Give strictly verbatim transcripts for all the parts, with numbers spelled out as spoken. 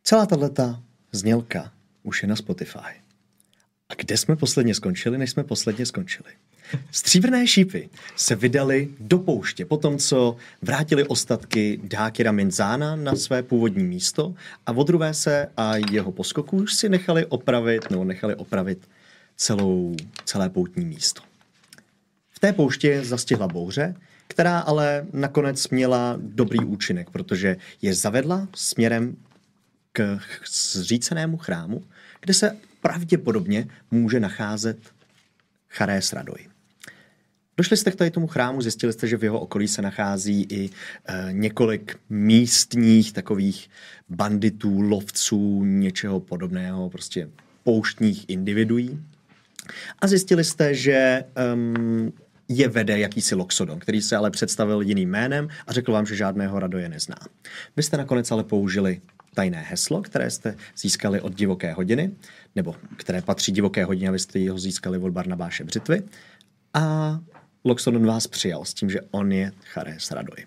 Celá tato znělka už je na Spotify. A kde jsme posledně skončili, než jsme posledně skončili? Stříbrné šípy se vydali do pouště po tom, co vrátili ostatky Dákira Minzána na své původní místo a Vodruvé se a jeho poskoků už si nechali opravit, nebo nechali opravit celou, celé poutní místo. V té poušti zastihla bouře, která ale nakonec měla dobrý účinek, protože je zavedla směrem k zřícenému chrámu, kde se pravděpodobně může nacházet Charés Radoj. Došli jste k tady tomu chrámu, zjistili jste, že v jeho okolí se nachází i e, několik místních takových banditů, lovců, něčeho podobného, prostě pouštních individuí. A zjistili jste, že um, je vede jakýsi Loxodon, který se ale představil jiným jménem a řekl vám, že žádného Radoje nezná. Vy jste nakonec ale použili tajné heslo, které jste získali od Divoké hodiny, nebo které patří Divoké hodině, vy jste ho získali od Barnabáše Břitvy. A Loxodon vás přijal s tím, že on je Charés Radoj.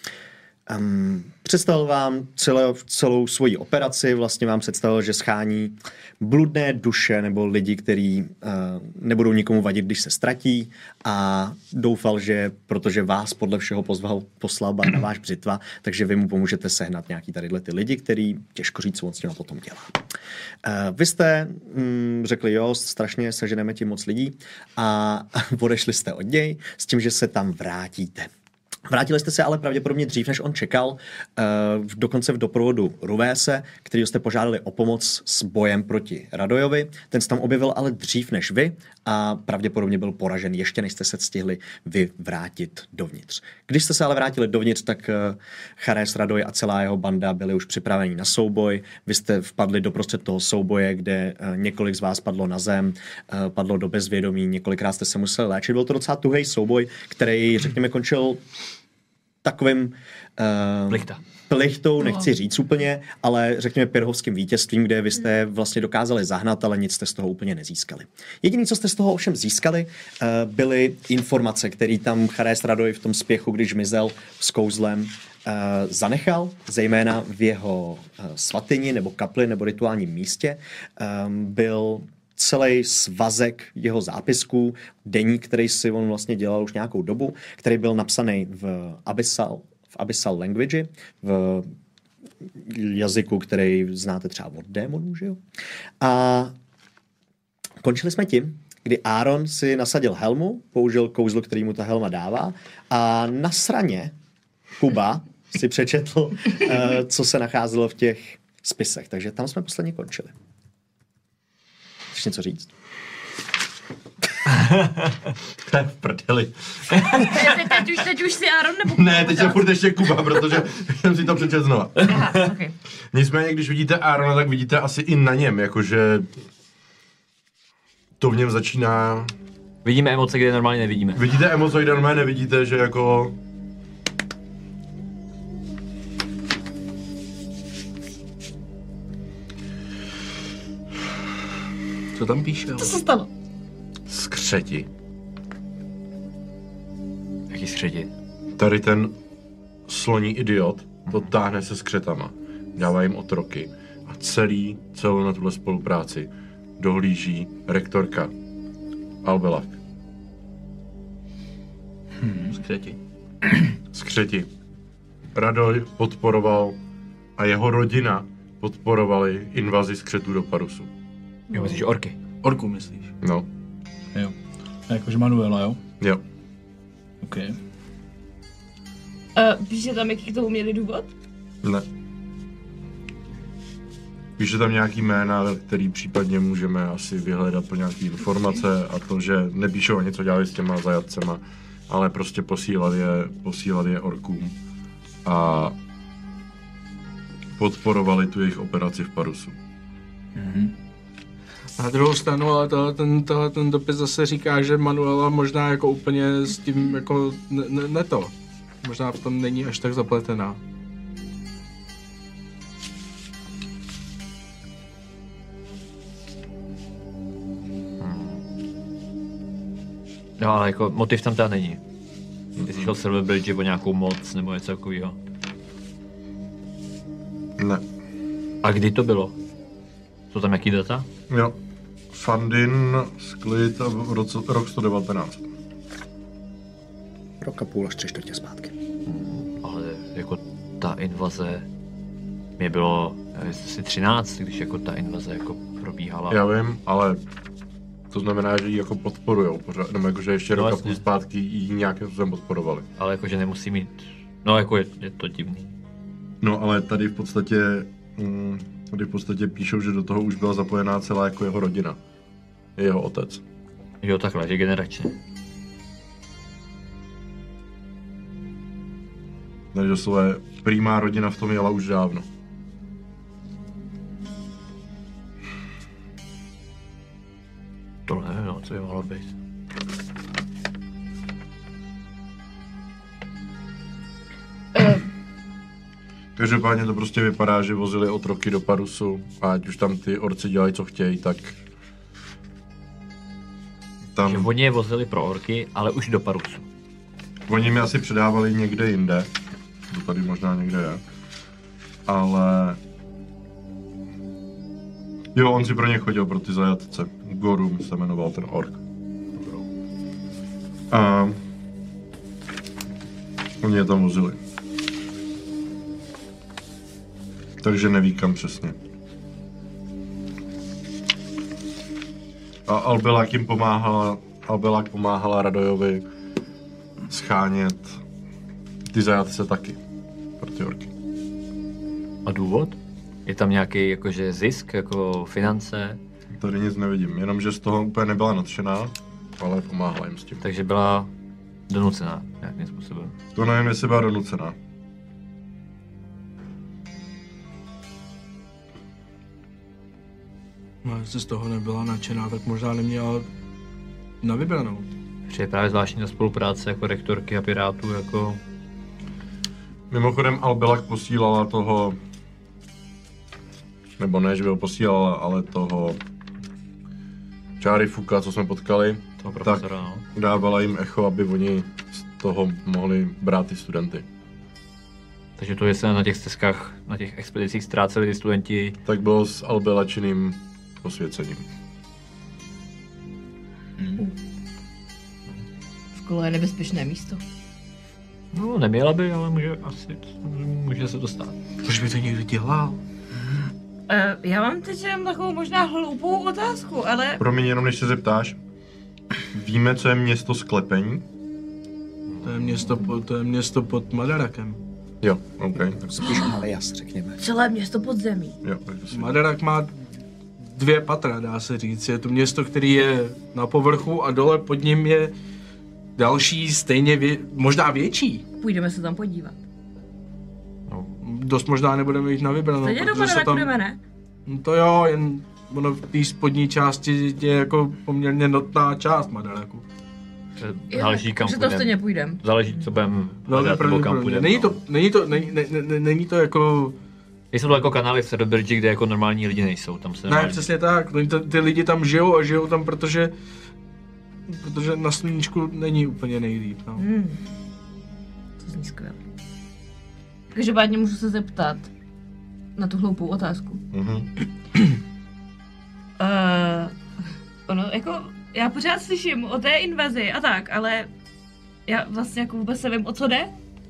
Um, představil vám celou, celou svoji operaci, vlastně vám představil, že schání bludné duše nebo lidi, kteří uh, nebudou nikomu vadit, když se ztratí a doufal, že protože vás podle všeho pozval, poslal Barnabáš Břitva, takže vy mu pomůžete sehnat nějaký tadyhle ty lidi, který těžko říct, co on s těma potom dělá. Uh, vy jste um, řekli, jo, strašně seženeme tím moc lidí a odešli jste od něj s tím, že se tam vrátíte. Vrátili jste se ale pravděpodobně dřív, než on čekal, uh, dokonce v doprovodu Ruvése, který jste požádali o pomoc s bojem proti Radojovi. Ten se tam objevil ale dřív než vy a pravděpodobně byl poražen, ještě než jste se stihli vy vrátit dovnitř. Když jste se ale vrátili dovnitř, tak uh, Charés Radoj a celá jeho banda byli už připraveni na souboj. Vy jste vpadli doprostřed toho souboje, kde uh, několik z vás padlo na zem, uh, padlo do bezvědomí, několikrát jste se museli léčit. Byl to docela tuhej souboj, který, řekněme, končil takovým uh, Plichta. plichtou, nechci říct úplně, ale řekněme pirhovským vítězstvím, kde vy jste vlastně dokázali zahnat, ale nic jste z toho úplně nezískali. Jediné, co jste z toho ovšem získali, uh, byly informace, které tam Charés Radoj v tom spěchu, když mizel s kouzlem, uh, zanechal, zejména v jeho uh, svatyni nebo kapli nebo rituálním místě, um, byl celý svazek jeho zápisků, deník, který si on vlastně dělal už nějakou dobu, který byl napsaný v Abyssal, v Abyssal language, v jazyku, který znáte třeba od démonů, že jo? A končili jsme tím, kdy Áron si nasadil helmu, použil kouzlo, který mu ta helma dává a na sraně Kuba si přečetl, co se nacházelo v těch spisech. Takže tam jsme posledně končili. Chceš něco říct? To je v prdeli. teď, teď, už, teď už si Áron nebo... Ne, teď je furt ještě Kuba, protože jsem si to přečet znova. Aha, okay. Nicméně, když vidíte Árona, tak vidíte asi i na něm, jakože to v něm začíná... Vidíme emoce, kde normálně nevidíme. Vidíte emoce, kde normálně nevidíte, že jako... Co tam píše? Co se stalo? Skřeti. Jaký skřeti? Tady ten sloní idiot to táhne se skřetama. Dává jim otroky. A celý, celou na tuhle spolupráci dohlíží rektorka Albelak. Hmm, skřeti. Skřeti. Radoj podporoval a jeho rodina podporovali invazi skřetů do Parusu. Jo, myslíš orky? Orku myslíš? No. Jo. Jakože Manuela, jo? Jo. OK. Uh, píše tam, jaký k tomu měli důvod? Ne. Píše tam nějaký jména, který případně můžeme asi vyhledat pro nějaký informace a to, že nepíšou ani, co dělali s těma zajatcema, ale prostě posílat je, posílat je orkům a podporovali tu jejich operaci v Parusu. Mhm. Na druhou stranu, ale tohle ten, tohle ten dopis zase říká, že Manuela možná jako úplně s tím jako ne, ne, ne to. Možná v tom není až tak zapletená. No ale jako motiv tam teda není. Jestli šel Silver Bridge o nějakou moc nebo něco takového. Ne. A kdy to bylo? Jsou tam jaký data? Jo. Fandin, sklid a v roce, rok sto devatenáct. Rok a půl až tři čtvrtě zpátky. Ale jako ta invaze, mě bylo asi třináct, když jako ta invaze jako probíhala. Já vím, ale to znamená, že ji jako podporujou pořád, nebo jako, že ještě No, rok a jasně. půl zpátky ji nějakým způsobem podporovali. Ale jakože nemusí mít, no jako je, je to divný. No ale tady v podstatě, mm, tady v podstatě píšou, že do toho už byla zapojená celá jako jeho rodina. Jeho otec. Jo, takhle, že generačně. Takže své primá rodina v tom jela už dávno. Tohle nevím, no, co by mohlo být. Každopádně to prostě vypadá, že vozili otroky do Parusu a ať už tam ty orci dělají, co chtějí, tak tam... Že oni je vozili pro orky, ale už do Parusu. Oni mi asi předávali někde jinde, to tady možná někde je, ale... Jo, on si pro ně chodil, pro ty zajatce. Gorum se jmenoval ten ork. A... Oni je tam vozili. Takže neví kam přesně. A Albelák jim pomáhala, Albelák pomáhala Radojovi schánět ty zajatce taky pro ty orky. A důvod? Je tam nějaký jakože zisk, jako finance, Tady nic nevidím, jenom že z toho úplně nebyla nadšená, ale pomáhala jim s tím. takže byla donucená nějakým způsobem. To nevím, jestli byla donucená. No, jestli z toho nebyla nadšená, tak možná neměla na vybranou. Přijde právě zvláštní ta spolupráce jako rektorky a pirátů, jako... Mimochodem Albelak posílala toho, nebo ne, že by ho posílala, ale toho Čáry Fuka, co jsme potkali, Toho tak profesora, no. dávala jim echo, aby oni z toho mohli brát ty studenty. Takže to, že se na těch stezkách, na těch expedicích ztráceli ty studenti, Tak bylo s Albelačiným posvěcením. Škola je nebezpečné místo. no neměla by, ale může asi, může se to stát. Proč by to někdo dělal? Uh, já mám teď jenom takovou možná hloupou otázku, ale Promiň, jenom než se zeptáš, víme, co je město sklepení? To je město, po, to je město pod Madarakem. Jo, OK. Tak Spíš Malias, řekněme. celé město pod zemí. jo, tak to si... Madarak má dvě patra, dá se říct. Je to město, který je na povrchu a dole pod ním je další, stejně vě, možná větší. Půjdeme se tam podívat. No, Dost možná nebudeme jít na vybranou, Stejně do protože se Madaraku tam... jdeme, ne? No to jo, jen ono v té spodní části je jako poměrně notná část Madaraku. záleží kam že to půjdem. stejně půjdem. Záleží, co budem Velmi hledat, nebo kam pravděpodobně. půjdem. Není no. to, není to, není, ne, ne, není to jako... Nejsou to jako kanály v Středobridži, kde jako normální lidi nejsou. Tam se Ne, normální... přesně tak. Oni to- Ty lidi tam žijou a žijou tam, protože... Protože na sluníčku není úplně nejlíp, no. Hmm. To zní skvěle. Každopádně můžu se zeptat na tu hloupou otázku. Mhm. Uh, ono, jako, já pořád slyším o té invazi a tak, ale já vlastně jako vůbec nevím, o co jde.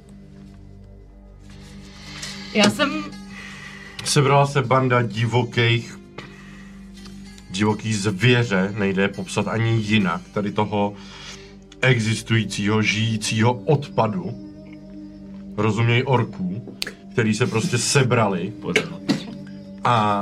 Já jsem, Sebrala se banda divokých, divoký zvěře, nejde je popsat ani jinak, tady toho existujícího, žijícího odpadu, rozuměj orků, který se prostě sebrali a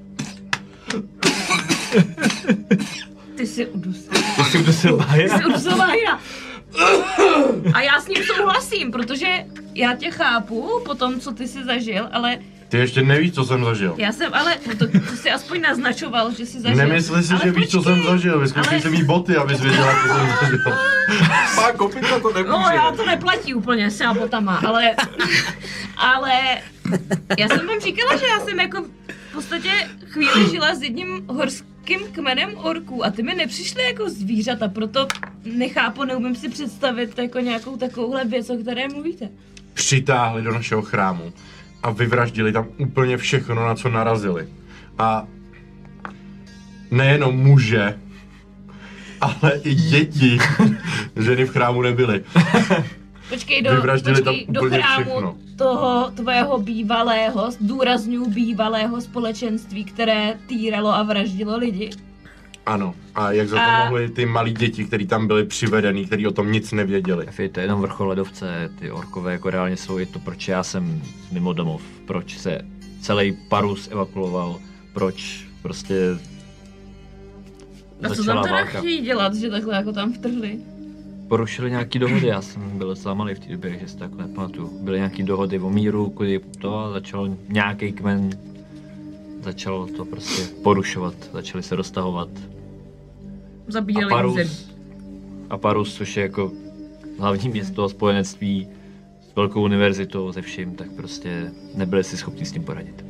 ty jsi udusil. Ty jsi udusil Ty Bajera? jsi udusil Bahira. A já s ním souhlasím, protože já tě chápu po tom, co ty jsi zažil, ale ty ještě nevíš, co jsem zažil. já jsem, ale no to, to jsi aspoň naznačoval, že jsi zažil. Nemysli si, Ale že víš, co počkej, jsem zažil. Vyzkoušej ale- si mít boty, abys věděla, co jsem zažil. Má kopita to nemůže. No, já to neplatí úplně s těma botama, ale, ale já jsem vám říkala, že já jsem jako v podstatě chvíli žila s jedním horským kmenem orků a ty mi nepřišly jako zvířata, proto nechápu, neumím si představit jako nějakou takovouhle věc, o které mluvíte. Přitáhli do našeho chrámu a vyvraždili tam úplně všechno, na co narazili. A nejenom muže, ale i děti. Ženy v chrámu nebyly. Počkej, do, Vyvraždili počkej, tam do úplně chrámu všechno. toho tvého bývalého, zdůrazňuji bývalého společenství, které týralo a vraždilo lidi. Ano, a jak za to A- mohly ty malí děti, kteří tam byli přivedený, kteří o tom nic nevěděli. Efi, to je jenom vrchol ledovce, ty orkové jako reálně jsou, je to proč já jsem mimo domov, proč se celý Parus evakuoval, proč prostě A co tam začala teda válka. chtějí dělat, že takhle jako tam vtrhli? Porušili nějaký dohody, já jsem byl docela malý v té době, že si to jako nepamatuju. Byly nějaký dohody o míru, kudy to a začal nějaký kmen, začal to prostě porušovat, začali se roztahovat. Zabíjeli A Parus, zem. a Parus, což je jako hlavní město spojenectví s velkou univerzitou, se vším, tak prostě nebyli si schopni s tím poradit.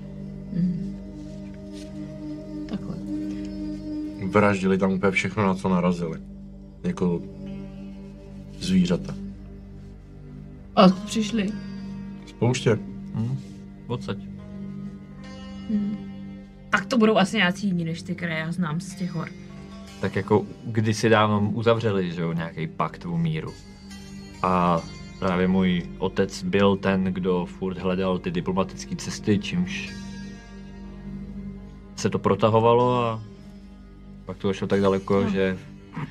Takhle. Vraždili tam úplně všechno, na co narazili. Jako zvířata. A přišli. Spouště. Hm? Odsaď. Tak to budou asi nějací jiní než ty, které já znám z těch hor. Tak jako kdysi dávno uzavřeli, že jo, nějaký pakt o míru. A právě můj otec byl ten, kdo furt hledal ty diplomatické cesty, čímž se to protahovalo a pak to šlo tak daleko, no. že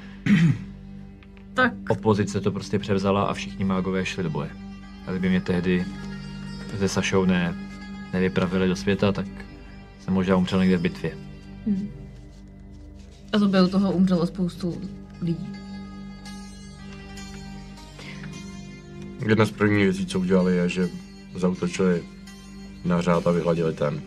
Tak opozice to prostě převzala a všichni mágové šli do boje. A kdyby mě tehdy se Sašou ne, nevypravili do světa, tak jsem možná umřel někde v bitvě. Hm. A to by u toho umřelo spoustu lidí. Jedna z prvních věcí, co udělali, je, že zaútočili na řád a vyhladili ten.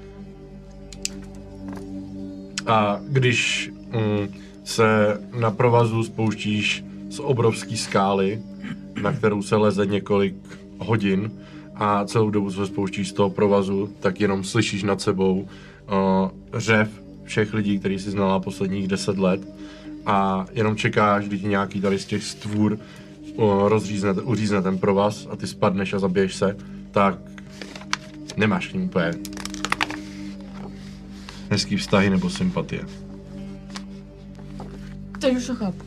A když mm, se na provazu spouštíš z obrovské skály, na kterou se leze několik hodin a celou dobu se spouštíš z toho provazu, tak jenom slyšíš nad sebou uh, řev všech lidí, který jsi znala posledních deset let a jenom čekáš, kdy ti nějaký tady z těch stvůr uh, rozřízne, uřízne ten provaz a ty spadneš a zabiješ se, tak nemáš k ním úplně hezký vztahy nebo sympatie. Takže už to chápu.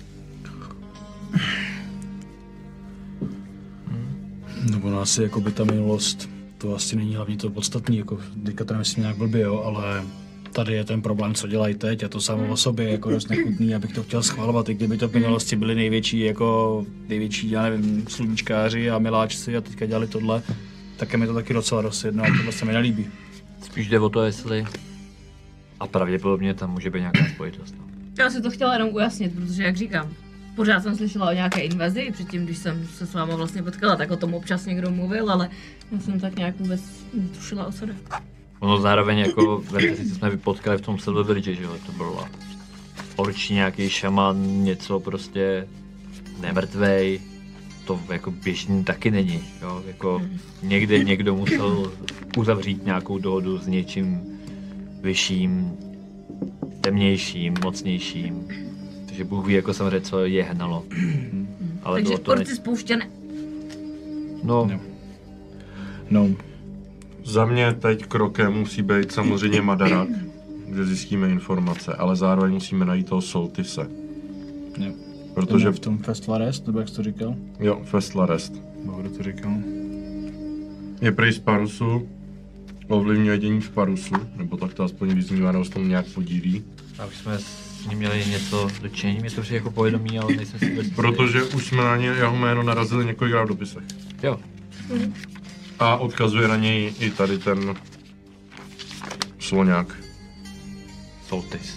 Nebo no asi jako by ta minulost, to asi není hlavně to podstatný, jako teďka to nemyslím nějak blbě, jo, ale tady je ten problém, co dělají teď a to samo o sobě je jako dost nechutný, abych to chtěl schvalovat, i kdyby to v minulosti byli největší, jako největší, já nevím, sluníčkáři a miláčci a teďka dělali tohle, tak je mi to taky docela dost jedno a tohle se mi nelíbí. Spíš jde o to, jestli a pravděpodobně tam může být nějaká spojitost. No. Já si to chtěla jenom ujasnit, protože jak říkám, pořád jsem slyšela o nějaké invazi, předtím, když jsem se s váma vlastně potkala, tak o tom občas někdo mluvil, ale já jsem tak nějak vůbec netušila, o co jde. Ono zároveň jako ve co jsme potkali v tom Silver Bridge, že jo, to bylo orčí nějaký šaman, něco prostě nemrtvej, to jako běžný taky není, jo, jako někde někdo musel uzavřít nějakou dohodu s něčím vyšším, temnějším, mocnějším, takže Bůh ví jako samozřejmě, co je hnalo. Ale Takže bylo to orci ne... spouštěné. No, No. No, Za mě teď krokem musí být samozřejmě Madarak, kde zjistíme informace, ale zároveň musíme najít toho Soltise. jo. Protože, v tom Festival Rest, nebo jak jsi to říkal? jo, Festla Rest. Nebo kdo to říkal? Je prej z Parusu, ovlivňuje dění v Parusu, nebo tak to aspoň vyznívá, nebo se tomu nějak podílí. a už jsme s ním měli něco dočení, mě to přijde jako povědomí, ale nejsem si vůbec Protože už jsme na ně jeho jméno narazili několikrát v dopisech. Jo, A odkazuje na něj i tady ten sloňák. Soltis.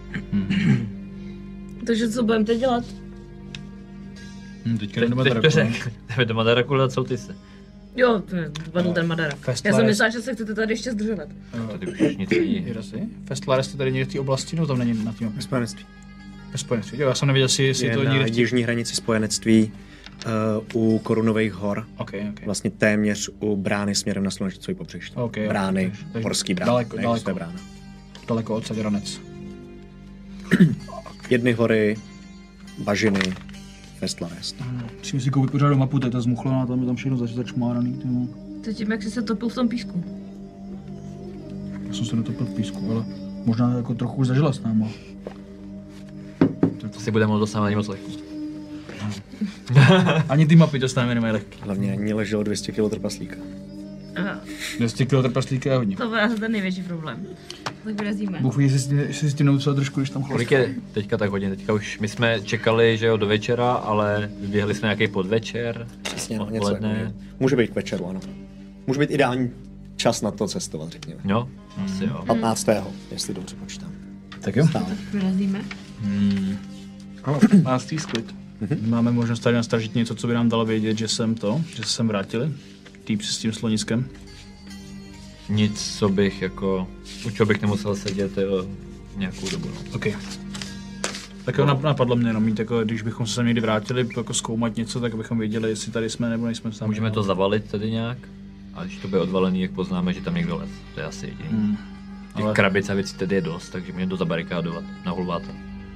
Takže co budeme teď dělat? Hm, teďka Teď, jdeme teď do to Madaraku. řek. Jdeme do Madaraku dát Soltise. Jo, padl ten Madarak. Festival Já jsem Rest. myslela, že se chcete tady ještě zdržovat. Tady už nic není. Jirasi? Festival Rest je tady někde v té oblasti, no tam není na tím Spojenectví. spojenectví. Jo, já jsem nevěděl, jestli, jestli Je to na někde v těch... jižní hranici spojenectví uh, u Korunových hor. Ok, ok. Vlastně téměř u brány směrem na Slunečnicové pobřeží. Ok, ok, Brány, takže- takže horský brány. daleko, neexistuje daleko. brána. Daleko od Ranec. Jedny hory, bažiny, Festlarest. Musím si koupit pořádnou mapu, to je ta zmuchlaná, tam je tam všechno zač- začmáraný. Tymo. To tím, jak jsi se topil v tom písku. Já jsem se netopil v písku, ale možná jako trochu už zažila s náma. To si budeme moc dostávat ani moc lehký. Ani ty mapy dostaneme nemají lehký. Hlavně ani leželo dvě stě kilo trpaslíka. Aha, dvě stě kilo trpaslíka je hodně. to bude asi ten největší problém. Tak vyrazíme. Bůh ví, jestli si- jestli si s tím neucel trošku, když tam chlast. Kolik je teďka tak hodin? Teďka už my jsme čekali, že jo, do večera, ale vyběhli jsme nějaký podvečer. Přesně, no, něco odpoledne. takového. Může být k večeru, ano. Může být ideální čas na to cestovat, řekněme. Jo, asi jo. patnáctého jestli dobře počítám. Tak jo. Stále. Vyrazíme. Ano, patnáctý sklid. Máme možnost tady nastražit něco, co by nám dalo vědět, že jsem to, že se sem vrátili. Týp s tím sloniskem. Nic, co bych jako, u čeho bych nemusel sedět jo, nějakou dobu. No. OK. Tak jo, nap- napadlo mě jenom mít, jako, když bychom se sem někdy vrátili, jako zkoumat něco, tak bychom věděli, jestli tady jsme nebo nejsme sami. Můžeme to zavalit tady nějak, a když to bude odvalený, jak poznáme, že tam někdo les. To je asi jediný. Hmm. Těch Ale- krabic a věcí tady je dost, takže můžeme to zabarikádovat na hulváta.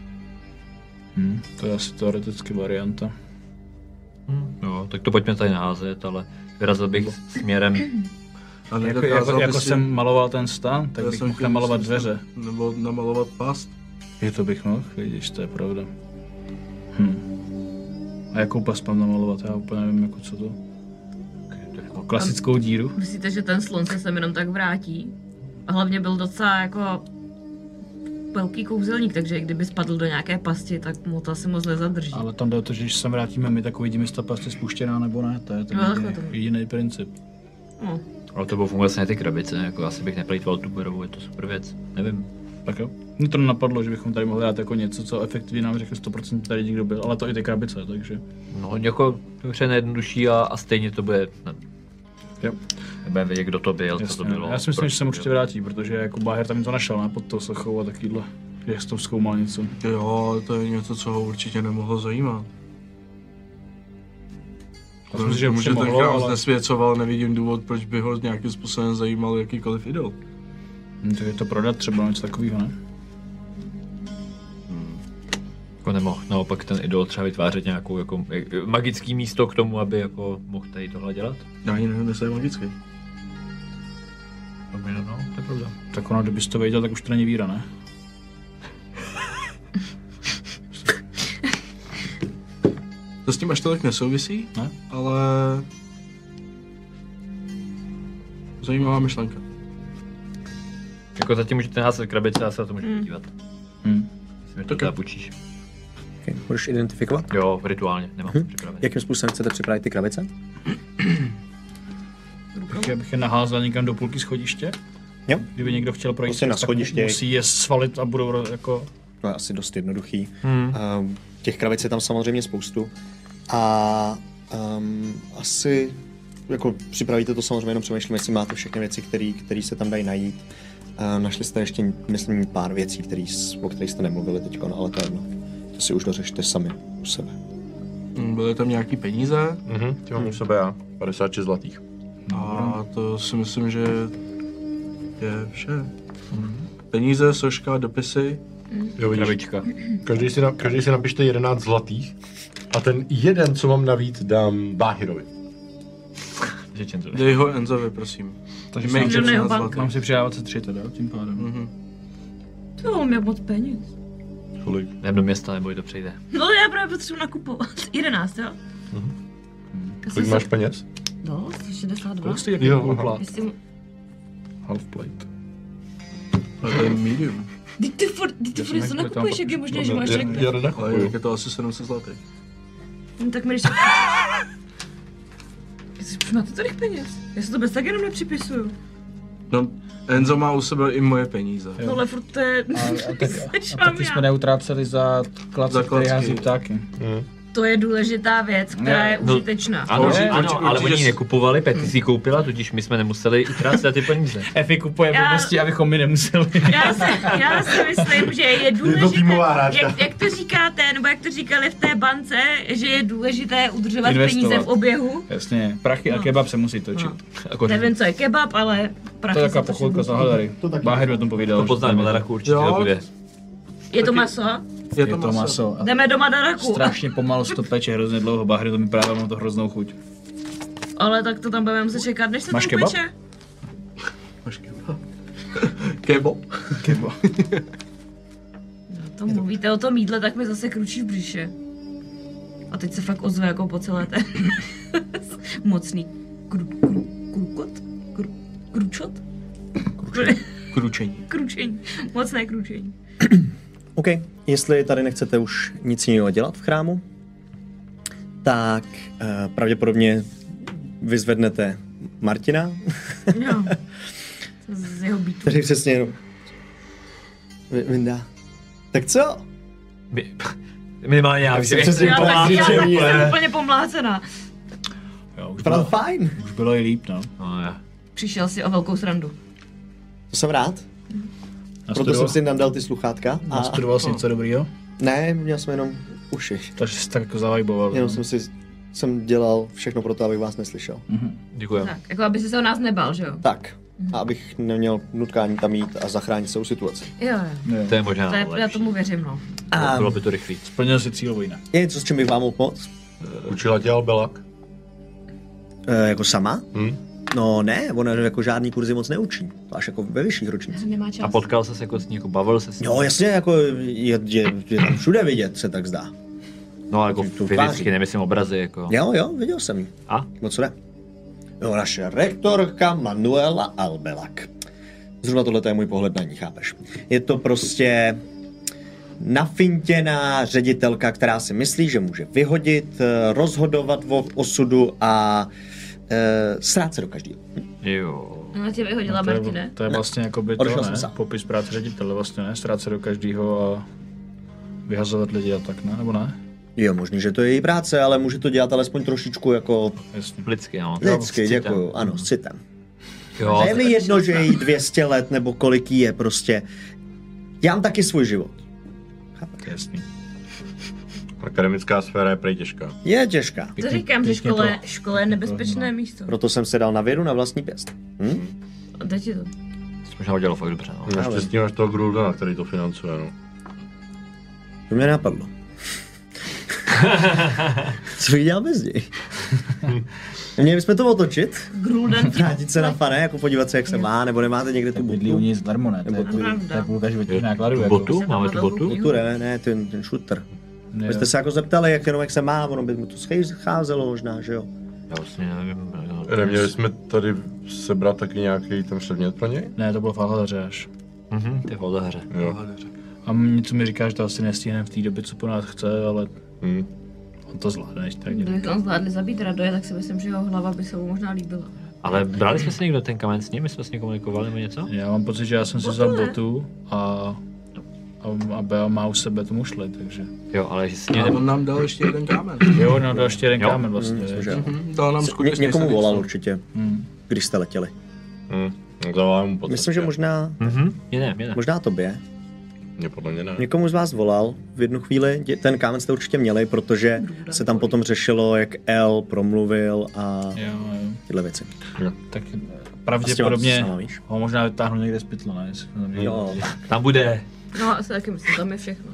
Hmm. To je asi teoreticky varianta. Hmm. Jo, tak to pojďme tady naházet, ale vyrazil bych směrem, A Jako, nedokázal jako, jako bys si- jsem maloval ten stan, tak Já bych jsem mohl chtěl namalovat říct, dveře. Nebo namalovat past. Je to bych mohl, vidíš, to je pravda. Hm. A jakou pas mám namalovat, já úplně nevím, jako co to. Klasickou díru. Myslíte, že ten slon se sem jenom tak vrátí? A hlavně byl docela jako velký kouzelník, takže i kdyby spadl do nějaké pasti, tak mu to asi moc nezadrží. Ale tam jde o to, že když se vrátíme my, tak uvidíme, jestli ta past je spuštěná nebo ne. To je ten Jo, takhle jediný, to- jediný princip. No. ale to budou fungovat vlastně ty krabice, jako asi bych neplejtval tu budovou, je to super věc, nevím. Tak jo. Mě to napadlo, že bychom tady mohli dát jako něco, co efektivně nám řekne sto procent tady někdo byl, ale to i ty krabice, takže. No jako to je nejjednodušší a, a stejně to bude, ne, Jo. nebudeme vědět, kdo to byl, co to Jasně. bylo. Já si myslím, proč že se to určitě bylo. vrátí, protože jako Báher tam to našel, ne? Pod tou sochou a takovýhle. Jak jsi to zkoumal něco. Jo, to je něco, co ho určitě nemohlo zajímat. Já si myslím, že Tomu, určitě že ten mohlo, chrám ale znesvěcoval, nevidím důvod, proč by ho nějakým způsobem zajímal jakýkoliv idol. hm, tak je to prodat třeba něco takového, ne? Jako nemohl, naopak ten idol třeba vytvářet nějakou jako jak- magický místo k tomu, aby jako mohl tady tohle dělat. Já ani nevím, jestli je magický. No, no, to je pravda. Tak ono, kdybys to věděl, tak už to není víra, ne? To s tím až tolik nesouvisí, Ne? ale... Zajímavá myšlenka. Jako zatím můžete házet krabice a se na to můžete podívat. Hm. Jestli mi to teda půjčíš. Okay. Můžeš identifikovat? Jo, rituálně, nemám to Hm. připravené. Jakým způsobem chcete připravit ty krabice? Tak já bych je naházel někam do půlky schodiště. Jo. Kdyby někdo chtěl projít, Prostě na tak schodiště. musí je svalit a budou ro- jako... To je asi dost jednoduchý. Hmm. Uh, těch krabic je tam samozřejmě spoustu. A um, asi jako připravíte to samozřejmě, jenom přemýšlím, jestli máte všechny věci, které se tam dají najít. Uh, našli jste ještě, myslím, pár věcí, který, s- o kterých jste nemluvili teď, no, ale to je jedno. To si už dořešte sami u sebe. Hm, Byly tam nějaký peníze Mhm, ty mám u sebe já. padesát šest zlatých. a to si myslím, že je vše. Peníze, soška, dopisy. Jo, vidíš, Krabička. každý si, na, každý si napište jedenáct zlatých a ten jeden, co mám navíc, dám Báhirovi. Že čem to jde? Dej ho Enzovi, prosím. Takže Make mám, Že si, ne- jeho třináct banka. mám zlatých. si přidávat se tři teda, jo, tím pádem. Mhm. To mám jak moc peněz. Kolik? Jdem do města, nebo to přejde. No já právě potřebuji nakupovat. jedenáct, jo? Já jsem Kolik se- máš peněz? No, šedesát dva. Kolik jsi jak Jo, koupila? Jestli... mu- Half plate. Ale to je medium. Ty ty furt, ty ty furt něco nekvůli tam nakupuješ, jak je možné, že máš Já, tak... já Ale nenakupuju. jinak je to asi sedm set zlatých. No, tak mi když... Jsi už máte tolik peněz? Já si to bez tak jenom nepřipisuju. No, Enzo má u sebe i moje peníze. Jo. No ale furt to je... A, a, tak, Seš a vám taky já. jsme neutráceli za klacky, Za který klacky. hází ptáky. Mhm. To je důležitá věc, která Ne, je no- užitečná. Ano, Určitě- ano, určitě- ale určitě oni s- nekupovali, Pety si ji koupila, tudíž my jsme nemuseli i trácet ty peníze. Efi kupuje Já- blbosti, abychom my nemuseli. Já si, já si myslím, že je důležité, týmová hráčka. jak, jak to říkáte, nebo jak to říkali v té bance, že je důležité udržovat Investovat. peníze v oběhu. Jasně, prachy a No. kebab se musí točit. No. Jako, Nevím, co je kebab, ale prachy To je se taková to pochůdka všechno- za Hadary. To taky. Báher o tom povídal. to že poznám, tam ale je- raku určitě Jo. to bude. Je to maso? Je to maso. maso. A Jdeme do Madaraku. strašně pomalu se to peče, hrozně dlouho, bahry to mi právě mám to hroznou chuť. Ale tak to tam budeme muset čekat, než se Máš to kebab? upeče. Máš kebab? Kebab? Kebo. No, to mluvíte o tom jídle, tak mi zase kručí v břiše. A teď se fakt ozve jako po celé té mocný kru, kru, krukot? Kru, kručot? Kručení. Kručení. Mocné kručení. OK, jestli tady nechcete už nic jiného dělat v chrámu, tak uh, pravděpodobně vyzvednete Martina, Jo. Z jeho bytu. který přesně jenom vy- vyndá. Tak co? My, minimálně já Já bych jsem si přesně Já, Pomlácená. taky, já taky Pomlácená. jsem úplně pomlácená. Jo, už Vypadalo bylo, fajn. už bylo i líp, no. No, já. Přišel si o velkou srandu. To jsem rád. Proto Nastudoval, jsem si nandal ty sluchátka. A nastudoval jsi něco dobrýho? ne, měl jsem jenom uši. Takže jsi tak jako zavajboval. Jenom jsem si jsem dělal všechno pro to, abych vás neslyšel. Mhm. Děkujem. Tak, jako aby si se o nás nebal, že jo? Tak. A abych neměl nutkání tam jít a zachránit celou situaci. Jo, jo. Jo. To je možná To je, já lepší. tomu věřím, no. A Bylo by to rychlý. Splnil si cíl vojna. je něco, s čím bych vám mohl pomoct? Učila tě Albelak? E, jako sama? Hm? No ne, ona jako žádný kurzy moc neučí. To až jako ve vyšších ročnících. Nemá čas. A potkal se jako s ní, jako bavil se s ní? Jo, jasně, jako je, je, je tam všude vidět, se tak zdá. No ale jako Tu fyzicky, tváří. nemyslím obrazy, jako. Jo, jo, viděl jsem ji. A? No co jde? Jo, naše rektorka Manuela Albelak. Zrovna tohle je můj pohled na ní, chápeš? Je to prostě nafintěná ředitelka, která si myslí, že může vyhodit, eh, rozhodovat o osudu a e, srát se do každého. Jo. Ona tě vyhodila, to, je, Martine. to je vlastně jako by to, Odešel jsem ne? sám. Popis práce ředitele vlastně, ne? Strát se do každého a vyhazovat lidi a tak, ne? Nebo ne? Je možný, že to je její práce, ale může to dělat alespoň trošičku jako Jasně. Lidsky, no. lidsky, S citem. děkuju. Ano, s citem. Jo, A je mi jedno, že je jí dvě stě let, nebo kolik jí je prostě. Já mám taky svůj život. Jasný. Akademická sféra je prej těžká. Je těžká. To říkám, že pěkně škole, to- škole je nebezpečné no. místo. Proto jsem se dal na vědu na vlastní pěst. Hm? A dej ti to. to možná udělalo fakt dobře, no. Naštěstí máš toho Gruldana, který to financuje, no. To mě napadlo. Co bych dělal bez něj? Měli bychom to otočit? Grulden ti Vrátit se na fane, jako podívat se, jak se má, nebo nemáte někde tu Bydlí u botu? ní zdarma, ne? To je, Nebo to, tu- to je půlka životních Jo, nákladů. tu Jako. botu? Se Máme tam tu dal botu? botu. Tu ne, ne, ten, ten shooter. Ne, Vy jste se jako zeptali, jak jenom jak se má, ono by mu to scházelo možná, že jo? Já vlastně nevím. jo. Neměli jsme tady sebrat taky nějaký ten předmět pro něj? ne, to bylo v Alhaře až. Mhm, to je v Aldehaře. Jo. A něco mi říká, že to asi nestihneme v té době, co po nás chce, ale Hm. on to zvládne, než tak Kdybychom dělá. zvládli zabít Radoje, tak si myslím, že jeho hlava by se mu možná líbila. Ale brali jsme si někdo ten kamen s ním? My jsme s ním komunikovali nebo něco? Já mám pocit, že já jsem si vzal botu a, a, a Bea má u sebe tu mušli, takže... Jo, ale že s ním A nebo... on nám dal ještě jeden kámen. Jo, no dal ještě jeden Jo. kámen vlastně. Myslím, že že? jo. Mhm, dal nám Ně, skutečně někomu sedm volal slov. určitě, Hmm. když jste letěli. Hm. Zavolám mu potom. Myslím, že možná, Mhm, je ne, je ne. možná tobě. Mě podle mě ne. Někomu z vás volal v jednu chvíli, dě- ten kámen jste určitě měli, protože se tam potom řešilo, jak El promluvil a Jo, jo. tyhle věci. Tak A s těma pravděpodobně sama, víš? ho možná vytáhnu někde z pytla, ne? Jestli to tam Jo, Tam bude. No, asi taky myslím, tam je všechno.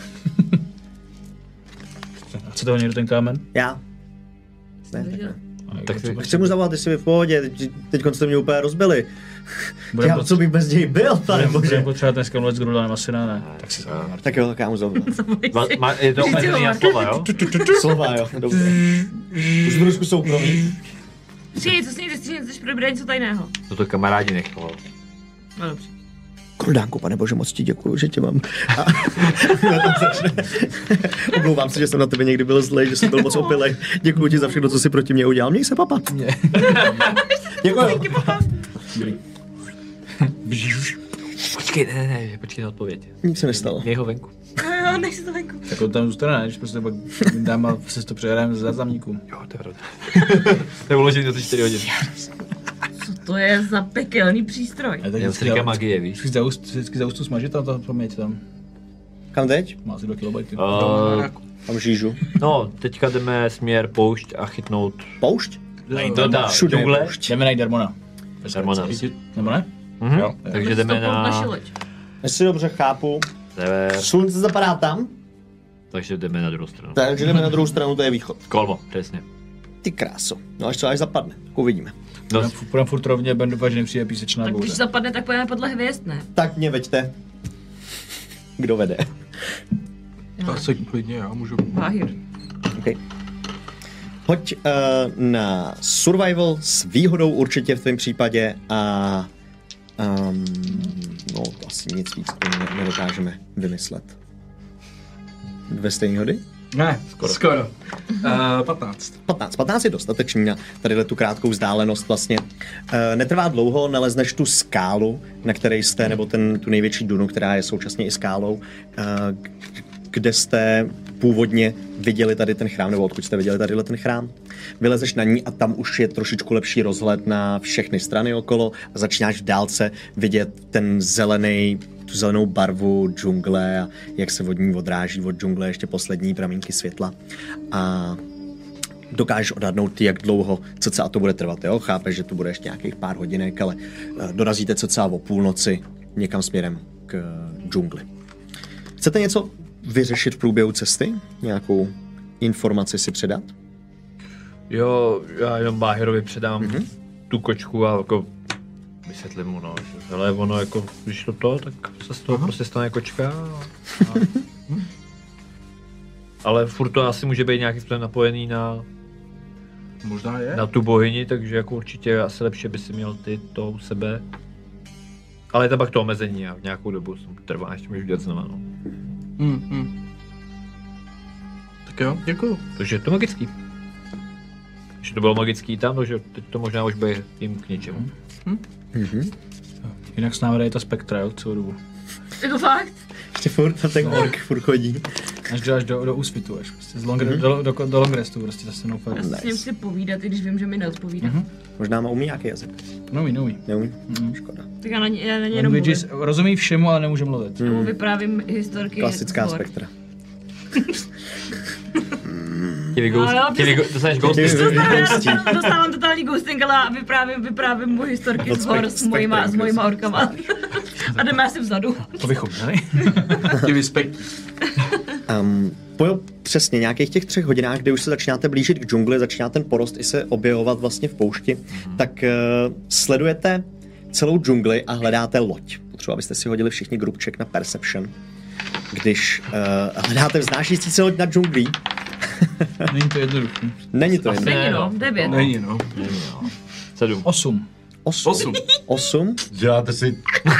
A chce toho někdo ten kámen? já. Ne, tak Viděla. ne. A jako Tak co si- pak- Chci mu zavolat, jestli vy v pohodě, teď jste mě úplně rozbili. Budem Já, co bych bez něj byl, pane Budeme bože. potřebovat dneska mluvit s Grudanem, asi ne, ne. Tak si A- to Tak jo, tak já mu zavolat. Ma, ma, je to Vždyť si ho omezený na máte. slova, jo? Slova, jo, dobře. Už budu trošku soukromý. Přijď, co s ní, ty chceš probrat něco tajného. To to kamarádi nechalo. No dobře. Krudánku, pane bože, moc ti děkuju, že tě mám. A na tom začne. Omlouvám se, že jsem na tebe někdy byl zlej, že jsem byl moc opilej. Děkuju ti za všechno, co jsi proti mě udělal. Měj se, papa. Děkuju. Počkej, ne, ne, ne, počkej na odpověď. Nic se nestalo. Měj ho venku. Jo, jo, nech si to venku. Tak on tam zůstane, ne? Když prostě pak dám a si to přejedeme ze záznamníků. Jo, to je pravda. to je uložený na ty čtyři hodiny. Co to je za pekelný přístroj? A tak Já si říká magie, víš? Vždycky za úst, vždycky za ústu smažit a to paměť tam. Kam teď? Má asi dva kilobajty. Uh, Tam žížu. no, teďka jdeme směr poušť a chytnout... Poušť? To dá, Všude je džungle. poušť. Jdeme najít Darmona. Darmona. Nebo ne? Mhm. Jo. Takže jdeme Stopnout naši na loď. Jestli dobře chápu, sever. slunce zapadá tam Takže jdeme na druhou stranu. Takže jdeme na druhou stranu, to je východ. Kolmo, přesně. Ty kráso. No až co, až zapadne. Uvidíme. No, Půjdeme furt rovně, ben doufat, že nepřijde písečná Tak bouře. když zapadne, tak pojeme podle hvězd, ne? Tak mě veďte. Kdo vede? Tak se klidně, já můžu. Váhir. Okay. Hoď uh, na survival s výhodou určitě v tom případě a um, no to asi nic víc k tomu ne- nedokážeme vymyslet. Dvě stejné hody? Ne, skoro. skoro. Uh, patnáct. patnáct. patnáct je dostatečný na tadyhle tu krátkou vzdálenost vlastně. E, netrvá dlouho, nalezneš tu skálu, na které jste, nebo ten, tu největší dunu, která je současně i skálou, e, kde jste původně viděli tady ten chrám, nebo odkud jste viděli tadyhle ten chrám. Vylezeš na ní a tam už je trošičku lepší rozhled na všechny strany okolo a začínáš v dálce vidět ten zelený, tu zelenou barvu džungle a jak se od ní odráží od džungle ještě poslední pramínky světla. A dokážeš odhadnout, jak dlouho cca to bude trvat, jo? Chápeš, že to bude ještě nějakých pár hodinek, ale dorazíte cca o půlnoci někam směrem k džungli. Chcete něco vyřešit v průběhu cesty? Nějakou informaci si předat? jo, já jenom Báhirovi předám mm-hmm. tu kočku a jako vysvětlím mu, no, že hele, ono jako, když to to, tak se z toho prostě stane kočka. A, a, hm. Ale furt to asi může být nějakým způsobem napojený na, Možná je. na tu bohyni, takže jako určitě asi lepší by si měl ty to u sebe. Ale je to pak to omezení a v nějakou dobu trvá, ještě můžu dělat znova, no. Hmm, hmm. Tak jo, děkuju. Takže je to magický. Když to bylo magický tam, takže teď to možná už bude jim k něčemu. Mhm. Jinak s námi dají ta spektra, jo, celou dobu. Je to fakt? Ještě furt tam ten ork furt chodí. Až do, až do, do úsvitu, až prostě z long, mm-hmm. do, do, do long restu, prostě zase no Já Nice. s ním si povídat, i když vím, že mi neodpovídá. Mhm. Možná má umí nějaký jazyk. Nový, nový. Neumí? Mhm. Škoda. Tak já na ně, já na ně jenom mluvím. Languages rozumí všemu, ale nemůže mluvit. Tomu vyprávím historky. Klasická z hor. spektra. Ti vygous, No jo, ti vygo, dostaneš ghost. Dostávám, dostávám totální ghosting, ale vyprávím, vyprávím mu historky Od z hor spek- s mojima, s spektrem, mojima orkama. A jdeme asi vzadu. To bychom měli. Ti vyspektí. Um, po přesně nějakých těch třech hodinách, kdy už se začínáte blížit k džungli, začíná ten porost i se objevovat vlastně v poušti, mm. tak uh, sledujete celou džungli a hledáte loď. Potřeba, abyste si hodili všichni group check na Perception. Když uh, hledáte vznášící se loď na džunglí. Není to jednoduché. Není to Asi jen. ne. Není no, devět. Není no. Není, no. Sedm. Osm. Osm. Osm. Osm. Děláte si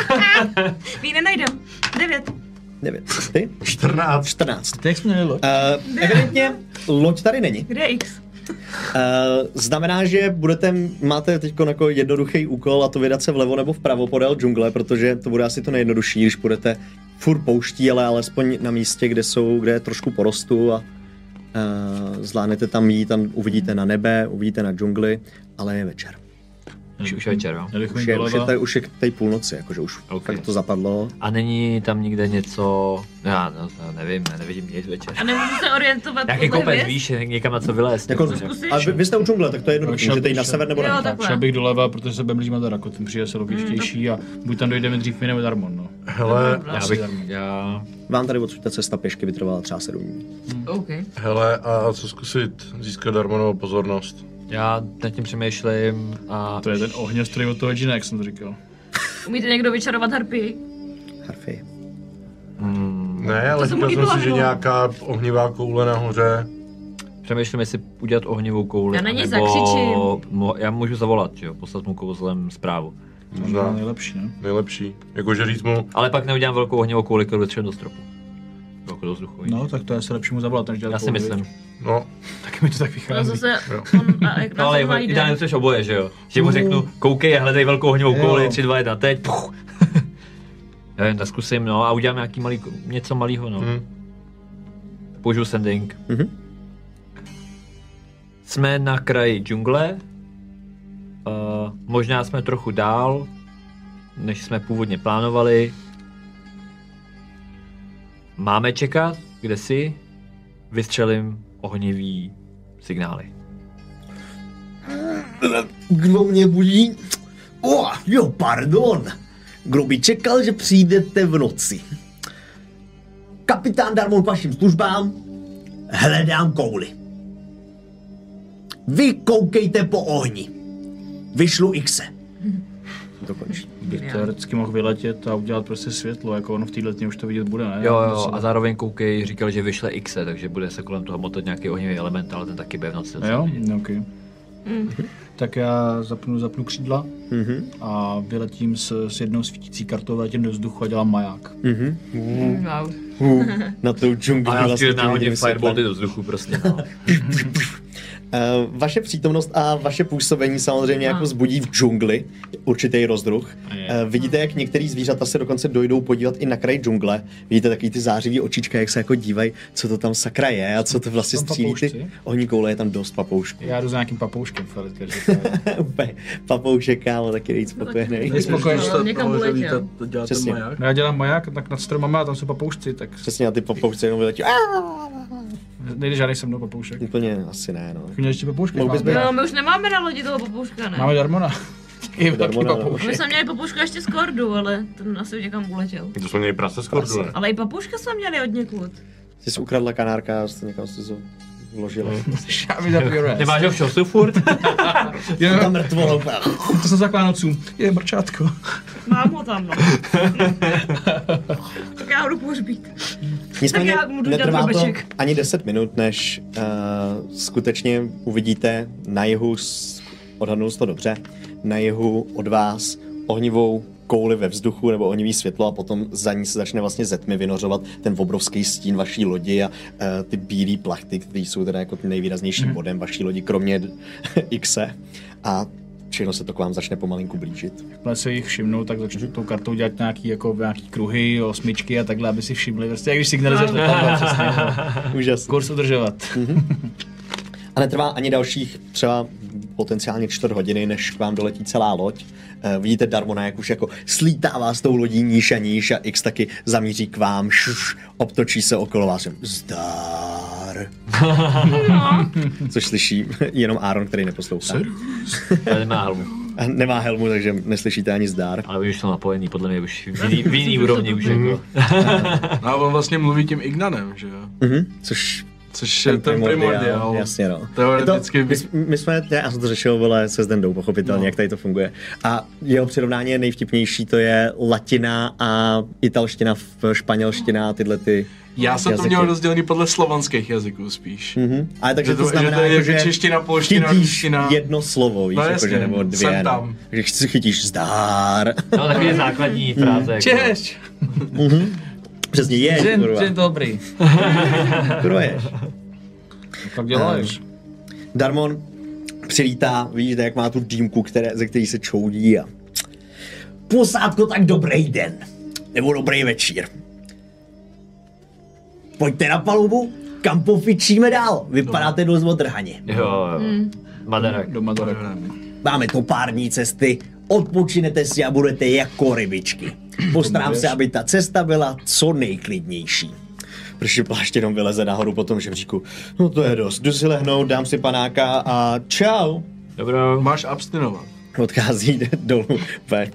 Vy nenajdem. Devět. Devět. Ty? čtrnáct. čtrnáct. Ty jak jsme měli loď? Uh, evidentně loď tady není. Kde je X? Uh, znamená, že budete, máte teď jako jednoduchý úkol a to vydat se vlevo nebo vpravo podél džungle, protože to bude asi to nejjednodušší, když budete furt pouští, ale alespoň na místě, kde jsou, kde je trošku porostu a uh, zvládnete tam jít, tam uvidíte na nebe, uvidíte na džungli, ale je večer. Už, už je večer, jo. Měli bychom Už jít je, už je, doleva. tady, už je k té půlnoci, jakože už Okay. fakt to zapadlo. A není tam nikde něco, já no, no, nevím, já nevidím nic večer. A nemůžu se orientovat Nějaký podle kopec, hvězd? víš, někam na co vylézt. Jako, Jako, Zkusíš? a vy, vy jste u džungle, tak to je jednoduché, Šel- můžete jít na šel- sever nebo Jo, na východ. takhle. Šel bych doleva, protože se budeme blížit Madara, ten přijde se logičtější a buď tam dojdeme dřív my nebo Darmon, no. Hele, já bych, já... Vám tady odsud ta cesta pěšky by trvala třeba sedm dní. OK. hele, a co zkusit získat Darmonovou pozornost? Já nad tím přemýšlím a... To je ten ohňostroj který od toho džina, jak jsem to říkal. Umíte někdo vyčarovat harpy? Harfy. Hmm, Ne, ale To jsem říkal jsem líbila, si, že no. nějaká ohnivá koule nahoře. přemýšlím, jestli udělat ohnivou kouli, Já na něj anebo- zakřičím. Mo, já můžu zavolat, že jo, poslat mu kouzlem zprávu. To je Možná nejlepší, ne? nejlepší. Jakože říct mu, Ale pak neudělám velkou ohnivou kouli, kterou vytřenu do stropu. Jako do vzduchu, víš. No, tak to je se lepší mu zavolat, než dělat Já si kouli, myslím. viď? no, Taky mi to tak To vychází. zase Jo. on, a jak No nás ale to najde. ideálně chceš oboje, že jo? Že mu řeknu, koukej a hledej velkou ohnivou Jo. kouli, tři, dva, jedna, teď, puch. Já nevím, tak zkusím, no, a udělám nějaký malý, něco malýho, no. hm. Použiju sending. Mhm. Jsme na kraji džungle, uh, možná jsme trochu dál, než jsme původně plánovali. Máme čekat, kde si? Vystřelím ohnivý signály. Kdo mě budí? Oh, jo, pardon. Kdo by čekal, že přijdete v noci? Kapitán Darmon k vašim službám, Hledám kouli. Vy koukejte po ohni. Vyšlu Xe. To končí. Bych teoreticky mohl vyletět a udělat prostě světlo, jako ono v této letně už to vidět bude, ne? Jo, jo, a zároveň koukej, říkal, že vyšle X, takže bude se kolem toho motat nějaký ohnivý element, ale ten taky bude v noci. Jo, ok. Mm. Tak já zapnu, zapnu křídla mm-hmm. a vyletím s, s jednou svítící kartou, letím do vzduchu a dělám maják. Mm-hmm. Mm. Wow. Uh, na tou džungli. A já vlastně náhodím firebolty do vzduchu prostě. No. Uh, vaše přítomnost a vaše působení samozřejmě jako zbudí v džungli určitý rozdruh. Uh, vidíte, jak některý zvířata se dokonce dojdou podívat i na kraj džungle. Vidíte takový ty zářivý očička, jak se jako dívají, co to tam sakra je a co to vlastně střílí ty ohní koule, je tam dost papoušků. Já jdu za nějakým papouškem, Fred, úplně papoušek, kámo, taky nejc spokojený. Nejspokojený, že někam uletěl. to děláte Přesně. maják. No já dělám maják tak nad stromama a tam jsou papoušci, tak Přesně, a ty papoušci jenom vyletí. nejde žádný se mnou papoušek. Úplně asi ne, no. Měli ještě papoušky? Mohl bys být- No, my už nemáme na lodi toho papouška, ne? Máme Darmona. I taky Darmona, no. papoušek. My jsme měli papouška ještě z Kordu, ale ten asi někam uletěl. To jsme měli prase z kordu, ne? Ale i papouška jsme měli od někud. Jsi jsi ukradla kanárka a jsi někam si to vložila. Shove it up your ass. Nemáš ho v šosu furt? Jo, Tam mrtvolo. to jsem za Vánocům. Je mrčátko. Mám ho tam, no. Tak já ho jdu pohřbít. Nicméně Tak já mu jdu dělat netrvá to blbeček. ani deset minut, než uh, skutečně uvidíte na jihu, s- odhadnul jsi to dobře, na jihu od vás ohnivou kouli ve vzduchu nebo ohnivý světlo a potom za ní se začne vlastně ze tmy vynořovat ten obrovský stín vaší lodi a uh, ty bílé plachty, které jsou teda jako tím nejvýraznějším bodem vaší lodi, kromě Xe. A všechno se to k vám začne pomalinku blížit. Jakmile se jich všimnou, tak začnu tou kartou dělat nějaký, jako, nějaký kruhy, osmičky a takhle, aby si všimli. Prostě jak když signalizuješ to tam, přesně. Úžasný. Kurz udržovat. A netrvá ani dalších třeba potenciálně čtvrt hodiny, než k vám doletí celá loď. Uh, vidíte Darmona, jak už jako slítává s tou lodí níž a níž a X taky zamíří k vám, šuš, obtočí se okolo vás. Zdar. Což slyší jenom Aaron, který neposlouchá. Ale nemá helmu. A nemá helmu, takže neslyšíte ani zdar. Ale už jsou napojený, podle mě už v jiný, v jiný úrovni už jako. A on vlastně mluví tím Ignanem, že jo? Mhm, což Což je ten primordiál. Jasně, no. Teoreticky Je to, by... my, my jsme, já jsem to řešil, vole, se Zdendou, pochopitelně, No. jak tady to funguje. A jeho přirovnání je nejvtipnější, to je latina a italština, španělština a tyhle ty Já jsem to jazyky. měl rozdělený podle slovanských jazyků spíš. Mhm. Ale takže Že to, to- znamená, že to je jako, že čeština, polština, chytíš ruština. jedno slovo, víš, No jako, jasně, že, nebo dvě. jsem no. tam. Takže si chytíš zdár. No takový základní fráze. Jako. Češ! Přesně je, Dzień, kurva. dzień dobrý. Kurva ješ. Tak děláš. Darmon přilítá, vidíte, jak má tu dýmku, které, ze který se čoudí a... Posádko, tak dobrý den. Nebo dobrý večír. Pojďte na palubu, kam pofičíme dál. Vypadáte dost odrhaně. Jo, jo. Madarak. Do Madorek. Máme to pár dní cesty, odpočinete si a budete jako rybičky. Postarám se, aby ta cesta byla co nejklidnější. Prší plášť jenom vyleze nahoru po tom žebříku. No to je dost, jdu si lehnout, dám si panáka a čau. Dobro. Máš abstinovat. Odchází, jde dolů. Pe.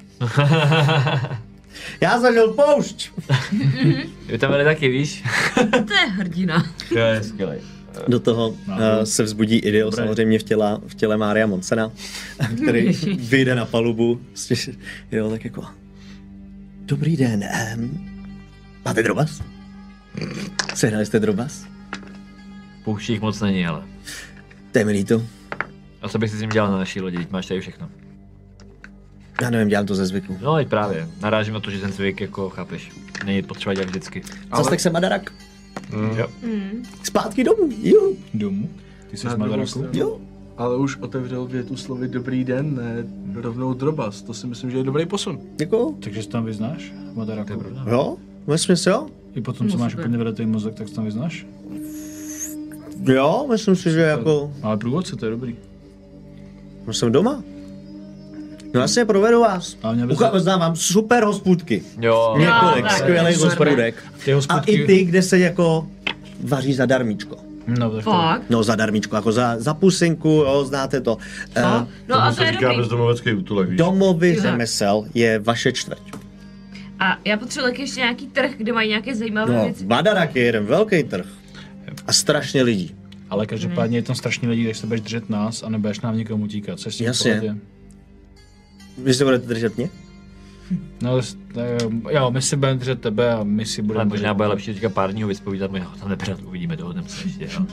Já zažil poušť. Vy tam byli taky, víš? To je hrdina. To je skvělý. Do toho uh, se vzbudí idyl samozřejmě v, těla, v těle Mária Monsena, který vyjde na palubu. Jo, tak jako... Dobrý den, um, máte drobas? Sehnali jste drobas? Pouští jich moc není, ale. To je mi líto. A co bych si s tím dělal na naší lodi, teď máš tady všechno. Já nevím, dělám to ze zvyku. No teď právě, narážím na to, že ten zvyk, jako chápeš, není potřeba dělat vždycky. Ale... Zas tak se Madarak. Mm. Jo. Mm. Zpátky domů, jo, Domů? Ty jsi Na z druhou Madoraku? stranu. jo. Ale už otevřel větu slovy dobrý den, ne rovnou drobas. To si myslím, že je dobrý posun. Jako, Takže se tam vyznáš v Madoraku? jo, myslím si, jo. I potom, co No, máš super. úplně vyletý mozek, tak se tam vyznáš? Jo, myslím si, že jako, Ale průvodce, to je dobrý. no jsem doma. No jasně, provedu vás. Ale mě by Ucha, znám vám super hospůdky. Jo. Několik tak, skvělých super. hospůdek. Ty A hospodky... i ty, kde se jako vaří zadarmíčko. No, tak to... Fakt? No zadarmíčko, jako za, za pusinku, jo, znáte to. Uh, No, no a to se je říká dobrý. bezdomovecký útulek, víš? domovy Jo. řemesel je vaše čtvrť. A já potřebuji taky ještě nějaký trh, kde mají nějaké zajímavé No, věci. Madarak je jeden velký trh. A strašně lidí. Ale každopádně je tam strašně lidí, když se budeš držet nás a nebudeš nám nikomu utíkat. Což Jasně. Vy se budete držet mě? No, jo, my si budeme držet tebe a my si budeme Ale držet... možná bude lepší teďka pár dní ho vyspovídat, my ho tam nebrat, uvidíme, dohodneme se ještě, jo.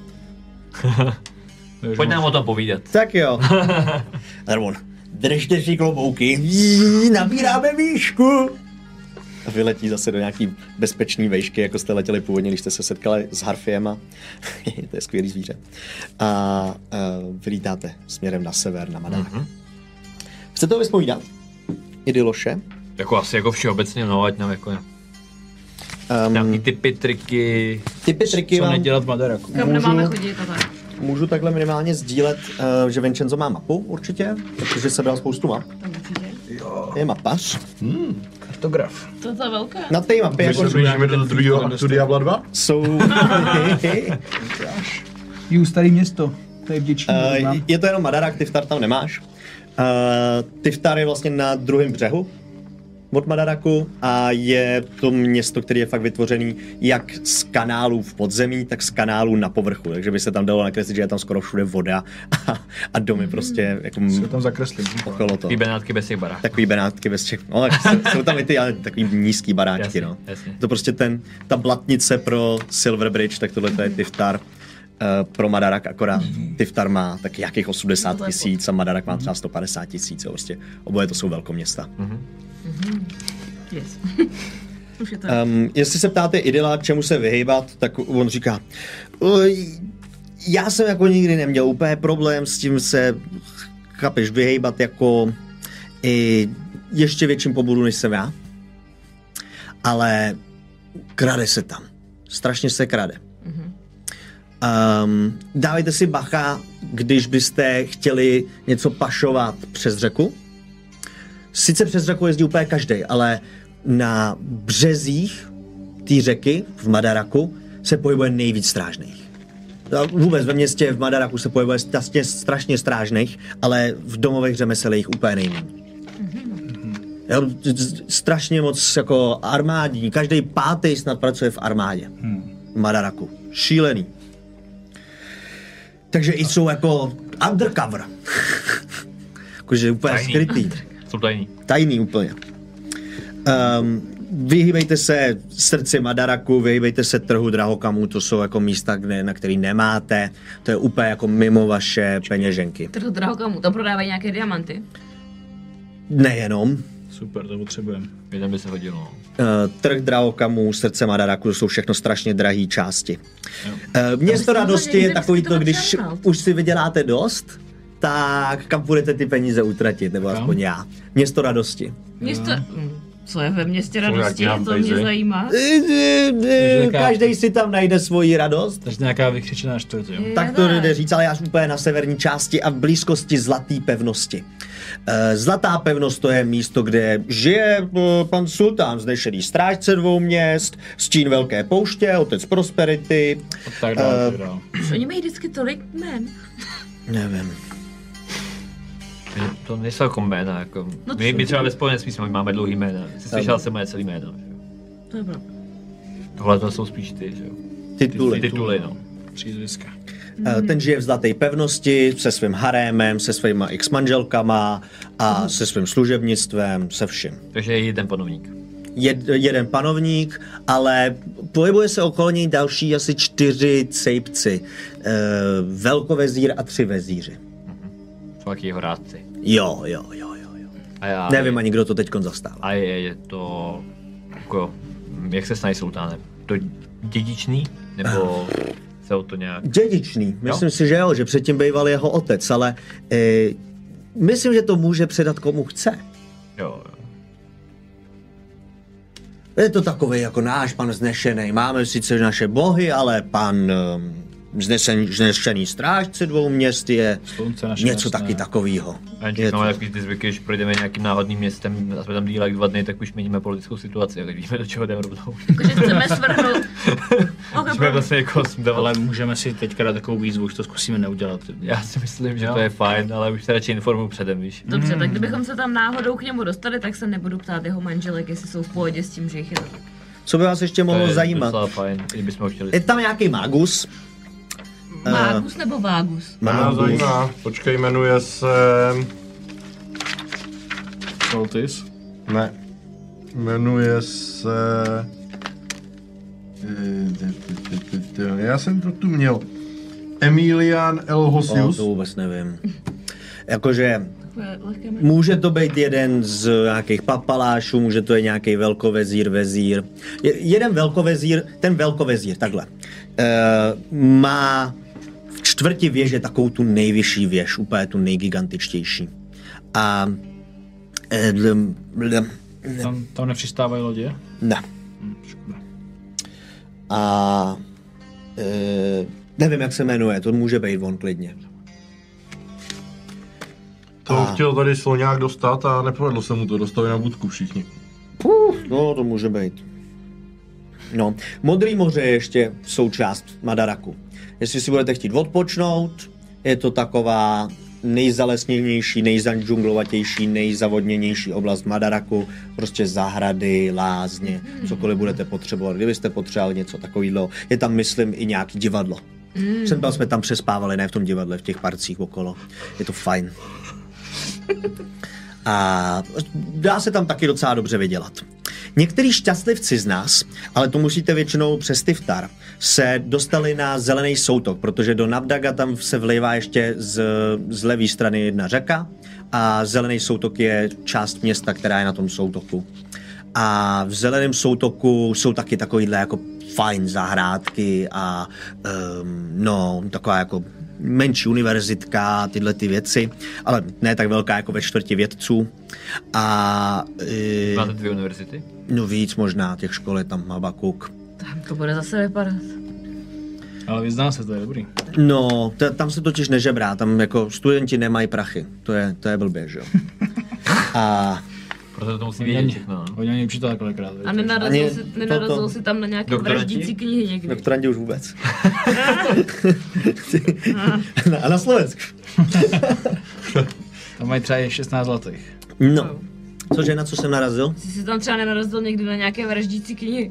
Pojď nám o tom povídat. Tak jo. Arvon, držte si klobouky, nabíráme výšku. A vyletí zase do nějaký bezpečný vejšky, jako jste letěli původně, když jste se setkali s Harfiem a to je skvělý zvíře. A, a vylítáte směrem na sever, na Madák. Mm-hmm. Chcete to vyspovídat? Idyloše? Jako asi jako všeobecně, no, ať nám jako Um, nějaký typy, triky. typy, triky Co vám nedělat v Madaraku? Kam nemáme chodit a tak. můžu takhle minimálně sdílet, uh, že Vincenzo má mapu určitě, protože sebral spoustu map. Tam určitě. Je mapař. Kartograf. To je ta velká. Na té mapě Když jako se blížíme do druhého aktu Diabla dva? jsou... Jú, starý město. To je vděčný. Uh, je to jenom Madarak, Tiftar tam nemáš. Uh, Tiftar je vlastně na druhém břehu od Madaraku a je to město, které je fakt vytvořený jak z kanálů v podzemí, tak z kanálů na povrchu. Takže by se tam dalo nakreslit, že je tam skoro všude voda a, a domy prostě jako Si to tam zakreslím. okolo toho. Takový benátky bez těch barák. Takový benátky bez těch, no, tak jsou, jsou tam i ty ale takový nízký baráčky, Jasně, no. jasně. To prostě ten, ta blatnice pro Silver Bridge, tak tohle to je Tiftar. Uh, pro Madarak akorát Tiftar má tak jakých osmdesát tisíc a Madarak má třeba sto padesát tisíc, prostě oboje to jsou velkoměsta. Yes. Už je to. Um, jestli se ptáte Idyla, čemu se vyhejbat, tak on říká, "Oj, já jsem jako nikdy neměl úplně problém s tím se, chápeš, vyhejbat jako i ještě větším pobudu, než jsem já, ale krade se tam, strašně se krade. Um, dávejte si bacha, když byste chtěli něco pašovat přes řeku. Sice přes řeku jezdí úplně každý, ale na březích té řeky v Madaraku se pohybuje nejvíc strážných. A vůbec ve městě v Madaraku se pohybuje strašně, strašně strážných, ale v domových řemeslech jich úplně nejméně. Jo, strašně moc jako armádní, každý pátý snad pracuje v armádě v Madaraku. Šílený. Takže i jsou jako undercover. Jakože úplně Tajný. skrytý. Jsou tajný. Tajný úplně. Um, vyhýbejte se srdci Madaraku, vyhýbejte se trhu drahokamů, to jsou jako místa, kde, na který nemáte. To je úplně jako mimo vaše peněženky. Trh drahokamů, tam prodávají nějaké diamanty. Nejenom. Super, to potřebujeme. Jeden by se hodilo. Uh, trh drahokamů, srdce Madaraku, to jsou všechno strašně drahé části. Uh, město Ale radosti je někdy takový byste to, to když přehnal. už si vyděláte dost, tak kam budete ty peníze utratit, nebo Kam? aspoň já. Město radosti. Město... Hm, Co je ve městě nějaký radosti, to mě handbajzy? zajímá. Každý si tam najde svoji radost. Takže nějaká vykřičená čtvrť, jo? Tak to jde říct, ale já jsem úplně na severní části a v blízkosti Zlaté pevnosti. Eh, Zlatá pevnost to je místo, kde žije eh, pan sultán, znešený strážce dvou měst, stín Velké pouště, otec Prosperity. A tak dále, Eh, tak dále. Oni mají vždycky tolik jmen. Nevím. To nejsou jako jména, jako... No my, co? my třeba ve spojenectví jsme máme dlouhý jména. Jsi slyšel jsem moje celý jméno, že jo? To je pravda. Tohle to jsou spíš ty, že jo? Tituly. Ty tituly, no. Přízviska. Eh, Ten žije v Zlaté pevnosti se svým harémem, se svýma ex-manželkama a se svým služebnictvem, se vším. Takže je jeden panovník. Jed, jeden panovník, ale pohybuje se okolo něj další asi čtyři cejpci. E, velkovezír a tři vezíři. Jsou taky jeho rádci. Jo, jo, jo, jo, jo. A já... Nevím ani, kdo to teďkon zastává. A je, je to... Jako... Jak se snaží sultánem? To dědičný? Nebo se o to nějak... Dědičný. Myslím si, že jo, že předtím býval jeho otec, ale e, myslím, že to může předat komu chce. Jo, jo. Je to takový jako náš pan vznešený. Máme sice naše bohy, ale pan um, vznešený, vznešený strážce dvou měst je Slunce naše něco jasné. taky takovýho. A Je když to- máme takový ty zvyky, když projdeme nějakým náhodným městem a jsme tam dílek dva dny, tak už měníme politickou situaci, ale víme, do čeho jdeme rovnou. Jakože chceme svrhnout. Jsme vlastně jako... Jsme Ale můžeme si teďka dát takovou výzvu, už to zkusíme neudělat. Já si myslím, že to je fajn, ale už se radši informuji předem, víš. Dobře, tak kdybychom se tam náhodou k němu dostali, tak se nebudu ptát jeho manželek, jestli jsou v pohodě s tím, že jich je to tak. Co by vás ještě To mohlo je zajímat? docela fajn, kdybychom ho chtěli. Je tam nějaký mágus. Mágus nebo vágus? Má Mágus. zajímá. Počkej, jmenuje se... Soltis. Ne. Jmenuje se... Já jsem to tu měl. Emilian O, Elhosius. to vůbec nevím. Jakože Takové lehké jméno. může to být jeden z nějakých papalášů, může to být nějaký velkovezír, vezír. Je, jeden velkovezír, ten velkovezír, takhle, e, má v čtvrti věže takovou tu nejvyšší věž, úplně tu nejgigantičtější. A e, dl, dl, Tam, tam nepřistávají lodě? ne. Hm, škoda. A e, nevím, jak se jmenuje, to může být on klidně. To A- chtěl tady Sloňák dostat a nepovedlo se mu to, dostali na budku všichni. Uh, no, to může být. No, Modrý moře je ještě součást Madaraku. Jestli si budete chtít odpočnout, je to taková nejzalesněnější, nejzadžunglovatější, nejzavodněnější oblast Madaraku. Prostě zahrady, lázně, cokoliv budete potřebovat. Kdybyste potřebovali něco takového, je tam, myslím, i nějaký divadlo. Mm. Jsem tam, jsme tam přespávali, ne v tom divadle, v těch parcích okolo. Je to fajn. A dá se tam taky docela dobře vydělat. Některý šťastlivci z nás, ale to musíte většinou přes Tiftar, se dostali na zelený soutok, protože do Navdaga tam se vlivá ještě z, z levé strany jedna řeka a zelený soutok je část města, která je na tom soutoku. A v zeleném soutoku jsou taky takovýhle jako fajn zahrádky a um, no, taková jako menší univerzitka, tyhle ty věci, ale ne tak velká jako ve čtvrti vědců. A uh, Máte dvě univerzity? no víc možná, těch škol je tam Habakuk. Tam to bude zase vypadat. Ale vyzná se, to je dobrý. No, t- tam se totiž nežebrá, tam jako studenti nemají prachy, to je, to je blbě, že jo. A Proto to musí Oni vědět ani, všechno. no. oni ani učitelé kolikrát. A Ani nenarazil, si, to- nenarazil to- si tam na nějaké Doktoranti? vraždící knihy někdy. doktorandi už vůbec. A na Slovensku. Tam mají třeba šestnáct zlatých. No, cože, na co jsem narazil? Jsi si tam třeba nenarazil někdy na nějaké vraždící knihy?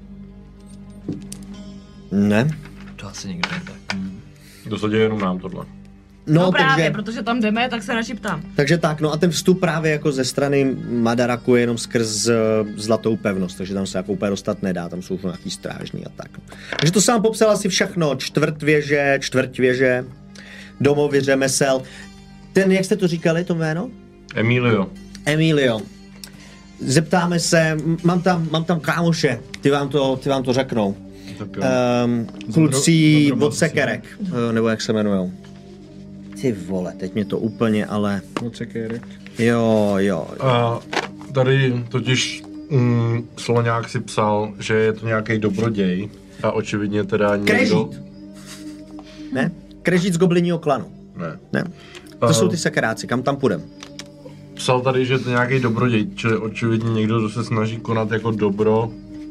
Ne. To asi nikdo ne tak. To se děje jenom nám tohle. No, No, právě, takže, protože tam jdeme, tak se radši ptám. takže tak, no a ten vstup právě jako ze strany Madaraku je jenom skrz uh, zlatou pevnost, takže tam se jako úplně dostat nedá, tam jsou nějaký strážní a tak. Takže to sám popsal asi všechno, čtvrt věže, čtvrť věže, domovy řemesel. Ten, jak jste to říkali, to jméno? Emilio. Emilio. Zeptáme se, m- mám tam, mám tam kámoše, ty vám to, ty vám to řeknou. Tak jo. Um, kluci Dobro- od sekerek, uh, nebo jak se jmenujou. Ty vole, teď mě to úplně, ale Odsekérek. jo, jo. A tady totiž mm, Sloňák si psal, že je to nějaký dobroděj a očividně teda někdo... Krežít. Ne? Krežít z gobliního klanu. Ne. Ne? To Aha. jsou ty sekeráci, kam tam půjdem. Psal tady, že je to nějaký dobroděj, čili očividně někdo, kdo se snaží konat jako dobro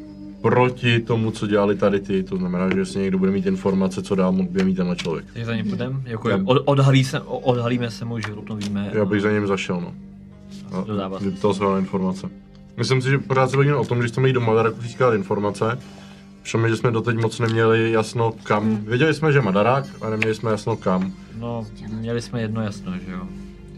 proti tomu, co dělali tady ty. To znamená, že jestli někdo bude mít informace, co dál bude mít tenhle člověk. Takže za ním půjdem? Jako Já- od, odhalí se, o- odhalíme se mu, že o tom víme. Já bych za ním zašel, no. A Dodává se. vyptal se informace. Myslím si, že pořád se bavíme o tom, že chceme jít do Madaraku získat informace. Všem, že jsme doteď moc neměli jasno kam. Věděli jsme, že Madarak, ale neměli jsme jasno kam. No, měli jsme jedno jasno, že jo.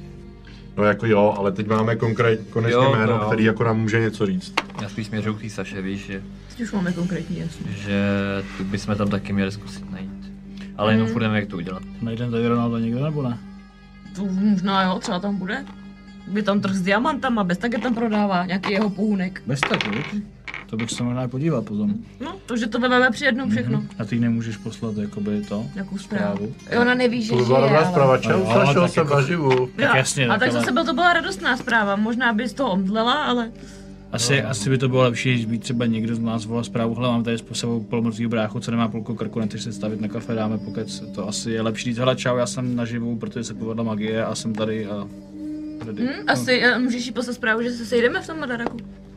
No jako jo, ale teď máme konkrét, konečně Jo, jméno, jo. který jako nám může něco říct. Já spíš směřuju k té Saše, víš, že, Teď už máme konkrétní jasno. že tu bychom tam taky měli zkusit najít. Ale jenom furt nevím, jak to udělat. Najdeme tady Ronalda někde nebo ne? To možná jo, třeba tam bude. By tam trh s diamantama, bez tak je tam prodává nějaký jeho pohůnek. Bez taky, viď? To bych se možná podívat potom. No, to, že to vezmeme při jednou všechno. Mhm. A ty nemůžeš poslat jakoby to? Jakou zprávu. Zprávu. Jo, ona neví, že To by žije, byla dobrá ale... zpráva, čau, Jo, ale Sašo, tak jsem jako- naživu. Tak jasně, A tak tak ale- zase byl to byla radostná zpráva. Možná by z toho omdlela, ale... Asi, no. asi by to bylo lepší, když by třeba někdo z nás volal zprávu, hele, mám tady s sebou polomrtvýho bráchu, co nemá půlku krku, nechceš se stavit na kafe, dáme pokec. To asi je lepší říct, hele, čau, já jsem naživu, protože se povedla magie a jsem tady a... Ready. Hm, asi eh, můžeš jí poslat zprávu, že se sejdeme v tom Madaraku.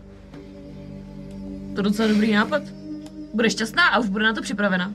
To je docela dobrý nápad. Bude šťastná a už bude na to připravena.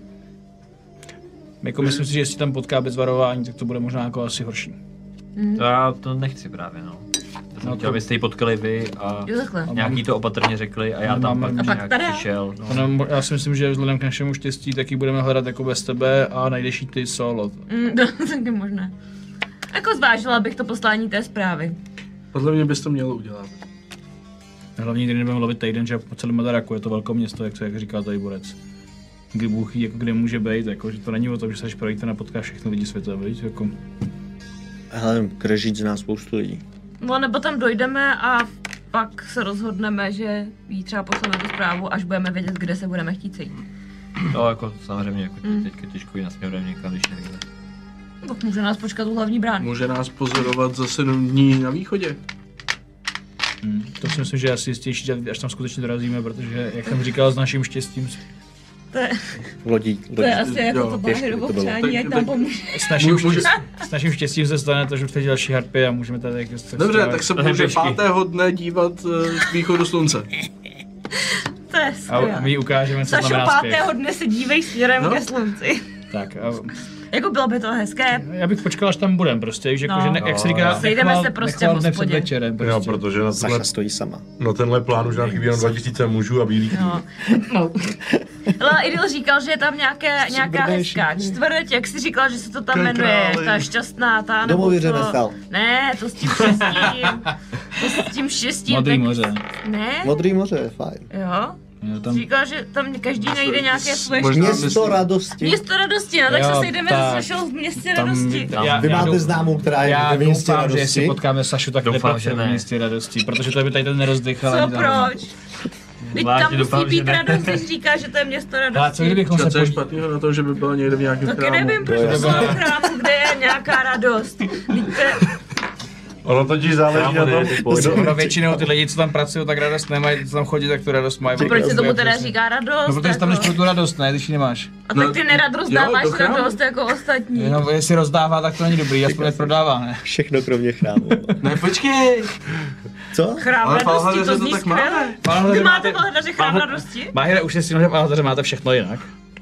Jako myslím si, že jestli tam potká bez varování, tak to bude možná jako asi horší. To já to nechci právě, no. jsem chtěl, abyste ji potkali vy a Jo, takhle. nějaký to opatrně řekli a já tam Máme- pak A pak nějak tada. přišel. No. Ono, já si myslím, že vzhledem k našemu štěstí taky budeme hledat jako bez tebe a najdeš jí ty solo. Mm, to taky možné. Jako zvážila bych to poslání té zprávy. Podle mě bys to mělo udělat. Hlavně tady nebudeme lovit týden, že po celém Madaraku je to velké město, jak, to, jak říká tady Borec. Kdy Bůh ví, jako kde může být, jako, že to není o tom, že se až projít a potká všechny lidi světa, víš, jako. Hele, Krežíc zná spoustu lidí. No nebo tam dojdeme a pak se rozhodneme, že jí třeba posláme tu zprávu, až budeme vědět, kde se budeme chtít sejít. To jako samozřejmě, jako Mm. teďka těžko ji nasměrujeme někam, když někde. Tak může nás počkat u hlavní brány. Může nás pozorovat za sedm dní na východě. Hmm. To si myslím, že je asi jistější, až tam skutečně dorazíme, protože, jak jsem říkal, s naším štěstím, To je, Lodí, to je lodí. asi jako Jo, to těžké Báhirovo to bylo. přání, Tak- jak tak- nám pomůže. s naším, Může- štěstím, s naším štěstím se stane to, že utvoří další harpy a můžeme tady jako Dobře, tak se může pěšky. pátého dne dívat uh, k východu slunce. To je A skvělé. my jí ukážeme, co Sašo, znamená spěch. pátého dne se dívej směrem No. ke slunci. Tak, a Jako bylo by to hezké. já bych počkal, až tam budem prostě, víš, jako, No. že ne, jak se říká, Sejdeme nechval- se prostě nechval v dne hospodě. před večerem, prostě. Jo, protože na tenhle, Saša stojí sama. na tenhle plán už nám chybí jenom dva tisíce mužů a bílých. No. no. Ale Idil říkal, že je tam nějaké, nějaká Čtvrté hezká čtvrť, jak jsi říkal, že se to tam Ke jmenuje, králi. ta šťastná, ta nebo Domovy to... řemesel. Ne, to s tím štěstím. To s tím štěstím. Modrý tak- moře. Ne? Modrý moře je fajn. Jo? Jo, tam, Říkal, že tam každý najde nějaké svoje Možná štěstí. Město myslím- radosti. Město radosti, no tak Jo, se sejdeme tak. s Sašou v městě tam, radosti. já, Vy já máte dou- známou, která je Já ve městě doufám, že jestli radosti. potkáme Sašu, tak Doufám, nepracuje že v ne. městě radostí, protože to by tady ten nerozdechal. Co ani tam. proč? Teď Zvláště tam musí doufám, že být ne. radost, když říká, že to je město Ale co radosti. kdybychom Co se to je podívali? špatného na to, že by byla někde v nějakém Taky chrámu? nevím, proč To by je byla v chrámu, kde je nějaká radost. Víte, Ono totiž záleží na tom, No, ono většinou ty lidi, co tam pracují, tak radost nemají, co tam chodí, tak tu radost mají. proč se tomu teda Přesně. říká radost? No, protože tam jdeš jako? pro tu radost, ne, když ji nemáš. A No, tak ty nerad jo, rozdáváš do chrámu. radost jako ostatní. Jenom jestli rozdává, tak to není dobrý, aspoň ať prodává, ne? Všechno kromě chrámu. Ne, počkej! Co? Chrám Ale v radosti, Alhadeře to to zní tak skvěle. máme. V Alhadeře Vy máte máte- v Alhadeře chrám Alha- radosti? Mahire, už si že v Alhadeře máte všechno jinak.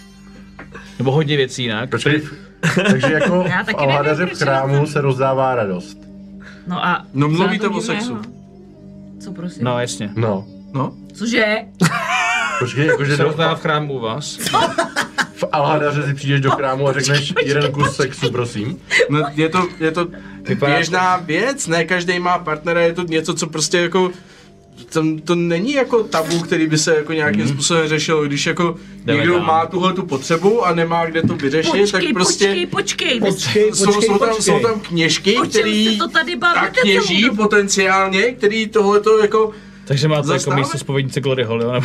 Nebo hodně věcí jinak. Počkej, takže jako Já v taky Alhadeře nevím, v proč je chrámu tam- se rozdává radost. No a... No, co mluvíte na tom o divného? sexu. Co prosím? No jasně. No. No? Cože? Počkej, jakože Se do, rozdává v chrámu u vás. v Alhadeře si přijdeš do chrámu a řekneš jeden kus sexu, prosím. No, je to, je to Vypadá- běžná věc, ne každý má partnera, je to něco, co prostě jako to, to není jako tabu, který by se jako nějakým Mhm. způsobem řešil, když jako Jdeme někdo dál. má tuhle tu potřebu a nemá kde to vyřešit, Počkej, tak prostě počkej, počkej. Vy Počkej, jsou, počkej, jsou, tam, počkej. jsou tam kněžky, O čem který se to tady a bavíte kněží celou dobu? potenciálně, který tohleto jako Takže máte jako Zastáváme? místo spovědnice Glory Hall, jo? Nebo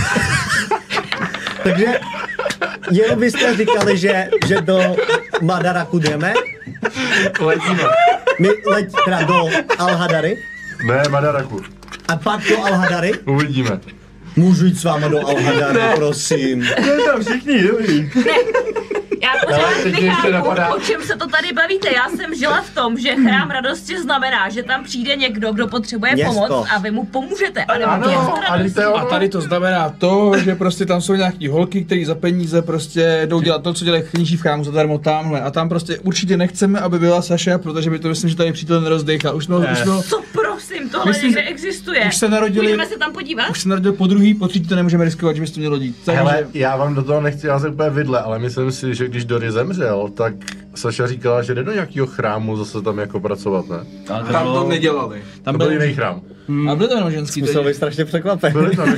Takže jenom byste říkali, že, že do Madaraku jdeme? Letíme. My leď teda do Alhadary Ne, Madaraku. a pak do Alhadary? Uvidíme. Můžu jít s váma do Alhadary, prosím. Ne, tam všichni, dobrý. Já Ale pořád teď mě ještě napadá- nechápu, o čem se to tady bavíte. Já jsem žila v tom, že chrám radosti znamená, že tam přijde někdo, kdo potřebuje Město. pomoc a vy mu pomůžete. A nebo Ano, město a když radosti. to je A ono. tady to znamená to, že prostě tam jsou nějaký holky, které za peníze prostě jdou dělat to, co dělají kníží v chrámu zadarmo tamhle. A tam prostě určitě nechceme, aby byla Saša, protože by to myslím, že tady přítel nerozdechal. Už jsme, už jsme, Co prosím, tohle Myslím, někde existuje. už se narodili- Půjdeme se tam podívat? už se narodil po druhý, po třetí to nemůžeme riskovat, že bys to mělo dít. Takže Hele, já vám do toho nechci házet úplně vidle, ale myslím si, že když Dory zemřel, tak Saša říkala, že jde do nějakého chrámu zase tam jako pracovat, ne? tam to nedělali. Tam to byl jiný chrám. A byly to jenom ženský. Musel být strašně překvapen. Byli tam.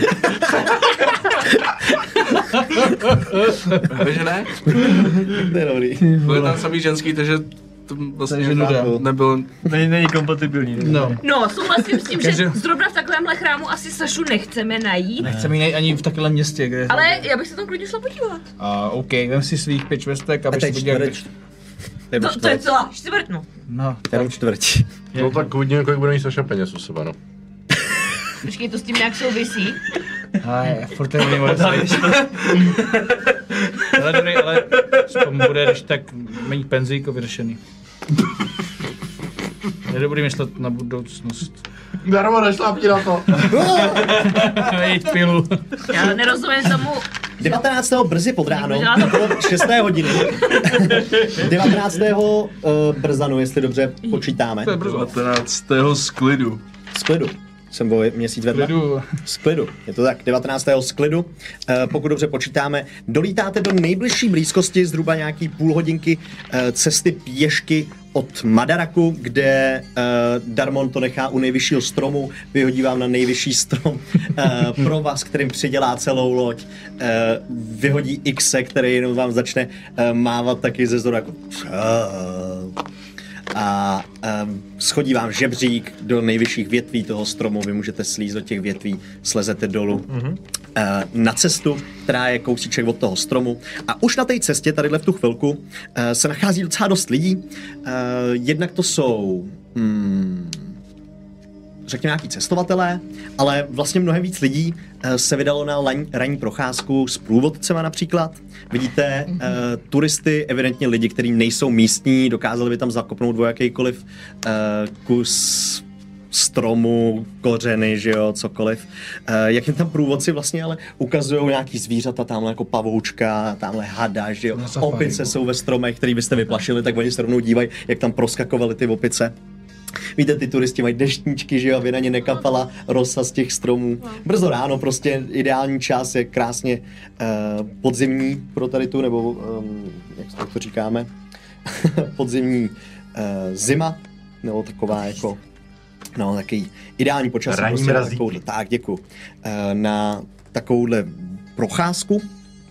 Takže ne? To je dobrý. Byly tam samý ženský, takže to vlastně Takže nuda. nebylo. Není, není kompatibilní. No. No, souhlasím s tím, že Takže- zrovna v takovémhle chrámu asi Sašu nechceme najít. Nechceme ji najít ani v takovém městě, kde... Ale já bych se tam klidně šla podívat. A OK, vem si svých pět švestek, A aby to se je podíval, čtvrť. Nebo To, to je čtvrť. celá čtvrt, no. No, Jenom čtvrť. No tak uvidíme, kolik bude mít Saša peněz u sebe, no. Počkej, to s tím nějak souvisí. a je, furt ten nevím, ale dobrý, ale tomu bude, když tak mít penzíko vyřešený. Je dobrý myslet na budoucnost. Darmo, nešlápni na to. Vejď pilu. Já nerozumím tomu. devatenáctého brzy pod ráno, Dělá to- okolo šesté hodiny. devatenáctého Uh, brzanu, jestli dobře počítáme. devatenáctého z klidu. Z klidu. Jsem o měsíc vedle. Klidu. Z klidu. Je to tak, devatenáctého z klidu. E, pokud dobře počítáme, dolítáte do nejbližší blízkosti zhruba nějaký půl hodinky e, cesty pěšky od Madaraku, kde uh, Darmon to nechá u nejvyššího stromu, vyhodí vám na nejvyšší strom uh, pro vás, kterým přidělá celou loď, uh, vyhodí Xe, který jenom vám začne uh, mávat taky ze zdoru jako uh, a um, schodí vám žebřík do nejvyšších větví toho stromu, vy můžete slízt do těch větví, slezete dolů mm-hmm. uh, na cestu, která je kousíček od toho stromu a už na té cestě, tadyhle v tu chvilku, uh, se nachází docela dost lidí, uh, jednak to jsou hmm, řekněme nějaký cestovatelé, ale vlastně mnohem víc lidí uh, se vydalo na laň, ranní procházku s průvodcema například. Vidíte mm-hmm. uh, turisty, evidentně lidi, kteří nejsou místní, dokázali by tam zakopnout o jakýkoliv uh, kus stromu, kořeny, že jo, cokoliv. Uh, jak jim tam průvodci vlastně ale ukazují nějaký zvířata, tamhle jako pavoučka, tamhle hada, že jo. Opice jsou ve stromech, který byste vyplašili, tak oni se rovnou dívají, jak tam proskakovaly ty opice. Víte, ty turisti mají deštníčky, že jo, aby na ně nekapala rosa z těch stromů. Brzo ráno, prostě ideální čas, je krásně uh, podzimní pro tady tu, nebo um, jak to říkáme, podzimní uh, zima, nebo taková jako, no takový ideální počasí. Ranní prostě mrazíky. Takovouhle, tak, děkuji. Uh, na takovouhle procházku.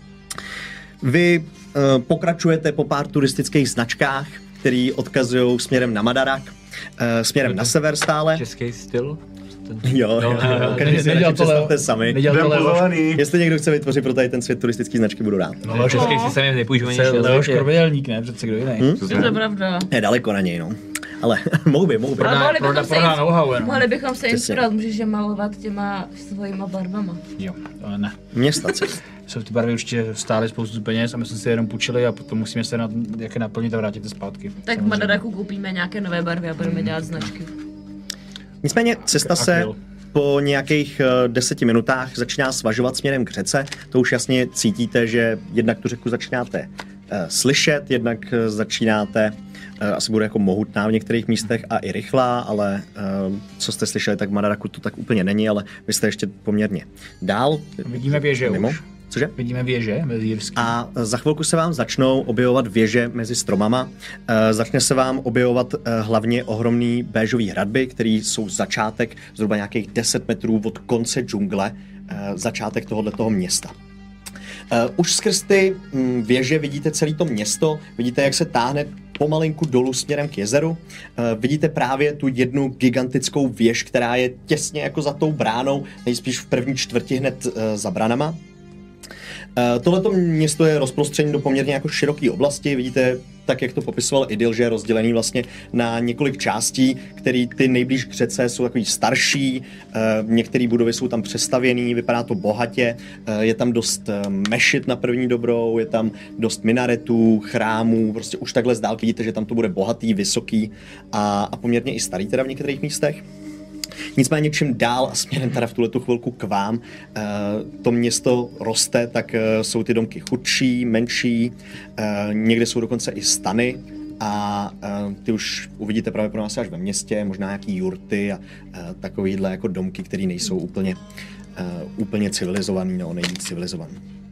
Vy uh, pokračujete po pár turistických značkách, který odkazují směrem na Madarak, uh, směrem na sever stále. Český styl? Ten... Jo, jo, jo, každý si radši představte sami. Jestli někdo chce vytvořit pro tady ten svět turistický značky, budu rád. No, no český systém je nejpoužívanější. Leoš Korvidelník, ne? Přece kdo jiný. Hm? Je to pravda. Je daleko na něj, no. Ale mohu by, mohu by. Ale mohli bychom, Proda, se proda ins... know-how, jenom. mohli bychom se inspirovat, můžeš je malovat těma svojima barvama. Jo, ale ne. Města cest. Jsou ty barvy určitě stály spoustu peněz a my jsme si je jenom půjčili a potom musíme se na, jak je naplnit a vrátit je zpátky. Tak v Madaraku koupíme nějaké nové barvy a budeme dělat značky. Nicméně cesta se Akryl. po nějakých uh, deseti minutách začíná svažovat směrem k řece. To už jasně cítíte, že jednak tu řeku začínáte uh, slyšet, jednak uh, začínáte uh, asi bude jako mohutná v některých místech a i rychlá, ale uh, co jste slyšeli, tak v Madaraku to tak úplně není, ale vy jste ještě poměrně dál. Vidíme věže mimo. už. Cože? Vidíme věže mezírský. A za chvilku se vám začnou objevovat věže mezi stromama. E, začne se vám objevovat e, hlavně ohromný béžový hradby, které jsou začátek zhruba nějakých deset metrů od konce džungle, e, začátek tohoto města. E, už skrz ty m, věže vidíte celé to město, vidíte, jak se táhne pomalinku dolů směrem k jezeru. E, vidíte právě tu jednu gigantickou věž, která je těsně jako za tou bránou, nejspíš v první čtvrti hned e, za branama. Uh, tohleto město je rozprostřené do poměrně jako široké oblasti, vidíte, tak jak to popisoval Idyl, že je rozdělený vlastně na několik částí, které ty nejblíž k řece jsou takový starší, uh, některé budovy jsou tam přestavěný, vypadá to bohatě, uh, je tam dost uh, mešit na první dobrou, je tam dost minaretů, chrámů, prostě už takhle z dálky vidíte, že tam to bude bohatý, vysoký a, a poměrně i starý teda v některých místech. Nicméně čím dál a směrem teda v tuhletu chvilku k vám uh, to město roste, tak uh, jsou ty domky chudší, menší, uh, někde jsou dokonce i stany a uh, ty už uvidíte právě pro nás až ve městě, možná nějaký jurty a uh, takovýhle jako domky, které nejsou úplně, uh, úplně civilizovaný, nebo nejvíc civilizovaný.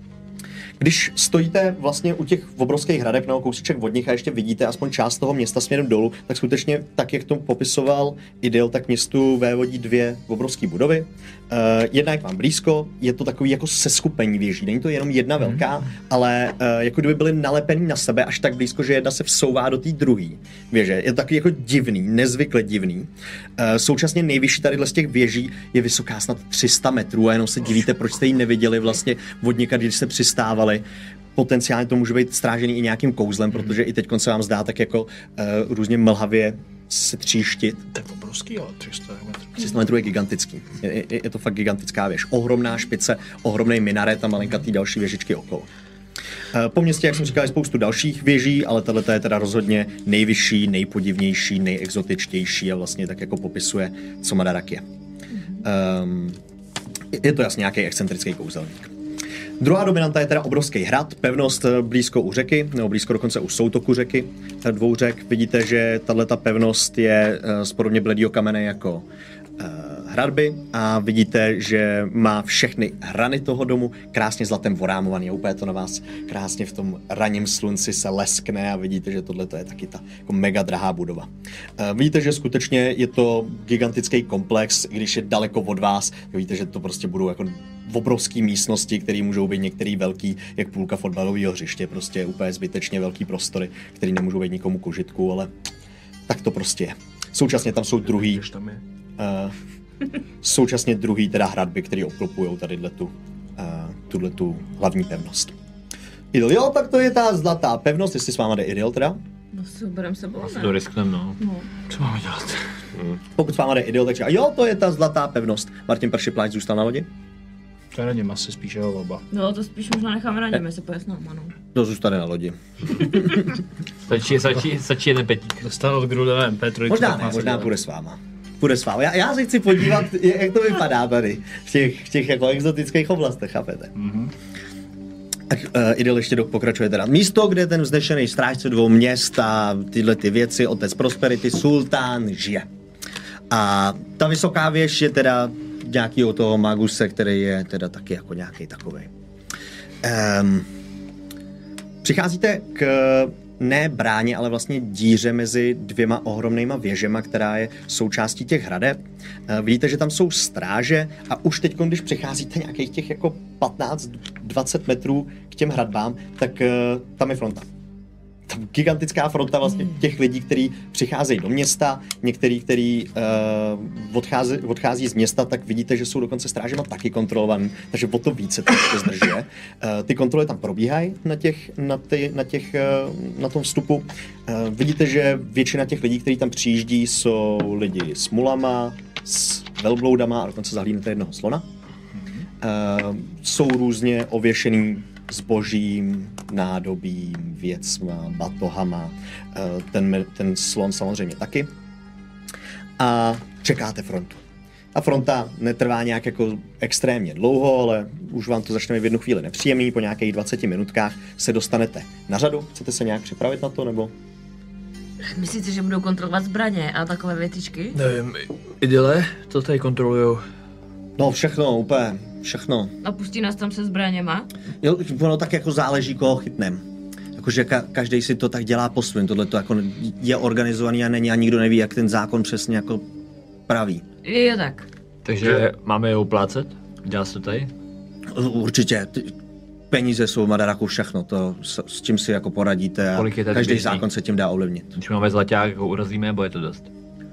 Když stojíte vlastně u těch obrovských hradeb nebo kousíček od nich a ještě vidíte aspoň část toho města směrem dolů, tak skutečně tak, jak to popisoval Idyl, tak městu vévodí dvě obrovské budovy. Uh, jedna je k vám blízko, je to takový jako seskupení věží, není to jenom jedna velká, mm. ale uh, jako kdyby byly nalepený na sebe až tak blízko, že jedna se vsouvá do té druhé věže. Je to takový jako divný, nezvykle divný. Uh, současně nejvyšší tadyhle z těch věží je vysoká snad tři sta metrů a jenom se divíte, proč jste ji neviděli vlastně od někud, když se přistávali. Potenciálně to může být strážený i nějakým kouzlem, protože i teď se vám zdá tak jako uh, různě mlhavě se tříštit. To je obrovský, ale tři sta metrů. tři sta metrů je gigantický. Je, je, je to fakt gigantická věž. Ohromná špice, ohromný minaret a malinkatý další věžičky okolo. Uh, po městě, jak jsem říkal, je spoustu dalších věží, ale tato je teda rozhodně nejvyšší, nejpodivnější, nejexotičtější a vlastně tak jako popisuje, co Madarak je. Um, je to jasně nějaký excentrický kouzelník. Druhá dominanta je teda obrovský hrad, pevnost blízko u řeky, nebo blízko dokonce u soutoku řeky, dvou řek. Vidíte, že tato pevnost je z podobně bledýho kamene jako hradby a vidíte, že má všechny hrany toho domu krásně zlatem vorámovaný a úplně to na vás krásně v tom raním slunci se leskne a vidíte, že tohle je taky ta jako mega drahá budova. Vidíte, že skutečně je to gigantický komplex, i když je daleko od vás, vidíte, že to prostě budou jako obrovské místnosti, které můžou být některý velký, jak půlka fotbalového hřiště, prostě úplně zbytečně velký prostory, které nemůžou být nikomu k užitku, ale tak to prostě je. Současně tam jsou druhý, tam je. uh, současně druhý teda hradby, které obklopují tady tu, uh, tuhletu hlavní pevnost. Idil, jo, tak to je ta zlatá pevnost, jestli s váma jde Idil teda. No si berem sebou, Asi ne? to risknem, no. No. Co máme dělat? Pokud s váma jde Idil, takže a jo, to je ta zlatá pevnost. Martin Pršipláč zůstal na lodi? To je na něm asi spíš jeho volba. No, to spíš možná necháme na něm, jestli pojede s náma, no. To zůstane na lodi. Stačí, stačí, stačí jeden petík. Dostal od Grudela M P tři. Možná ne, možná půjde s váma. Půjde s váma. Já, já se chci podívat, jak to vypadá tady, v těch, v těch jako exotických oblastech, chápete? Mm-hmm. Tak uh, Idil ještě pokračuje teda. Místo, kde ten vznešený strážce dvou měst a tyhle ty věci, otec Prosperity, sultán, žije. A ta vysoká věž je teda nějakýho toho maguse, který je teda taky jako nějaký takovej. Um, přicházíte k ne bráně, ale vlastně díře mezi dvěma ohromnýma věžema, která je součástí těch hradeb. Uh, vidíte, že tam jsou stráže a už teď, když přicházíte nějakých těch jako patnáct dvacet metrů k těm hradbám, tak uh, tam je fronta. Tam gigantická fronta vlastně těch lidí, kteří přicházejí do města, některý, kteří uh, odchází, odchází z města, tak vidíte, že jsou dokonce strážema taky kontrolovaný, takže o to více to ještě zdržuje. Uh, ty kontroly tam probíhají na, těch, na, ty, na, těch, uh, na tom vstupu. Uh, vidíte, že většina těch lidí, kteří tam přijíždí, jsou lidi s mulama, s velbloudama a dokonce zahlídnete jednoho slona. Uh, jsou různě ověšený zbožím, nádobím, věcma, batohama, ten, ten slon samozřejmě taky. A čekáte frontu. A fronta netrvá nějak jako extrémně dlouho, ale už vám to začne v jednu chvíli nepříjemný. Po nějakých dvaceti minutkách se dostanete na řadu. Chcete se nějak připravit na to, nebo? Myslíte, že budou kontrolovat zbraně a takové větičky? Nevím, Idile, to tady kontrolujou. No všechno, úplně, všechno. A pustí nás tam se zbraněma? Jo, ono tak jako záleží, koho chytnem. Jakože ka- každý si to tak dělá po svým. Tohle to jako je organizovaný a není a nikdo neví, jak ten zákon přesně jako praví. Je tak. Takže že... máme je uplácet? Dělá se to tady? Určitě. Ty peníze jsou v Madaraku všechno. To s, s čím si jako poradíte a každý běžný? Zákon se tím dá ovlivnit. Když máme zlaťák, ho urazíme, bo je to dost.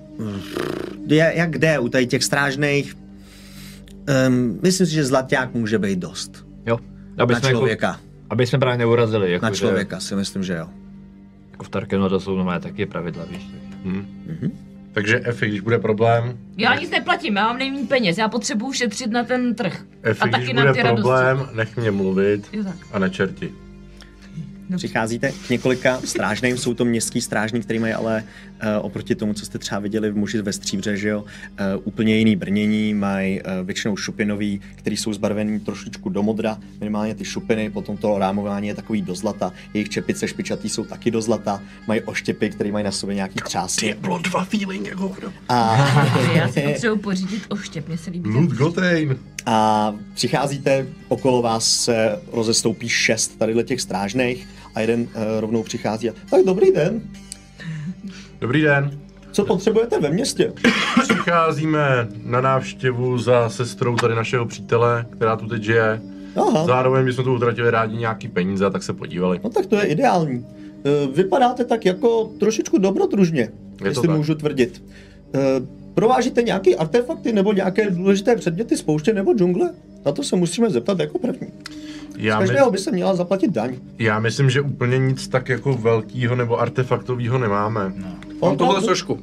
Je, jak kde? U tady těch strážných Um, myslím si, že zlaťák může být dost. Jo. Aby na jsme člověka. Jako, aby jsme právě neurazili. Jako na člověka že, si myslím, že jo. Jako v Tarkenu to jsou normálně taky pravidla, víš. Hmm. Mm-hmm. Takže Efi, když bude problém... Já nic neplatím, já mám nejméně peněz, já potřebuju šetřit na ten trh. Efi, a když taky bude na ty problém, radosti. nech mě mluvit Jo, tak. a nečerti. Přicházíte k několika strážným, jsou to městský strážní, který mají ale uh, oproti tomu, co jste třeba viděli v Muži ve Stříbře, že jo, uh, úplně jiný brnění, mají uh, většinou šupinový, který jsou zbarvený trošičku do modra, minimálně ty šupiny, potom to rámování je takový do zlata, jejich čepice špičatý jsou taky do zlata, mají oštěpy, které mají na sobě nějaký třásky. Bylo dva feeling, jako kdo. A... Já si potřebuji pořídit oštěp, mě se líbí. Ludgotein. A přicházíte, okolo vás se rozestoupí šest tady těch strážných a jeden uh, rovnou přichází a tak dobrý den. Dobrý den. Co potřebujete ve městě? Přicházíme na návštěvu za sestrou tady našeho přítele, která tu teď žije. Aha. Zároveň bychom tu utratili rádi nějaký peníze, tak se podívali. No tak to je ideální. Uh, vypadáte tak jako trošičku dobrodružně, jestli tak. můžu tvrdit. Uh, provážíte nějaké artefakty nebo nějaké důležité předměty z pouště nebo džungle? Na to se musíme zeptat jako první. Já Z každého by se měla zaplatit daň. Já myslím, že úplně nic tak jako velkýho nebo artefaktového nemáme. No. Mám tuhle sošku.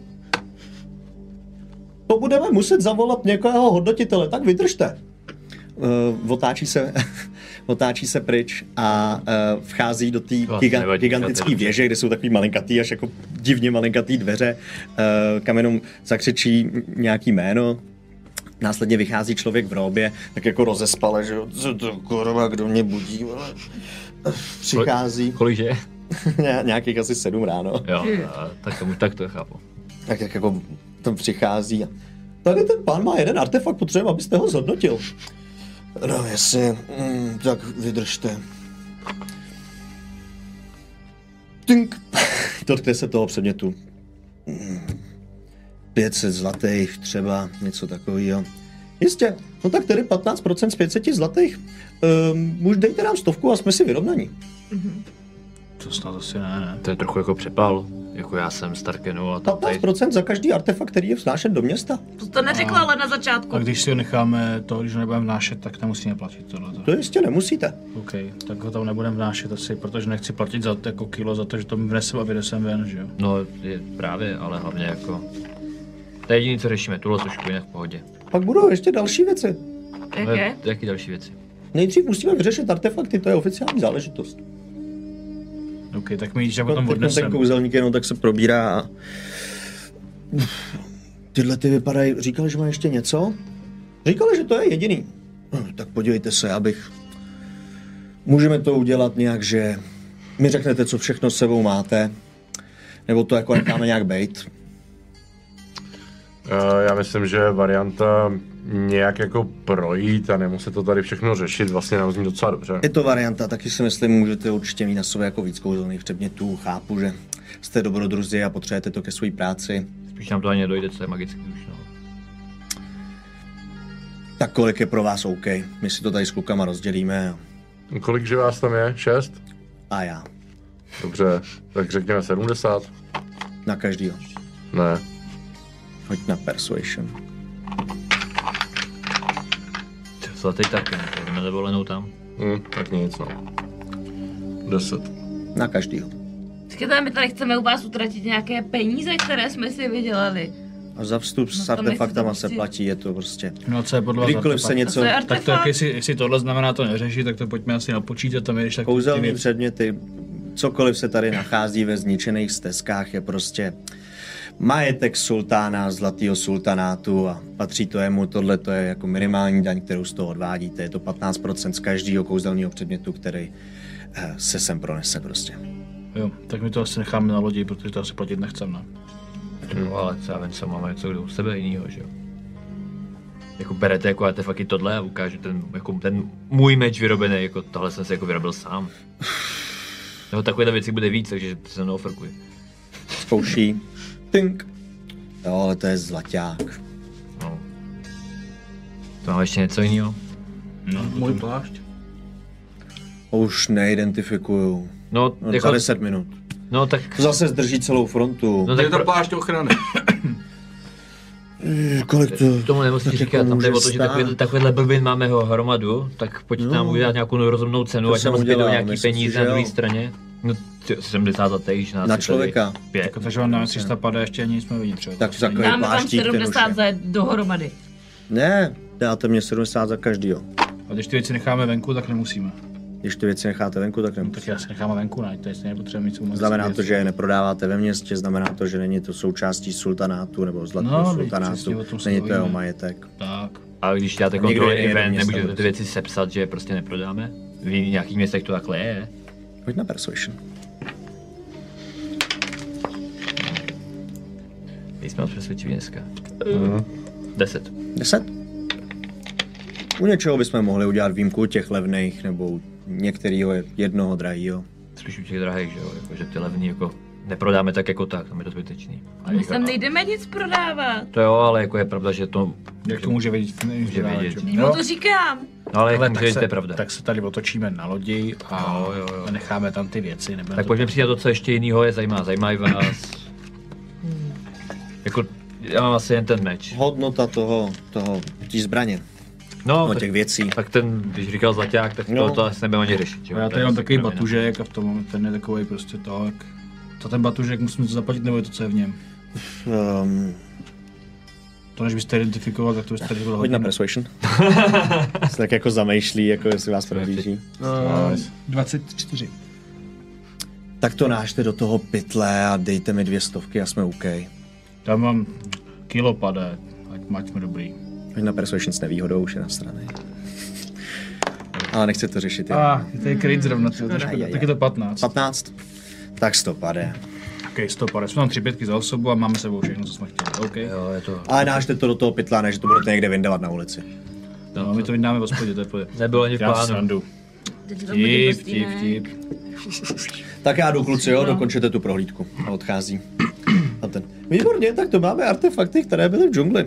To budeme muset zavolat někoho hodnotitele, tak vydržte. Uh, otáčí se, otáčí se pryč a uh, vchází do té giga, gigantické věže, kde jsou takový malinkatý, až jako divně malinkatý dveře, uh, kam jenom zakřičí nějaký jméno. Následně vychází člověk v róbě, tak jako rozespale, že jo, co to kurva, kdo mě budí, ale přichází. Kolik je? Nějakých asi sedm ráno. Jo, tak, tomu, tak to chápu. Tak jak jako tam přichází a Tady ten pán má jeden artefakt, potřebujeme, abyste ho zhodnotil. No jasně, mm, tak vydržte. Tink. Dotkne se toho předmětu. pět set zlatých, třeba něco takového. Jistě, no tak tedy patnáct procent z pět set zlatých. Um, už dejte nám stovku a jsme si vyrovnaní. To snad asi ne, ne. To je trochu jako přepal. Jako já jsem z Tarkenu a to patnáct tady... procent za každý artefakt, který je vznášen do města. To to neřekla, ale na začátku. A když si ho necháme to, když ho nebudeme vnášet, tak nemusíme platit tohleto. To jistě nemusíte. OK, tak ho tam nebudeme vnášet asi, protože nechci platit za to jako kilo, za to, že to vnesem a vynesem ven, že jo? No, je právě, ale hlavně jako... To je jediné, co řešíme, tuhle trošku jinak v pohodě. Pak budou ještě další věci. Jaké? Jaký další věci? Nejdřív musíme vyřešit artefakty, to je oficiální záležitost. OK, tak mi že No, potom teď ten odnesem. kouzelník jenom tak se probírá a... Tyhle ty vypadají, říkali, že má ještě něco? Říkali, že to je jediný. No, tak podívejte se, abych... Můžeme to udělat nějak, že mi řeknete, co všechno s sebou máte, nebo to jako necháme nějak bejt. Já myslím, že varianta nějak jako projít a nemuset to tady všechno řešit, vlastně nám zní docela dobře. Je to varianta, taky si myslím, můžete určitě mít na sobě jako víc kouzelných předmětů. Chápu, že jste dobrodruzi a potřebujete to ke své práci. Spíš nám to ani nedojde, co je magický už, no. Tak kolik je pro vás OK? My si to tady s klukama rozdělíme. Kolik že vás tam je? Šest? A já. Dobře, tak řekněme sedmdesát. Na každýho. Ne. Hoď na persuasion. Zlatý Tarken, jdeme dovolenou tam. Hm, tak nic, no. Deset. Na každýho. Říkáte, my tady chceme u vás utratit nějaké peníze, které jsme si vydělali. A za vstup No s to artefaktama nechci to se pustit. platí, je to prostě... No co je podle vás Kdykoliv se artefakt? něco... A co je Tak to, artefakt? jestli, jestli tohle znamená to neřešit, tak to pojďme asi napočítat tam, když tak ty Kouzelný věci. předměty, cokoliv se tady nachází ve zničených stezkách, je prostě majetek sultána, zlatého sultanátu a patří to jemu. Tohle to je jako minimální daň, kterou z toho odvádíte. Je to patnáct procent z každého kouzelného předmětu, který eh, se sem pronese prostě. Jo, tak my to asi necháme na lodi, protože to asi platit nechceme, ne? No, ale co já vím, co máme něco u sebe jinýho, že jo. Jako berete jako artefakty tohle a ukážu ten, jako ten můj meč vyrobený, jako tohle jsem si jako vyrobil sám. No takovéhle věci bude víc, takže se mnou ofrkuj. Zkouší. Tink. Jo, ale to je zlaťák. No. To máme ještě něco jiného? No, Můj plášť. Už neidentifikuju. No, No, jako, za deset minut. no tak, Zase zdrží celou frontu. no To je tak to pro, plášť ochrany. Kolik to... tomu nemusíš tak říkat, jako tam jde může o to, že stát? takový, takovýhle blbin máme ho hromadu, tak pojď No. nám udělat nějakou rozumnou cenu, To ať jsem tam zbydou udělal, nějaký myslím si, peníze že na jo. druhé straně. No, ty- sedmdesát zlatých, Na člověka. Pět. Jako, takže on na tři sta padá, ještě ani jsme viděli třeba. Tak To takový není- Dáme tam pláštík, ten už sedmdesát je. za dohromady. Ne, dáte mě sedmdesát za každýho. A když ty věci necháme venku, tak nemusíme. Když ty věci necháte venku, tak No, nemusíte. tak já si necháme venku, ne? To je nepotřebujeme mít svou Znamená věc. to, že je neprodáváte ve městě, znamená to, že není to součástí sultanátu nebo zlatého No, sultanátu, přesně o tom se není to jeho bavíme. majetek. Tak. A když děláte Někde kontroly je jeden event, město nemůžete ty prostě. věci sepsat, že je prostě neprodáme? V nějakých městech to takhle je. Pojď na persuasion. Nejsme moc přesvědčiví dneska. Deset. Deset? U něčeho bychom mohli udělat výjimku těch levných nebo u některého jednoho drahýho. Spíš u těch drahých, že jo, jako, že ty levný jako neprodáme tak jako tak, tam je to zbytečný. A my sem nejdeme nic prodávat. To jo, ale jako je pravda, že to... Jak to může vědět? Může vědět. Teď mu to říkám. No, ale, Ale jako tak může, se, to je pravda. tak se tady otočíme na lodi a Jo, jo, jo. necháme tam ty věci. Nebudeme Tak to pojďme tam- přijít na to, co ještě jinýho je zajímá. Zajímají vás... Jako, já mám asi jen ten meč. Hodnota toho, toho, tí zbraně, No, no, tak, těch věcí. tak ten, když říkal zlaťák, tak to, No. to asi nebudeme ani řešit. že A jo, já to tady je mám asi takový rovina. batužek a v tom ten je takový prostě tak. Za ten batužek musím to zaplatit, nebo je to, co je v něm? Um, To než byste identifikoval, tak to byste tady bylo Pojď na hodně. persuasion. Se tak jako zamýšlí, jako jestli vás prohlíží. Uh, dvacet čtyři. Tak to nášte do toho pytle a dejte mi dvě stovky a jsme OK. Tam mám kilo pade, ať ať jsme dobrý. Pojď na persuasion s nevýhodou, už je na straně. Ale nechci to řešit. A, Ah. to je kryt zrovna. To, Aj, aj, Tak je to patnáct. patnáct. Tak to pade. OK, sto padesát. Jsme tam tři pětky za osobu a máme s sebou všechno, co jsme chtěli. OK. Jo, je to... Ale nášte to do toho pytla, ne, že to budete někde vyndavat na ulici. No, my to vydáme v hospodě, to je pojď. Nebylo ani v Já si plánu. srandu. Teď to bude Vtip, prostý, vtip, ne? vtip. Tak já jdu, kluci, jo, dokončete tu prohlídku. A odchází. A ten. Výborně, tak to máme artefakty, které byly v džungli.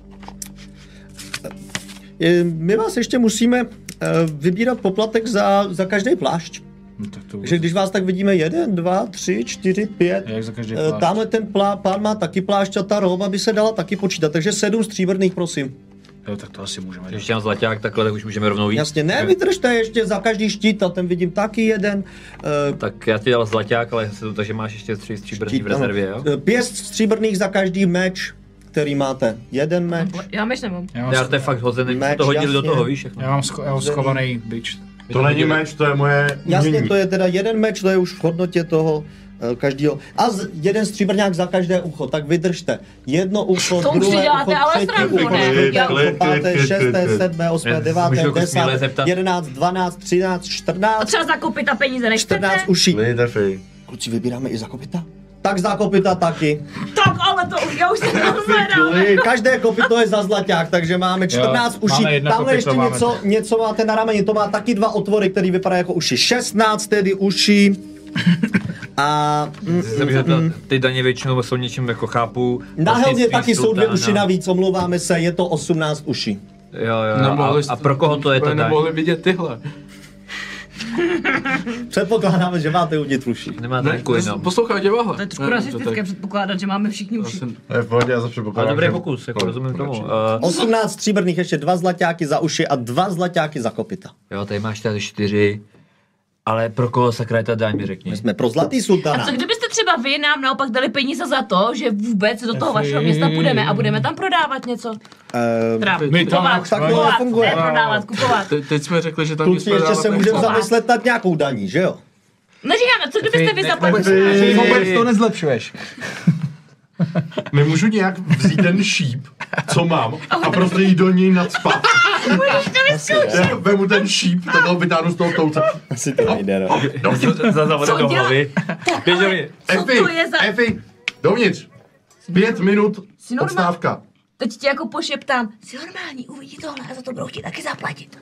Je, my vás ještě musíme uh, vybírat poplatek za, za každý plášť. No, tak to Takže když vás tak vidíme jeden, dva, tři, čtyři, pět, Jak za každý uh, plášť? tamhle ten plá, pán má taky plášť a ta roba by se dala taky počítat, takže sedm stříbrných, prosím. Jo, tak to asi můžeme. Když mám zlaťák takhle, tak už můžeme rovnou jít. Jasně, ne, vydržte ještě za každý štít, a ten vidím taky jeden. Uh, Tak já ti dal zlaťák, ale se to, takže máš ještě tři stříbrný v rezervě, jo? Uh, pěst stříbrných za každý meč, který máte. Jeden meč. Já meč nemám. Já mám, Ty sch- artefakt hozený, my jsme Meč, to hodili do jasně. toho, víš všechno. já mám, scho- já mám schovaný bič. To není meč, to je moje Jasně, umění. to je teda jeden meč, to je už v hodnotě toho uh, každého. A z, jeden stříbrňák za každé ucho, tak vydržte. Jedno ucho, To už si druhé děláte ucho, ale třetí srandu, ucho, ne? čtvrté Já- ucho, páté, šesté, sedmé, osmé, Já deváté, můžu jako směle desáté, zeptat? jedenáct, dvanáct, třináct, A čtrnáct, třeba zakopit a peníze nechcete? čtrnáct uší. Lejte fi. Kluci, vybíráme i za kopyta? Tak za kopyta taky. Tak ale to už, já už jsem to zvedala. Každé kopyto je za zlaťák, takže máme čtrnáct Jo, uší. máme jedno Tamhle kopyto, ještě máme něco, něco máte na rameni, to má taky dva otvory, které vypadají jako uši. šestnáct tedy uší. A mm, Jsem zeptat, ty daně většinou jsou něčím jako chápu. na helmě vlastnictví taky jsou dvě sultána. uši navíc, omlouváme se, je to osmnáct uší. Jo, jo, jo. Nemohli A, a pro koho to je jste ta daň? nemohli vidět tyhle. Předpokládáme, že máte uvnitř uši. Nemáte ruku jenom. Poslouchej, děvahla. To je trošku rasistické předpokládat, že máme všichni uši. To je v pohodě, já zase Ale pokládám. dobrý že- pokus, jako No, rozumím tomu. konečně. Uh, osmnáct stříbrných, ještě dva zlaťáky za uši a dva zlaťáky za kopyta. jo, tady máš tady čtyři. Ale pro koho sakra je ta daň, mi řekni. My jsme pro zlatý A sultána. co kdybyste třeba vy nám naopak dali peníze za to, že vůbec do toho vašeho města půjdeme a budeme tam prodávat něco? Ehm, Teda My to kupovat, tak to kupovat, nefunguje. ne prodávat, kupovat. Te, teď jsme řekli, že tam Kluci, ještě se můžeme kupovat. zamyslet nad nějakou daní, že jo? Neříkáme, co kdybyste vy zaplatili? Ty- Vůbec to nezlepšuješ. Nemůžu nějak vzít ten šíp, co mám, a prostě jít do něj nacpat. Já vemu ten šíp, takhle vytáhnu z toho touce. Asi to nejde, no. Za závodem do dělá- hlavy. Běžovi. Co Efi, to je za... Efi, dovnitř. Pět minut Jsi normál- odstávka. Teď tě jako pošeptám, jsi normální, uvidí tohle a za to budou ti taky zaplatit.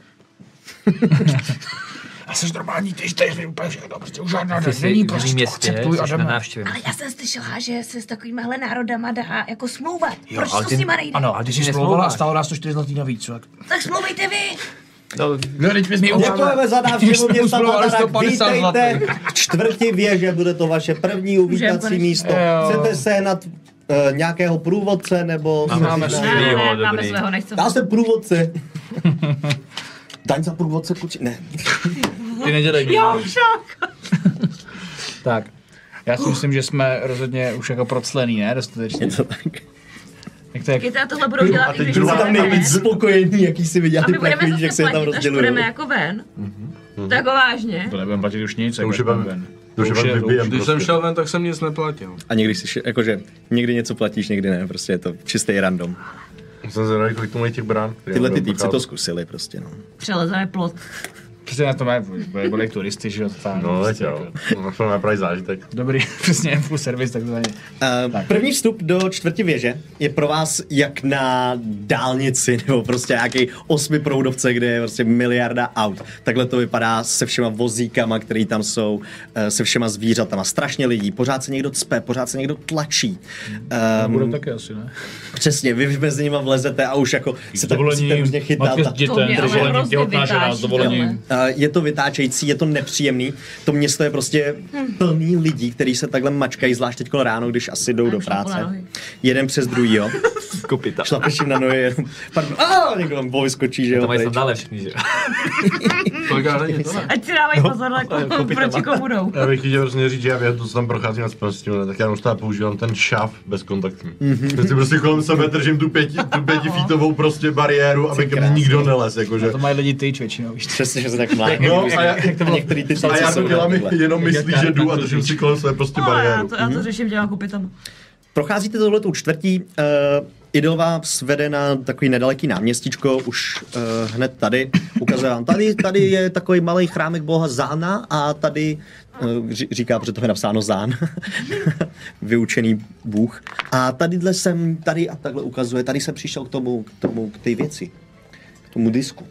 A jsi normální, ty jsi úplně všechno, prostě už žádná Ty daň jsi není, v prostě jiném to městě, akceptuj a jsi na jdeme. návštěvě. Ale já jsem slyšela, že se s takovýmhle národama dá jako smlouvat. Jo, Proč ale to ty- s nima nejde? Ano, a ty jsi Ty smlouvala a nesmlouváš. stálo nás to čtyři zlatý navíc, tak? Tak smlouvejte vy. No, No, teď my Děkujeme za návštěvu města Madarak, padesát vítejte v čtvrti věže, bude to vaše první uvítací konečně. místo. Jo. Chcete sehnat uh, nějakého průvodce, nebo... Máme Ne, svý. Ne, Jo, ne, máme dobrý. svého, nechceme. Já jsem průvodce. Daň za průvodce, kluci. Ne. Ty nedělej nic. Jo, však. Tak, já si myslím, že jsme rozhodně už jako proclený, ne? Dostatečně. Je to tak. Jak to je? Když teda tohle budou dělat, i když Jsi tam budeme nejvíc ven, spokojení, jaký si a viděli my budeme prachy, jak zase se je tam platit, až rozdělují. budeme jako ven. Tak jako vážně. To nebudeme platit už nic, To jak už je budeme ven. ven. To už je ven, je- vybijem Když prostě. jsem šel ven, tak jsem nic neplatil. A někdy si, jakože, někdy něco platíš, někdy ne, prostě je to čistý random. Jsem zvědavý, kolik tomu je těch brán. který Tyhle ty budou týpci to procházet. zkusili prostě, no. Přelezeme plot. Přesně na to mají, byli turisty, že jo, to tam. No, prostě teď jo. jako- No, to má právě zážitek. Dobrý, přesně, full service, tak to není. Uh, první vstup do čtvrti věže je pro vás jak na dálnici, nebo prostě nějaký osmiproudovce, kde je prostě miliarda aut. Takhle to vypadá se všema vozíkama, který tam jsou, uh, se všema zvířatama. Strašně lidí, pořád se někdo cpe, pořád se někdo tlačí. Um, Budou taky asi, ne? přesně, vy mezi nima vlezete a už jako se tak musíte různě chytat. matka s a- To dětem, mě ale dovolení, hrozně těhotná žena, vytáčí, dovolení. Uh, je to vytáčející, je to nepříjemný. To město je prostě plný lidí, kteří se takhle mačkají, zvlášť teď ráno, když asi jdou do šlapu na práce. nohy. Jeden přes druhý, jo. kopita. Šlapeš jim na nohy, jenom, pardon, a někdo tam vyskočí, že jo. To mají pryč. sandále všichni, že jo? Kolikárně to ne? Ať si dávají pozor, jako, proti komu jdou. Já bych chtěl prostě říct, že já věděl, co tam procházím a prostě, tak já neustále používám ten šáv bezkontaktní. Mm-hmm. Prostě, prostě kolem sebe držím tu, pěti, tu pětifítovou prostě bariéru, aby ke mně nikdo nelez, jakože. To mají lidi tyč většinou, víš. Přesně, že se tak mládí. No, a já- jak to bylo? Některý ty A celci já jsou to dělám takhle. jenom myslí, že jdu a držím si kolem sebe prostě No, já bariéru. to, já to řeším těma kopitama. Procházíte tohletou čtvrtí, uh, Idova svede na takový nedaleký náměstíčko, už uh, hned tady, ukazuje vám, tady, tady je takový malý chrámek boha Zána a tady, říká, protože to je napsáno Zán, vyučený bůh. A tadyhle jsem, tady a takhle ukazuje, tady jsem přišel k tomu, k tomu, k té věci, k tomu disku.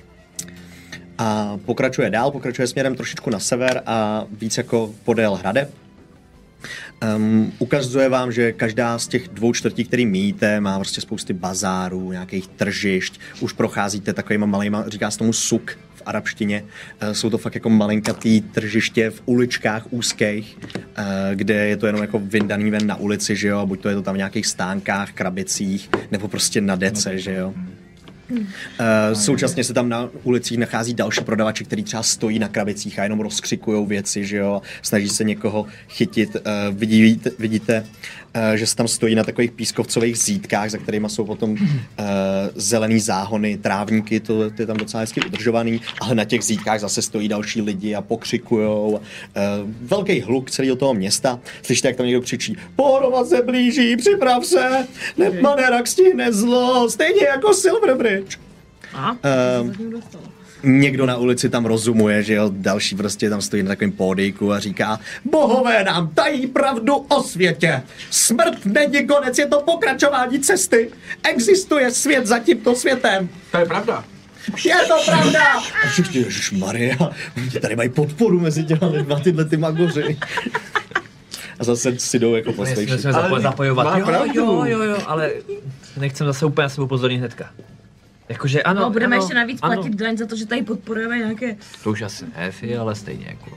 A pokračuje dál, pokračuje směrem trošičku na sever a víc jako podél Hradeb. Um, ukazuje vám, že každá z těch dvou čtvrtí, který míjíte, má prostě spousty bazárů, nějakých tržišť. Už procházíte takovýma malýma, říká se tomu suk v arabštině. Uh, jsou to fakt jako malinkatý tržiště v uličkách úzkých, uh, kde je to jenom jako vyndaný ven na ulici, že jo, buď to je to tam v nějakých stánkách, krabicích, nebo prostě na dece, že jo. Uh, současně se tam na ulicích nachází další prodavači, kteří třeba stojí na krabicích a jenom rozkřikujou věci, že jo, snaží se někoho chytit. Uh, vidíte, vidíte uh, že se tam stojí na takových pískovcových zítkách, za kterými jsou potom uh, zelený záhony, trávníky, to, to je tam docela hezky udržovaný, ale na těch zítkách zase stojí další lidi a pokřikujou. Uh, velký hluk celého toho města. Slyšíte, jak tam někdo křičí: Pohroma se blíží, připrav se, Netmanerak stihne zlo, stejně jako Silverbridge. Aha, uh, někdo na ulici tam rozumuje, že jo, další prostě tam stojí na takovém pódijku a říká: Bohové nám tají pravdu o světě. Smrt není konec, je to pokračování cesty. Existuje svět za tímto světem. To je pravda. Je to pravda! A všichni, ježišmarja, tady mají podporu mezi těma lidma, tyhle ty magoři. A zase si jdou jako poslejší. Musíme zapo- zapojovat. Jo, pravdu. jo, jo, jo, ale nechcem zase úplně na sebe upozornit hnedka. Jakože ano, No, budeme ano, ještě navíc ano. platit daň za to, že tady podporujeme nějaké... To už asi ne, Fy, ale stejně jako.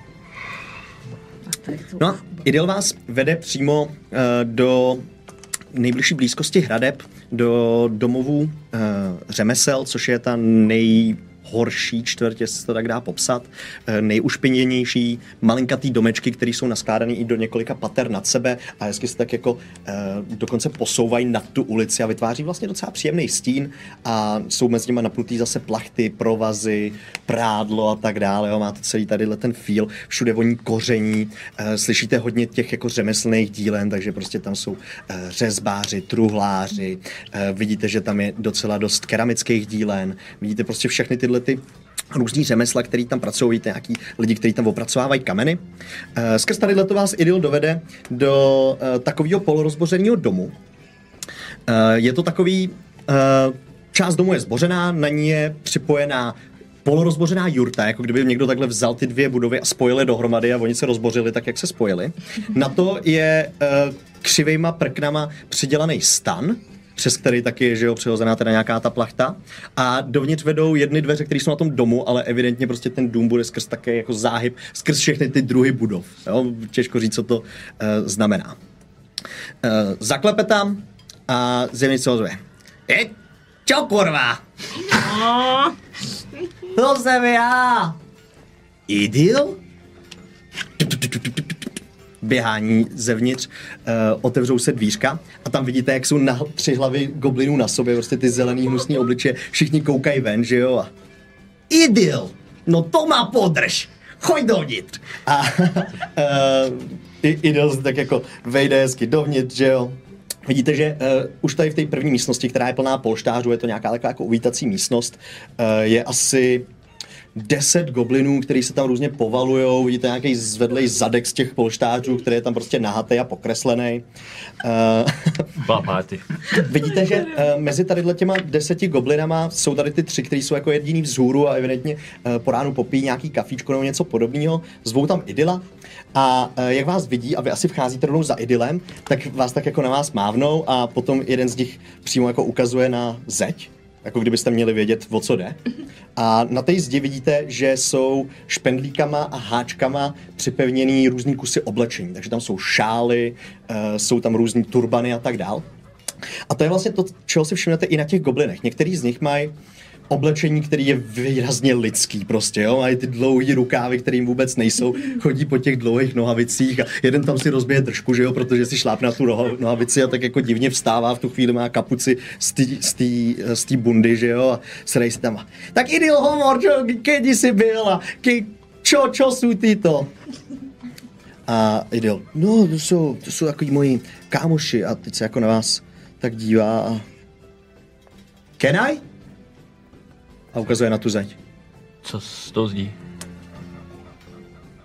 No, Idyl vás vede přímo uh, do nejbližší blízkosti Hradeb, do domovů uh, řemesel, což je ta nejhorší čtvrť, jestli se to tak dá popsat, uh, nejušpiněnější, malinkatý domečky, které jsou naskládané i do několika pater nad sebe a hezky se tak jako uh, dokonce posouvají nad tu ulici a vytváří vlastně docela příjemný stín a jsou mezi nimi napnutý zase plachty, provazy, prádlo a tak dále. Jo. Máte celý tadyhle ten feel, všude voní koření, uh, slyšíte hodně těch jako řemeslných dílen, takže prostě tam jsou uh, řezbáři, truhláři, uh, vidíte, že tam je docela dost keramických dílen, vidíte prostě všechny tyhle ty různý řemesla, který tam pracují, vidíte nějaký lidi, kteří tam opracovávají kameny. Uh, skrz tadyhle to vás Idyl dovede do uh, takového polorozbořeného domu. Uh, je to takový, uh, část domu je zbořená, na ní je připojená polorozbořená jurta, jako kdyby někdo takhle vzal ty dvě budovy a spojil je dohromady a oni se rozbořili tak, jak se spojili. Na to je uh, křivejma prknama přidělaný stan, přes který taky je, že jo, přihozená teda nějaká ta plachta. A dovnitř vedou jedny dveře, které jsou na tom domu, ale evidentně prostě ten dům bude skrz také jako záhyb, skrz všechny ty druhy budov. Jo? Těžko říct, co to uh, znamená. Uh, zaklepe tam a zjevně se ozve: Je, čo kurva? No, To jsem já. Idyl? Běhání zevnitř, uh, otevřou se dvířka a tam vidíte, jak jsou na, tři hlavy goblinů na sobě, prostě ty zelený hnusný obličeje, všichni koukají ven, že jo? A Idyl, no to má podrž, choď dovnitř. A uh, Idyl tak jako vejde hezky dovnitř, že jo? Vidíte, že uh, už tady v té první místnosti, která je plná polštářů, je to nějaká taková jako uvítací místnost, uh, je asi deset goblinů, který se tam různě povalujou, vidíte nějaký zvedlej zadek z těch polštářů, který je tam prostě nahatý a pokreslený. Uh, Party. vidíte, že uh, mezi tady těma deseti goblinama jsou tady ty tři, kteří jsou jako jediný vzhůru a evidentně uh, po ránu popíjí nějaký kafíčko nebo něco podobného. Zvou tam Idyla a uh, jak vás vidí a vy asi vcházíte rovnou za Idylem, tak vás tak jako na vás mávnou a potom jeden z nich přímo jako ukazuje na zeď, jako kdybyste měli vědět, o co jde. A na té zdi vidíte, že jsou špendlíkama a háčkama připevněný různý kusy oblečení. Takže tam jsou šály, uh, jsou tam různý turbany a tak dál. A to je vlastně to, čeho si všimnete i na těch goblinech. Některý z nich mají oblečení, který je výrazně lidský prostě, jo, mají ty dlouhý rukávy, které jim vůbec nejsou, chodí po těch dlouhých nohavicích a jeden tam si rozbije držku, že jo, protože si šlápne na tu nohavici a tak jako divně vstává, v tu chvíli má kapuci z té bundy, že jo, a srej si tam. Tak Idyl hovor, čo, kedy si byl a ke, čo, čo jsou tyto? A Idyl, no, to jsou, to jsou takový moji kámoši a teď se jako na vás tak dívá a... Can I? A ukazuje na tu zeď. Co z toho zdí?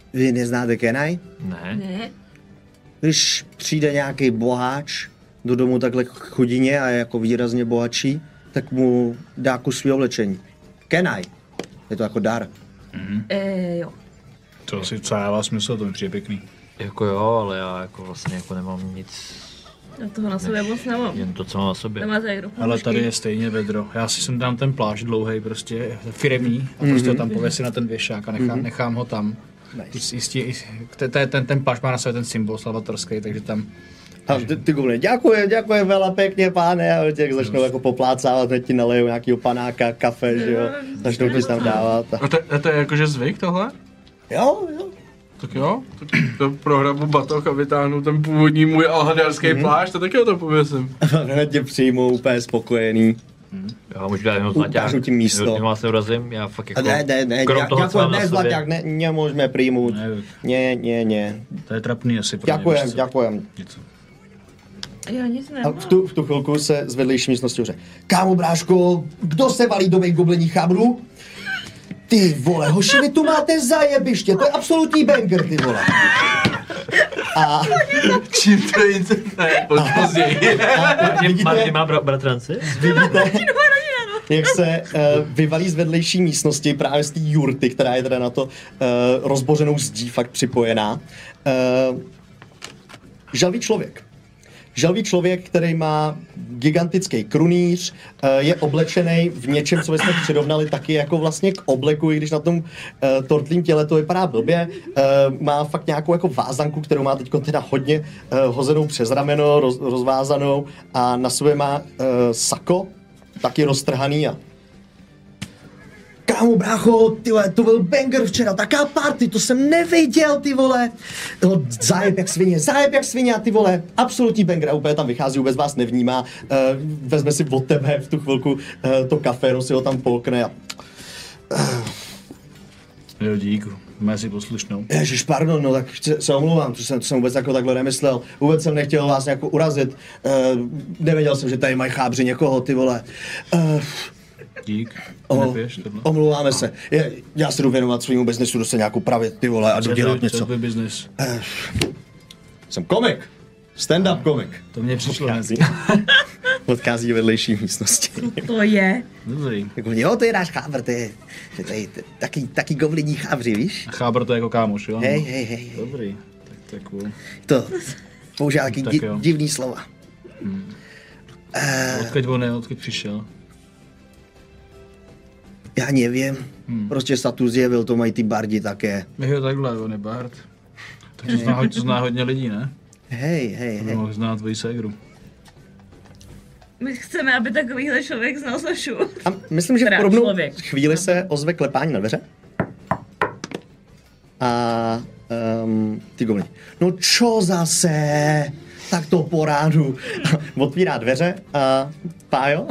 Vy neznáte Kenai? Ne. Ne. Když přijde nějaký boháč do domu takhle k chudině a je jako výrazně bohatší, tak mu dá kus svého oblečení. Kenai. Je to jako dar. Mhm. E, jo. To asi co dává smysl, to mi přijde pěkný. Jako jo, ale já jako vlastně jako nemám nic, Já toho na sobě moc nemám. jen to, co mám na sobě. Nemáte někdo Ale ponožky? tady je stejně vedro. Já si sem dám ten plášť dlouhej, prostě firemní, a prostě ho tam pověsím na ten věšák a nechám, nechám ho tam. Nice. Jistě, ten, ten, ten plášť má na sobě ten symbol salvatorský, takže tam... A ty, ty gobliny, děkuji, děkuji veľa pěkně, páne, a těch začnou jako poplácávat, hned ti nalejou nějakýho panáka, kafe, že jo, začnou ti tam dávat. A... A to, a to je jakože zvyk tohle? Jo, jo. Tak jo, tak to prohrabu batoh a vytáhnu ten původní můj alhadarský mm-hmm. plášť, to taky o to pověsím. Hned tě přijmou úplně spokojený. Já můžu dát jenom Ukážu zlaťák. ti místo. Jenom vás neurazím, já fakt jako... Ne, ne, ne, krom toho, co děkuji, mám na ne, sobě. zlaťák, ne, nemůžeme přijmout. Ne, ne, ne. To je trapný asi pro mě. Děkujem, víš co? děkujem. Něco. Já nic A nemám. v tu, v tu chvilku se z vedlejší místnosti hoře. Kámo bráško, kdo se valí do mých gobleních chábrů? Ty vole, hoši, vy tu máte zajebiště, to je absolutní banger, ty vole. A Čím to jít? Ne, pojď později. Martin, Martin má bra- bratranci? vidíte, jak se uh, vyvalí z vedlejší místnosti právě z té jurty, která je teda na to uh, rozbořenou zdí fakt připojená. Uh, žalvý člověk. Žalvý člověk, který má gigantický krunýř, je oblečený v něčem, co bychom přirovnali taky jako vlastně k obleku, i když na tom uh, tortlým těle to vypadá blbě. Uh, má fakt nějakou jako vázanku, kterou má teď teda hodně uh, hozenou přes rameno, roz, rozvázanou a na sobě má uh, sako, taky roztrhaný a kámo, brácho, ty vole, to byl banger včera, taká party, to jsem neviděl, ty vole. No, zájeb jak svině, zájeb jak svině, ty vole, absolutní banger, a úplně tam vychází, vůbec vás nevnímá, uh, vezme si od tebe v tu chvilku uh, to kafe, jenom si ho tam polkne a... Uh, Jo, díku. Má si poslušnou. Ježiš, pardon, no tak se, se omlouvám, to jsem, to jsem vůbec jako takhle nemyslel, vůbec jsem nechtěl vás nějak urazit, uh, nevěděl jsem, že tady mají chábři někoho, ty vole. Uh, Dík. O, Nepiješ tohle? omlouváme se. Je, já se jdu věnovat svýmu biznesu, jdu se nějak upravit, ty vole, a jdu dělat něco. Co je business? Eh, jsem komik. Stand-up komik. To mě přišlo Odchází. hned. Odchází do vedlejší místnosti. To je. Dobrý. Jako, jo, to je náš chábr, to je, to je, to je taky, taky govliní chábři, víš? A chábr to je jako kámoš, jo? Hej, hej, hej. Dobrý. Tak to je cool. To používá taky Tak di- jo. divný slova. Odkud on je, odkud přišel? Já nevím, Hmm. prostě se tu zjevil, to mají ty bardi také. Jo, takhle, on je Bart. Tak to zná, hodně- to zná hodně lidí, ne? Hej, hej, To by hej. mohl znát tvoji ségru. My chceme, aby takovýhle člověk znal Sašu. A myslím, že v Teda podobnou člověk. chvíli se ozve klepání na dveře. A um, ty goblini. No čo zase? Tak to po ránu. Otvírá dveře a Pájo.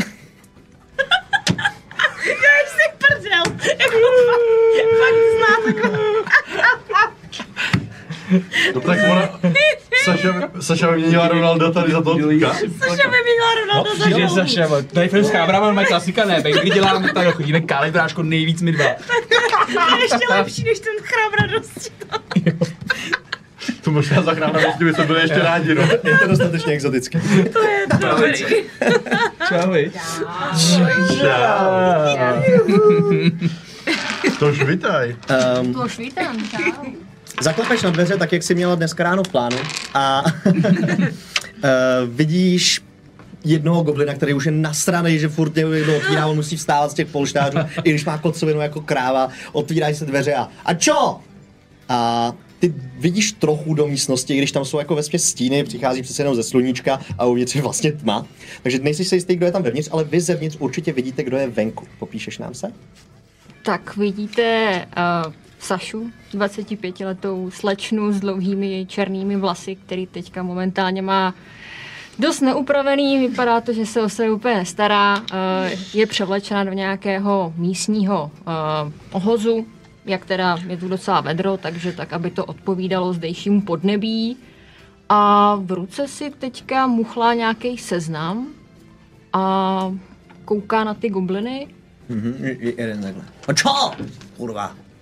Já jsi prdel. Jak ho fakt, fakt zná takhle. No tak ona... Saša, Saša vyměnila Ronalda tady za to týka. Saša vyměnila Ronaldo za Že hlavu. Saša, vole, to je film s chábrama, má klasika, ne, Bengry děláme tak, chodíme káli bráško, nejvíc my dva. To je ještě lepší, než ten chrám radosti. To možná zachránila, vlastně by to byli ještě rádi, no. Je to dostatečně exotický. To je dobrý. Čau, viď? Tož vitaj. Um, To už vítám, čau. zaklepeš na dveře tak, jak jsi měla dneska ráno v plánu a uh, vidíš jednoho goblina, který už je nasranej, že furt někdo otvírá, on musí vstávat z těch polštářů, i když má kocovinu jako kráva, otvírají se dveře a a čo? A ty vidíš trochu do místnosti, i když tam jsou jako vesměs stíny, přichází přece jenom ze sluníčka a uvnitř je vlastně tma. Takže nejsi si jistý, kdo je tam vevnitř, ale vy zevnitř určitě vidíte, kdo je venku. Popíšeš nám se? Tak vidíte uh, Sašu, dvacetipětiletou slečnu s dlouhými černými vlasy, který teďka momentálně má dost neupravený, vypadá to, že se o sebe úplně nestará, uh, je převlečena do nějakého místního uh, ohozu, jak teda je tu docela vedro, takže tak, aby to odpovídalo zdejšímu podnebí. A v ruce si teďka muchlá nějaký seznam a kouká na ty gobliny. Mhm, jeden takhle. A čo? Kurva.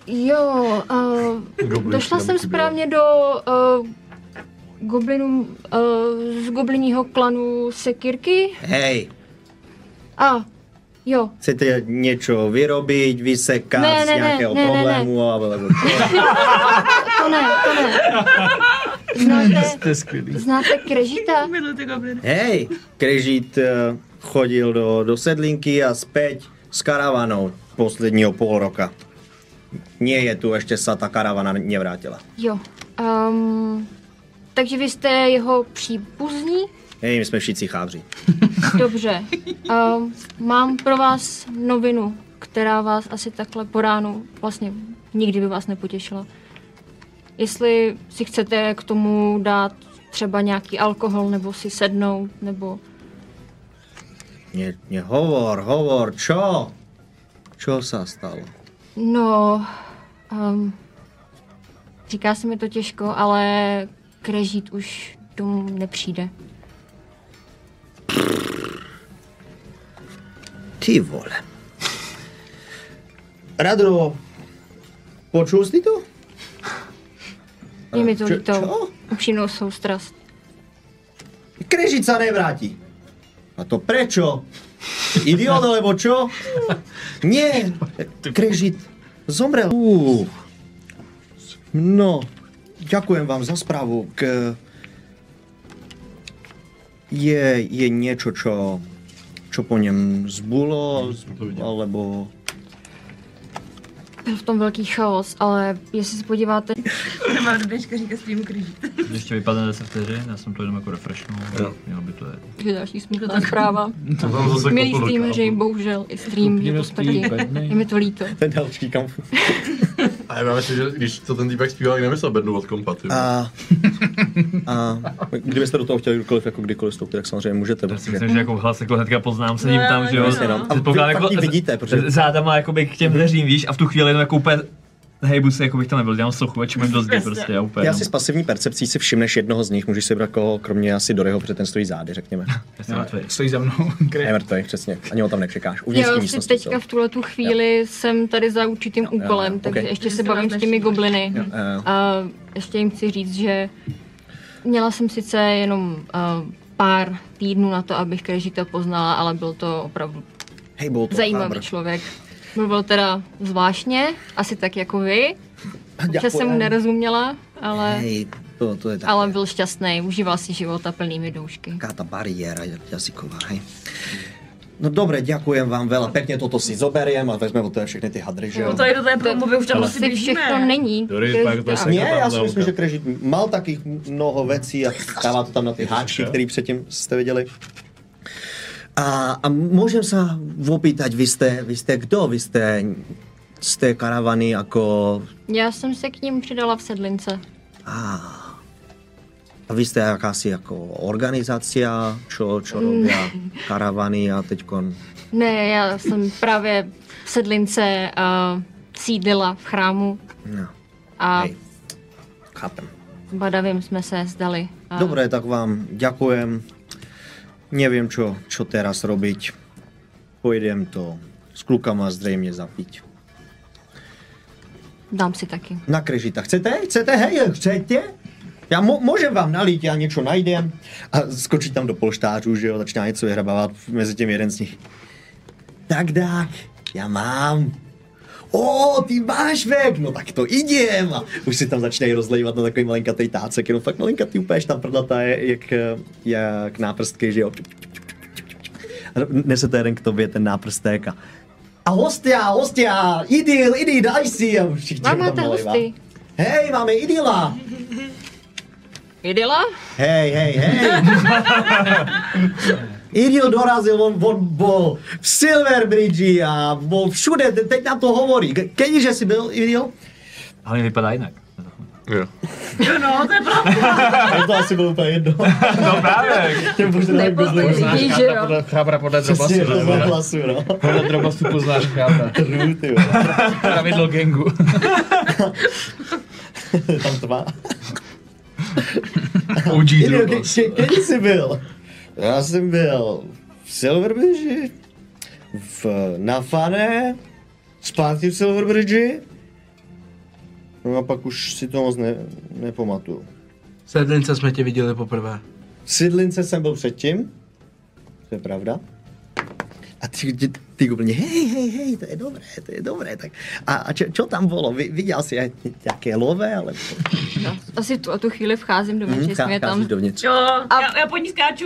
Jo, uh, došla jsem správně do uh, goblinů, uh, z goblinního klanu Sekirky. Hej, A, jo. chcete niečo vyrobiť, vysekať Ne, z ne, ne, nejakého ne, ne, problému? Alebo... To ne, to ne. Znáte, To je skvělý. znáte Krežita? Miluji ty gobliny. Hej, Krežit uh, chodil do, do Sedlinky a späť s karavanou posledního pol roka. Nie je tu, ešte sa tá karavana nevrátila. Jo. Um, takže vy jste jeho příbuzní? Hej, my sme všichni chávři. Dobře. Um, mám pro vás novinu, která vás asi takhle po ránu vlastně nikdy by vás nepotěšila. Jestli si chcete k tomu dát třeba nějaký alkohol, nebo si sednout, nebo... Nie, nie, hovor, hovor, čo? Čo sa stalo? No... Um, říká se mi to těžko, ale Krežít už domů nepřijde. Ty vole. Radro, počul si to? Je mi to Čo- líto. čo? Upřímnou soustrast. Krežit sa nevráti. A to prečo? Idiot, alebo čo? Nie, Krežit zomrel. Uh. No, ďakujem vám za správu. K... Je, je niečo, čo, čo po něm zbulo, alebo... Byl v tom velký chaos, ale jestli se podíváte... Nemá dneška říká svýmu kryžit. Ještě vypadne deset vteřin, já jsem to jenom jako refreshnul, mělo by to je. Je další smutná zpráva. To tam zase Milí kopu do streameři, kávu. bohužel i stream je po smrti. Je mi to líto. Ten další kam. A já myslím, že když to ten týpek zpíval, nemyslel bednu od kompa, ty. A, a kdybyste do toho chtěli kdokoliv, jako kdykoliv vstoupit, tak samozřejmě můžete. Já si myslím, že jako hlas jako hnedka poznám, sedím tam, že jo. Jasně, no. A vy Předpokládám, fakt ji vidíte, protože- zádama jakoby k těm dveřím, víš, a v tu chvíli jenom jako úplně hejbu se, jako bych tam nebyl, dělám sluchu, čím do zdi prostě, já úplně. Já si s pasivní percepcí si všimneš jednoho z nich, můžeš si vybrat koho, kromě asi Doryho, protože ten stojí zády, řekněme. Já jsem mrtvej. Stojí za mnou. Je mrtvej, přesně, ani ho tam nečekáš. Uvnitř té Já si místnosti teďka jsou. v tuhle tu chvíli jsem tady za určitým úkolem, jo, takže ok. ještě se bavím s těmi gobliny. jo. A ještě jim chci říct, že měla jsem sice jenom uh, pár týdnů na to, abych Krežita poznala, ale byl to opravdu Hej, byl to zajímavý Harbor. člověk. Mluvil teda zvláštně, asi tak jako vy, že Děkujem. jsem mu nerozuměla, ale, Hej, to, to je tak. ale byl šťastný, užíval si života plnými doušky. Taká tá bariéra jazyková, hej. No dobre, ďakujem vám veľa, pekne toto si zoberiem a vezmeme od toho všechny ty hadry, že jo? No to je do té promluvy, už tam asi Asi všechno běžíme. není. Dory, Krežita. pak to se- Nie, ja si Jako myslím, že Krežit mal takých mnoho vecí a dává to tam na ty háčky, které předtím jste viděli. A, a môžem sa opýtať, vy ste, vy ste kdo? Vy ste z té karavany jako... Já jsem se k ním přidala v Sedlince. A, a vy ste jakási jako organizácia, čo, čo robia karavany a teďkon... Ne, já jsem právě v Sedlince uh, sídlila v chrámu No, a hej, chápem. badavým jsme se zdali. A Dobre, tak vám ďakujem. Neviem, čo, čo teraz robiť. Pojdem to s klukama zřejmě zapiť. dám si taky. Na Krežita. Chcete? Chcete? Hej, chcete? Já mo- můžem vám nalít, já něco najdem. A skočí tam do polštářů, že jo, začíná něco vyhrabávat, mezi tím jeden z nich. Tak, tak, já mám. O, ty máš vek, no tak to idem. A už si tam začínají rozlejvat na takový malinkatý tácek, jenom fakt malinkatý, úplně tam prdlatá je, jak, jak náprstky, že jo. A nesete jeden k tobě ten náprstek a a hostia, hostia, idil, idil, daj si. A všichni Vám tam máte nalejvá. hosty. Hej, máme idila. Idyla? Hej, hej, hej. Idil dorazil, on, on bol v Silverbridge a bol všude, te- teď nám to hovorí. Ke- Kedyže si byl, Idil? Ale vypadá jinak. Jo. Jo no, to je pravda. To asi bylo úplně jedno. No právě. Těm možná Nepoznají lidi, že jo? Podle, chápra podle Přesně, drobastu. to ne? hlasu, no. Podle drobastu poznáš chápra. Trů, ty vole. Pravidlo gangu. Tam to má. O G Idil, ke- Drobos. ke- kedy jsi byl? Já jsem byl v Silverbridge, v, na Fané, zpátky v Silverbridge No a pak už si to moc ne, nepamatuju. Sedlince jsme tě viděli poprvé. V Sidlince jsem byl předtím, to je pravda. A ty, ty, ty úplně, hej, hej, hej, to je dobré, to je dobré. Tak. A, a čo, čo tam bylo? Vy, viděl jsi nějaké lové? Ale... No, asi tu, a tu chvíli vcházím dovnitř, Mm, že jsme tam... dovnitř. Jo, já, já po ní skáču.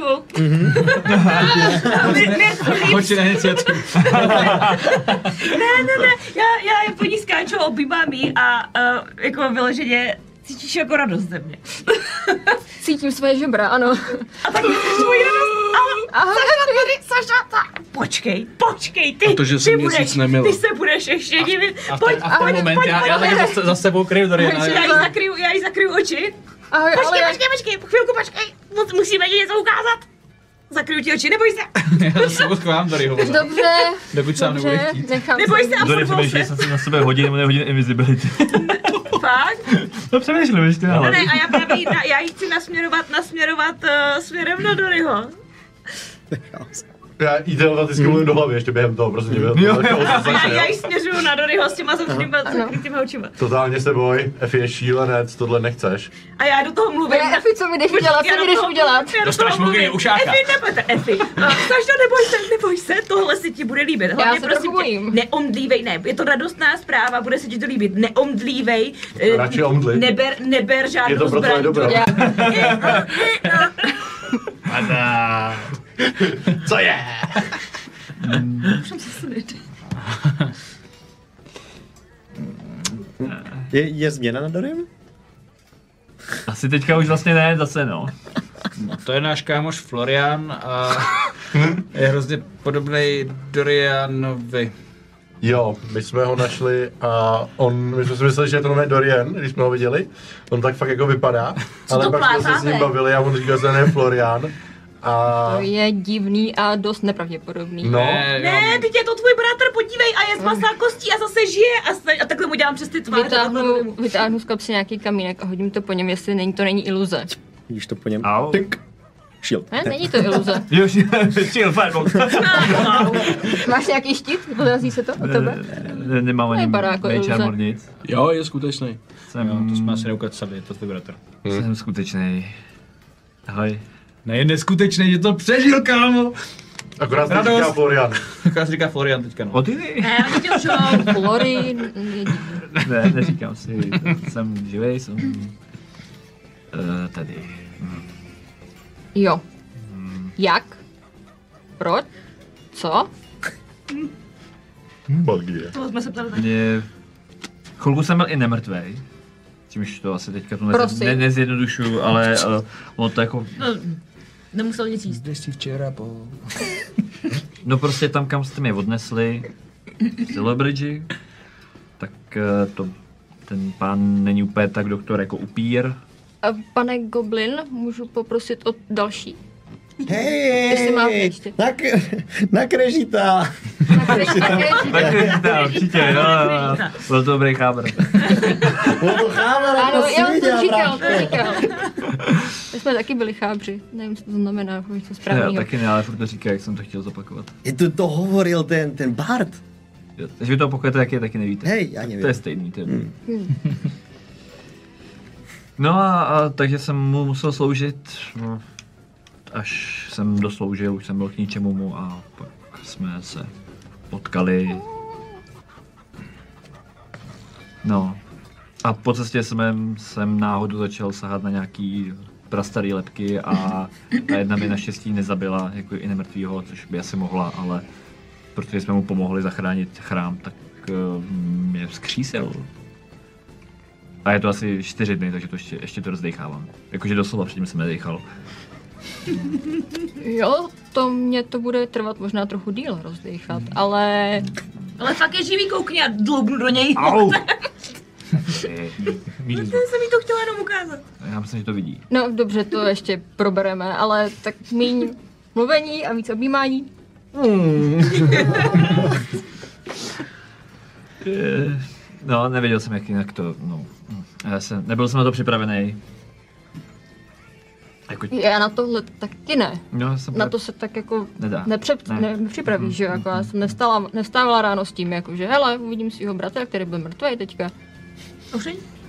Hoči na iniciativu. Ne, ne, ne, já, já po ní skáču, objímám jí a uh, jako vyloženě cítíš jako radost ze mě. Cítím svoje žebra, ano. A tak svoji radost, ale Ahoj, Saša, tady, Saša, ta, počkej, počkej, ty, A to, že ty jsem budeš, měsíc nemila. ty se budeš ještě divit, A v pojď, ten, a v ten pojď, moment pojď, já, pojď, já taky pojď. za, za sebou kryju Doriana. Já jí zakryju, já jí zakryju oči. Ahoj, ale Počkej, já... počkej, počkej, chvilku počkej, Mu- musíme ti něco ukázat. Zakryju ti oči, neboj se, Já za sebou schovám Doryho. Dobře, Dokud sám nebude dobře, chtít. nechám neboj se. se a Dory furt přemýšlí, že se. jsem si na sebe hodil nebo nehodil invisibility. Fakt? No přemýšlím ještě, No ale. ne, a já právě jí, na, já jí chci nasměrovat, nasměrovat uh, směrem na Doryho. Já jí teda ty skvělím do hlavy ještě během toho, prostě během Jo, toho, jo. toho A já, se já jí směřuju na Doryho s těma zavřenýma zakrytýma očima. Totálně se boj, Efi je šílenec, tohle nechceš. A já do toho mluvím. Ne, Efi, co mi jdeš udělat, co mi jdeš udělat? Já do Dostaneš toho mu mluvím. ušáka. Efi, nebojte, Efi. Sašo, neboj se, neboj se, tohle se ti bude líbit. Hlavně se prosím trochu tě, bojím. neomdlívej, ne, je to radostná zpráva, bude se ti to líbit. Neomdlívej. eh, Radši omdli. Neber, neber žádnou Je to pro tvoje zbraň. dobro. Já, Ada. Co je? Můžem se sunit. Je, je změna na Dorym? Asi teďka už vlastně ne, zase no. No, to je náš kámoš Florian a je hrozně podobný Dorianovi. Jo, my jsme ho našli a on, my jsme si mysleli, že je to nový Dorian, když jsme ho viděli. On tak fakt jako vypadá, ale to pak jsme se s plácáte? ním bavili a on říkal, že to je Florian. A to je divný a dost nepravděpodobný. no, Ne, teď je to tvůj bratr, podívej, a je z masa kostí a zase žije a, se, a takhle mu dělám přes ty tváře. takhle Vytáhnu, mu- vytáhnu z kapsy nějaký kamínek a hodím to po něm, jestli není, to není iluze. Vidíš to po něm? Au. Tyk. Shield. Ne, není to iluze. Jo, chill, firebox. Máš nějaký štít? Odrazí se to od tebe? Ne, nemám ani Vypadá jako mage iluze. armor nic. Jo, je skutečný. Jsem, Jo, to jsme asi neukecali, je to tvůj bratr. jsem skutečný. Ahoj. Ne, je neskutečný, že to přežil, kámo. akorát to Radost. říká Florian. Jak říká Florian teďka, no. O ty? Ne, oni tě lžou. Flory je divný. Ne, neříkám si. Jsem živej, jsem uh, tady. Hm. Jo. Jak? Proč? Co? Magie. To jsme se ptali taky. Mě... Chvilku jsem byl i nemrtvej. Čímž to asi teďka to Prosím. ne, nezjednodušuju, ale uh, ono to jako... No, nemusel nic jíst. Kde jsi včera po... No prostě tam, kam jste mě odnesli, v Silverbridge, tak uh, to ten pán není úplně tak doktor jako upír. A pane Goblin, můžu poprosit o další? Hej, Jestli máte ještě. na, k- na krežita. Tak určitě, jo, jo, jo. Byl to dobrý chábr. Ano, Ano, já jsem to říkal, to říkal. My jsme taky byli chábři, nevím, co to znamená, jako něco Já správného. taky ne, ale furt to říká, jak jsem to chtěl zopakovat. Je to, to hovoril ten, ten Bart. Jo, takže vy to opakujete, jak je, taky nevíte. Hej, já nevím. To je stejný, to je. Hmm. No a, a takže jsem mu musel sloužit, no, až jsem dosloužil, už jsem byl k ničemu mu a pak jsme se potkali. No a po cestě jsem, jsem náhodou začal sahat na nějaký prastarý lepky a ta jedna mi naštěstí nezabila, jako i nemrtvýho, což by asi mohla, ale protože jsme mu pomohli zachránit chrám, tak uh, mě vzkřísil. A je to asi čtyři dny, takže to ještě, ještě to rozdechávám. Jakože doslova předtím jsem nedechal. Jo, to mě to bude trvat možná trochu díl rozdýchat, ale Ale fakt je živý, koukni a dloubnu do něj. Au! Já jsem jí to chtěla jenom ukázat. Já myslím, že to vidí. no dobře, to ještě probereme, ale tak míň mluvení a víc objímání. Eh, No, nevěděl jsem, jak jinak to, no. Já jsem, nebyl jsem na to připravený. Jako, Já na tohle taky ne. no, jsem Na to se tak jako Nedá. nepřep, Ne. ne. nepřipravíš, že jo, jako já jsem nevstala, nevstávala ráno s tím, jako že hele, uvidím svýho bratra, který byl mrtvý teďka. Už není?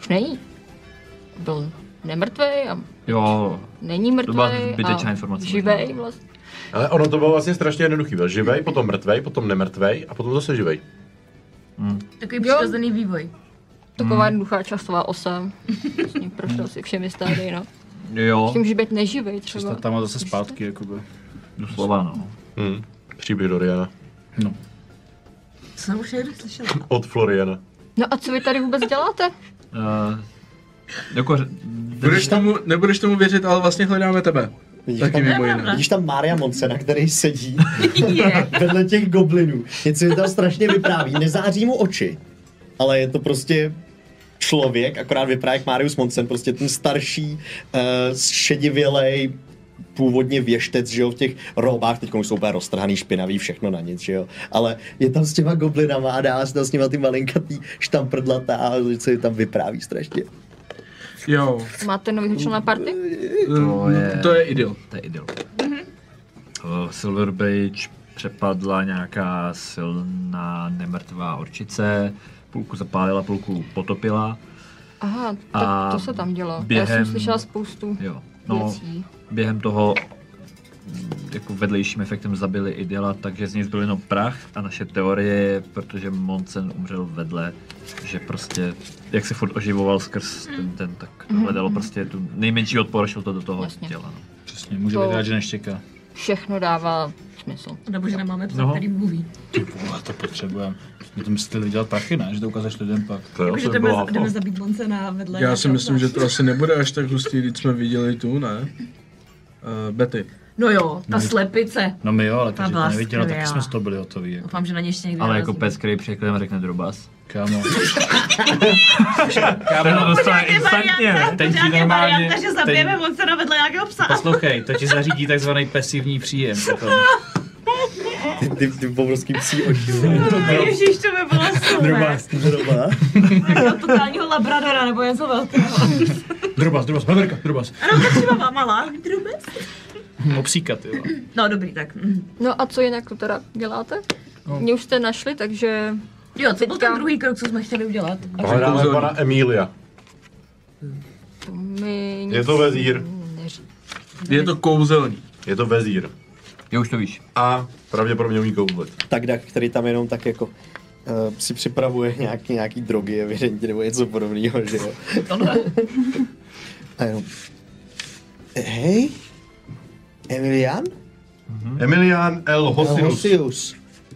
není. Byl nemrtvej a Jo, není to byla mrtvej zbytečná a informace. živej vlastně. Ale ono to bylo vlastně strašně jednoduchý. Byl živej, potom mrtvej, potom nemrtvej a potom zase živej. Takový přirozený vývoj. Taková jednoduchá časová osa. Vlastně prošel si všemi stády, no. Jo, Tím, že být neživej třeba. Přestat tam a zase zpátky, jakoby. doslova no. Hmm. Příběh Doriana. No. To jsem už někdy slyšela. Od Floriana. No a co vy tady vůbec děláte? Uh, jako, Budeš tomu, nebudeš tomu věřit, ale vlastně hledáme tebe. Vidíš Taky tam, mimo jiné. vidíš tam Mária Monsena, který sedí vedle těch goblinů. Něco mi tam strašně vypráví. Nezáří mu oči, ale je to prostě člověk, akorát vypadá jak Marius Monsen, prostě ten starší, uh, šedivělej, původně věštec, že jo, v těch robách, teď už jsou úplně roztrhaný, špinavý, všechno na nic, že jo, ale je tam s těma goblinama a dá se tam s nima ty malinkatý štamprdlata a co je tam vypráví strašně. Jo, Máte nový člen na party? To je- to je idyl. To je idyl. Uh, Silver Bridge přepadla nějaká silná nemrtvá orčice, půlku zapálila, půlku potopila. Aha, A tak to se tam dělo. Já během- jsem slyšela spoustu Jo, no, věcí. během toho mm, jako vedlejším efektem zabili Idyla, takže z něj zbyl jenom prach a naše teorie je, protože Monsen umřel vedle, že prostě, jak se furt oživoval skrz ten, ten tak hledalo prostě tu nejmenší odpor, šlo to do toho Jasně. těla. No. Přesně, může To- být rád, že neštěká. Všechno dává smysl. Nebo že nemáme psa, No. který mluví. Ty vole, to potřebujeme. My to myslíte vydělat prachy, ne? Že to ukážeš lidem pak. To je Jakože asi jdeme, byla jdeme zabít Monsena vedle. Já si nějakého myslím, psa. že to asi nebude až tak hustý, když jsme viděli tu, ne? Uh, Betty. No jo, ta slepice. No my jo, ale Ta takže byla to neviděla, taky skvělá. jsme z toho byli hotoví. Jako. Doufám, že na ně ještě někdy Ale jako narazíme. pes, který přijde a řekne Drobas. Kámo. Ten ho dostane Je instantně, varianta, ne? Ten ti pořádně normálně- varianta, že zabijeme ten- Monsena vedle nějakého psa. Poslouchej, to ti zařídí takzvaný pasivní příjem. Potom. Ty, ty, ty obrovský psí oči. Ježíš, to by bylo super. Drobá. Takového totálního labradora nebo něco velkého. Drobas, drobas, Heverka, drobas. Ano, tak třeba malá, drubes. Obsíkat, jo. No dobrý, tak. mm. No a co jinak to teda děláte? No. Mě už jste našli, takže... Jo, co byl Teďka- ten druhý krok, co jsme chtěli udělat? Hledáme kouzelník. pana Emília. To mi nic Je to vezír. neří- Je to kouzelník. Je to vezír. Jo, už to víš. A pravděpodobně umí kouzlit. Takdak, který tam jenom tak jako uh, si připravuje nějaký, nějaký drogy evidentně, nebo něco podobného, že jo. Tohle. A jenom, hej, Emilian? Emilian L. Hosinus. Hosius.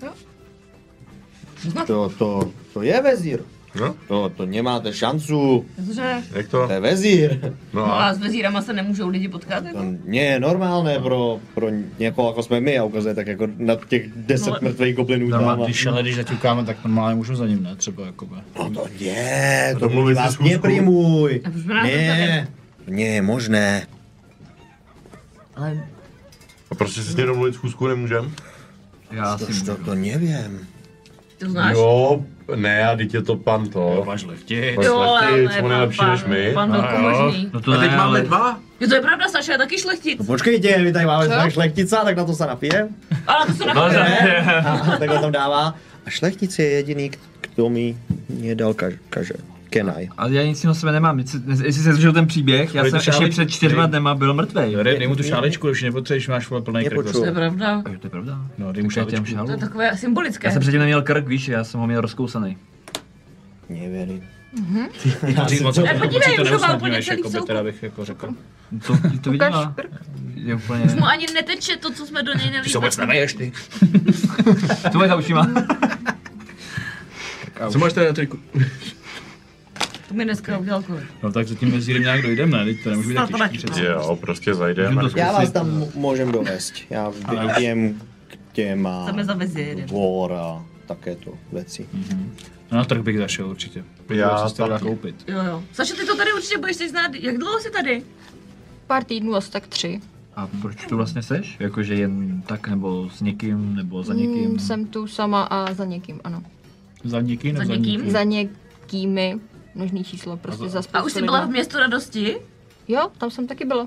To, to, to je vezír. No, To, to nemáte šancu, Protože... jak to? to je vezír. No No a a s vezírama se nemůžou lidi potkat, jako? To nie je normálné pro, pro někoho, jako jsme my, a ukazuje tak jako na těch deset No, mrtvých goblinů tam. Normálně, a- když ale když zaťukáme, tak normálně můžu za ním, ne? Třeba jakoby. No to nie, to domluvit mluví si vás schůzku. neprimůj. A proč by nás Ne, to nie je možné. Ale A prostě si s ním domluvit schůzku nemůžem? Já To, si to, můžu. to nevím. to znáš? Jo, ne, a teď je to pan to. Máš lehti. Pan Jo, Šlechtic, ale on je lepší než my. Pan A jo. velkomožný. No to A teď ne, máme ale... dva? Jo, to je pravda, Saša je taky šlechtic. No počkejte, my tady máme Co? tak šlechtica, tak na to se napijem. Ale to se No, napojíme. ne. A tak ho tam dává. A šlechtic je jediný, kdo mi nedal kaž, kaže. Kenaj. Ale já nic na sebe nemám, nic, jestli jsi slyšel ten příběh, já Dej jsem tu ještě šáličku, před čtyřma dej. dnema byl mrtvej. Jo, dej, dej mu tu šáličku, už nepotřebuješ, máš vole plný krk. Nepočul. To je vlastně. pravda. Takže to je pravda. No, dej mu Tak já ti dám šáličku. To je šálu. takové symbolické. Já jsem předtím neměl krk, víš, já jsem ho měl rozkousaný. Nevěřím. Moc, moc, Eh, podívej, to už ho mám úplně neusnadňuješ, celý jako by celku. teda bych jako řekl. To, to vidím, Ukaž a krk. je úplně... Mu ani neteče to, co jsme do něj Ty se vůbec nelíbili. nemeješ, ty. To máš za ušima. Co máš tady na triku? To mi dneska udělal kvůli. No tak za tím vezírem nějak dojdeme, ne? Teď to nemůže být Snad tak to těžký taky. přece. Jo, prostě zajdeme. Můžu to Já vás zkusit. tam můžem dovést. Já vidím k těma Chceme za vezíry. dvor a takéto věci. No na trh bych zašel určitě. Já Já se to dá taky. koupit. Jo, jo. Saša, ty to tady určitě budeš teď znát. Jak dlouho jsi tady? Pár týdnů, asi tak tři. A proč tu vlastně seš? Jakože jen tak, nebo s někým, nebo za někým? Mm, jsem tu sama a za někým, ano. Za někým nebo Za za někým? někým? Za někými, množný číslo, prostě za spoustu A už jsi byla v lidma. městu radosti? Jo, tam jsem taky byla.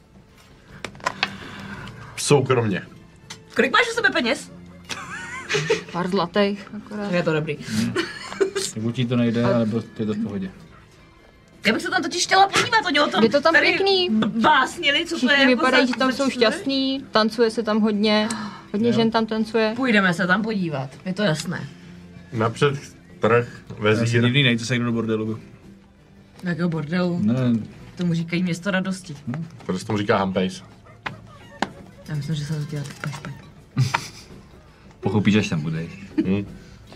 Soukromně. Kolik máš u sebe peněz? Pár zlatých, akorát. Je to dobrý. Nebo ti to nejde, nebo je to v pohodě. Já bych se tam totiž chtěla podívat, oni o tom Je to tam tady pěkný. básnili, co to Všichni je. jako vypadají, za- že tam za jsou čtvrť. šťastní, tancuje se tam hodně, hodně žen tam tancuje. Půjdeme se tam podívat, je to jasné. Napřed trh, Já si vezír. divný, nejde se jít do bordelu. Jakého bordelu, Ne, tomu říkají město radosti. Proč se tomu říká Hampejs? Já myslím, že se to dělá tak špatně. Pochopíš, až tam budeš. Hm.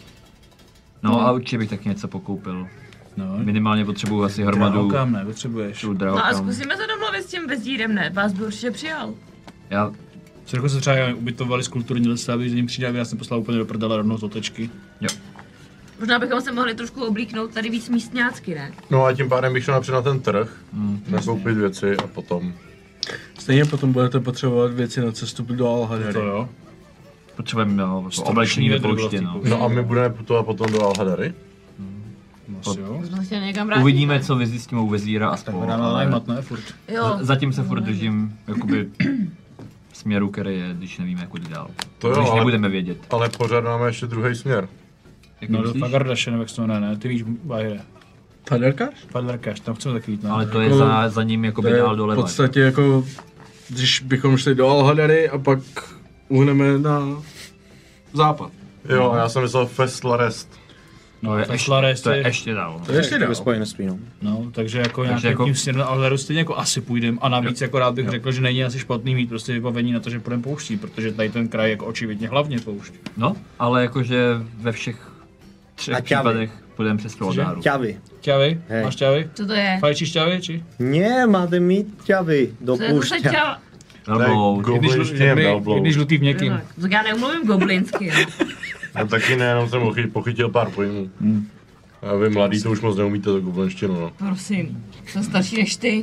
No a určitě bych taky něco pokoupil. no. Minimálně potřebuju asi hromadu Drahokam ne, potřebuješ. tu No a drahokam. zkusíme se domluvit s tím vezírem, ne? Vás by určitě přijal. Já, Co jako se třeba ubytovali z kulturní stavy, že jim přijde, aby nás neposlal úplně do prdele rovnou z otečky. jo. Možná bychom se mohli trošku oblíknout tady víc místňácky, ne? No a tím pádem bych šel napřed na ten trh, Hmm. nakoupit věci a potom... Stejně potom budete potřebovat věci na cestu do Alhadary. To jo. Potřebujeme no, jako Sto oblečení ve pěšní vedro pouště, bylo v no. té No a my budeme putovat potom do Alhadary? Asi jo. Jsme chtěli někam vrátit. Uvidíme, co vyzjistíme u vezíra a Tak spolu, dáme ale najmat, ne, furt. Jo. zatím se furt držím jakoby směru, který je, když nevíme, jak jít dál. To jo, Když ale- nebudeme vědět. Ale pořád máme ještě druhý směr. Jak No do myslíš? Fagardaše, nebo jak se to jmenuje, ne, ty víš, Bajre. Taderkář? Fagardaš, tam chceme taky jít, no. Ale to je Jako- za, za ním To jakoby je dál v doleva. podstatě jako, když bychom šli do Alhadary a pak uhneme na západ. Jo, a já jsem myslel Festlarest. No, je Fešlare ještě, to je ještě- ještě dál. To je ještě dál. Ve spojenství, no. No, takže jako nějakým jako- tím směrem Alheru stejně jako asi půjdem a navíc jako rád bych řekl, že není asi špatný mít prostě vybavení na to, že půjdeme pouští, protože tady ten kraj jako očividně hlavně poušť. No, ale jakože ve všech třech A ťavy. případech půjdeme přes Flodáru. Ťavy. Ťavy? Hej. Máš ťavy? Co to je? Fajčíš ťavy, či? Ne, máte mít ťavy do Co je to za pouště. ča... Velbou. Go- Jedni, žlu, Goblinští jedni, velbloud. jedni žlutý v někým. Tak, tak já neumluvím goblinsky. No taky ne, jenom jsem pochy- pochytil pár pojmů. A vy mladí to už moc neumíte to goblinštinu, no. Prosím, jsem starší než ty.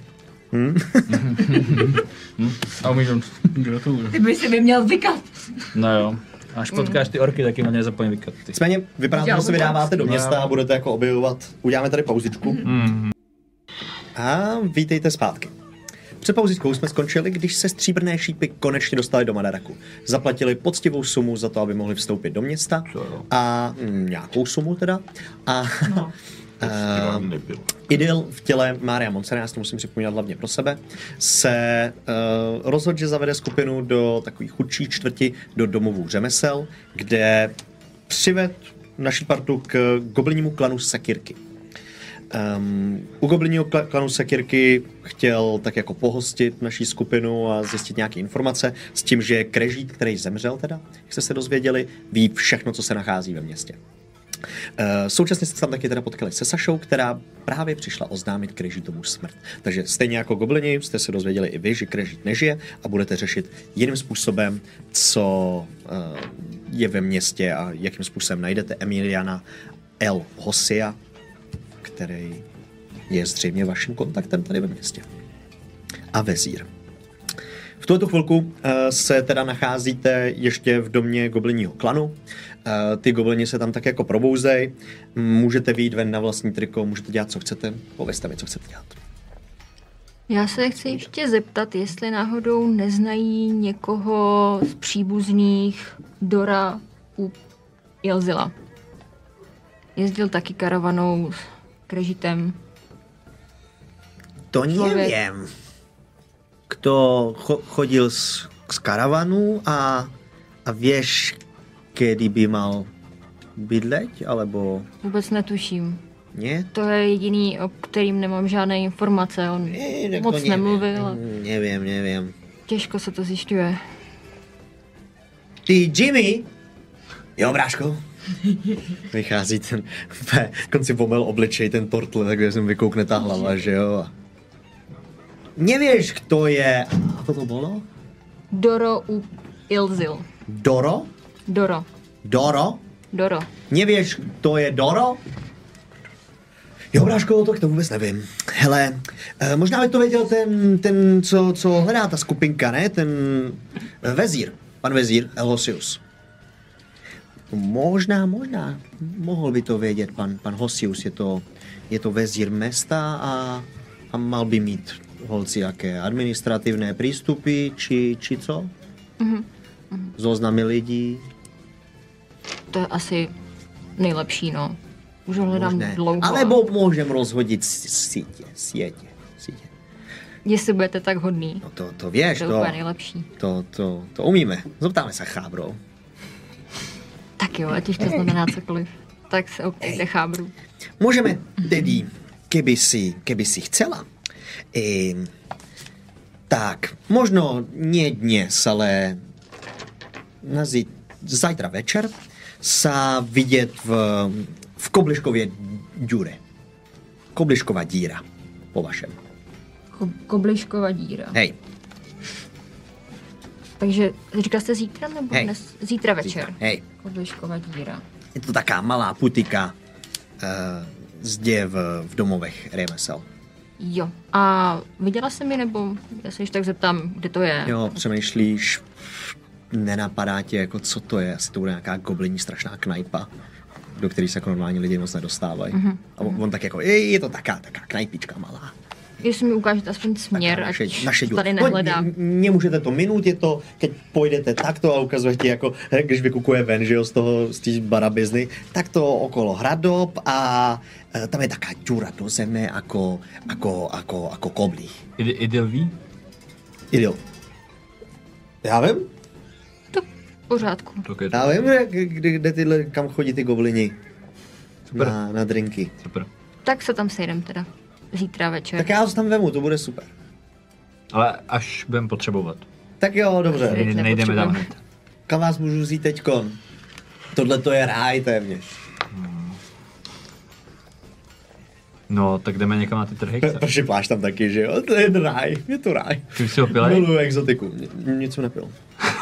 A umíš on. Gratuluju. Ty by si mi měl vykat. No jo. Až potkáš ty orky, taky na ně zapomeň vykat. Ty. Nicméně vypadá to, že se vydáváte do města a budete jako objevovat. Uděláme tady pauzičku. Mm, A vítejte zpátky. Před pauzičkou jsme skončili, když se stříbrné šípy konečně dostali do Madaraku. Zaplatili poctivou sumu za to, aby mohli vstoupit do města. A mm, nějakou sumu teda. A No. a Nebylo. Idyl v těle Mária Monsera, já si to musím připomínat hlavně pro sebe, se uh, rozhodl, že zavede skupinu do takových chudší čtvrti, do domovů řemesel, kde přived naši partu k goblinnímu klanu Sekirky. Um, u goblinního kla- klanu Sekirky chtěl tak jako pohostit naší skupinu a zjistit nějaké informace s tím, že Krežít, který zemřel teda, jak jste se dozvěděli, ví všechno, co se nachází ve městě. Uh, současně jste se tam taky teda potkali se Sašou, která právě přišla oznámit Krežítovu smrt. Takže stejně jako goblini jste se dozvěděli i vy, že Krežít nežije a budete řešit jiným způsobem, co uh, je ve městě a jakým způsobem najdete Emiliana El Hosia, který je zřejmě vaším kontaktem tady ve městě. A vezír. V tuto chvilku uh, se teda nacházíte ještě v domě goblinního klanu. Uh, ty goblini se tam tak jako probouzej. Můžete vyjít ven na vlastní triko, můžete dělat, co chcete. Povězte mi, co chcete dělat. Já se chci ještě zeptat, jestli náhodou neznají někoho z příbuzných Dora u Ilzila. Jezdil taky karavanou s Krežitem. To Člověk. nevím. Kto cho- chodil z, z karavanu a, a vieš, kedy by mal bydleť, alebo Vůbec netuším. nie? To je jediný, o kterým nemám žádné informace. On Nie, tak moc to neviem. nemluvil a Neviem, neviem. těžko se to zjišťuje. Ty Jimmy? Jo, bráško. Vychází ten ve konci pomel obličej, ten tortle, takže se mi vykoukne ta hlava, že jo. Nevieš, kto je... Ako to bolo? Doro u Ilzil. Doro? Doro. Doro? Doro. Nevieš, kto je Doro? Jo, bráško, to, to vůbec nevím. Hele, eh, možná by to věděl ten, ten co, co hledá ta skupinka, ne? Ten eh, vezír, pan vezír Elhosius. Možná, možná. Mohl by to vědět pan, pan Hosius. Je to, je to vezír města a, a mal by mít holci jaké administrativné prístupy, či, či co? Mhm. Zoznamy lidí. To je asi nejlepší, no. Už ho hledám Možné. dlouho. Alebo můžem rozhodit s- sítě, sítě, sítě. Jestli budete tak hodný. No to, to věš, To je to, úplně nejlepší. to, to, to umíme. Zeptáme se chábrou. Tak jo, ať už to znamená cokoliv. Tak se opějte chábru. Můžeme tedy, keby si, keby si chcela, e, tak možno nie dnes, ale na zi, zajtra večer sa vidět v, v Kobliškově díře. Koblišková díra, po vašem. Ko- koblišková díra. Hej, Takže říkal jste zítra nebo Hej. dnes? Zítra večer. zítra, hej. Koblišková díra. Je to taká malá putika uh, zde v, v domovech remesel. Jo. A viděla jsem ji, nebo já se již tak zeptám, kde to je? Jo, přemýšlíš, nenapadá tě, jako co to je, asi to bude nějaká gobliní strašná knajpa, do který se jako normální lidi moc nedostávají. Mm-hmm. A on, on tak jako, je, je to taká, taká knajpička malá. Jestli mi ukážete aspoň směr, Taká naše, ať naše tady No, nehledám. ne- Nemůžete to minut, je to, keď půjdete takto a ukazuje ti, jako, když vykukuje ven, že jo, z toho, z té barabizny, tak to okolo hradob a e, tam je taká ďura do zeme, jako, jako, jako, jako koblí. Ide, Idil ví? Idyl. Já vím, To v pořádku. Tak je to já vím, kde, kde, kde tyhle, kam chodí ty goblini. Super. Na, na drinky. super. Tak se tam sejdem teda. Zítra večer. Tak já ho tam vemu, to bude super. Ale až budeme potřebovat. Tak jo, dobře. Teď Ne, nejdeme tam nepotřebujeme. hned. Kam vás můžu vzít teďkon? Tohle to je ráj téměř. No, tak jdeme někam na ty trhy. P- Proč máš tam taky, že jo? To je ráj, je to ráj. Ty už si ho pilej? Miluju exotiku, Ni- nic jsem nepil.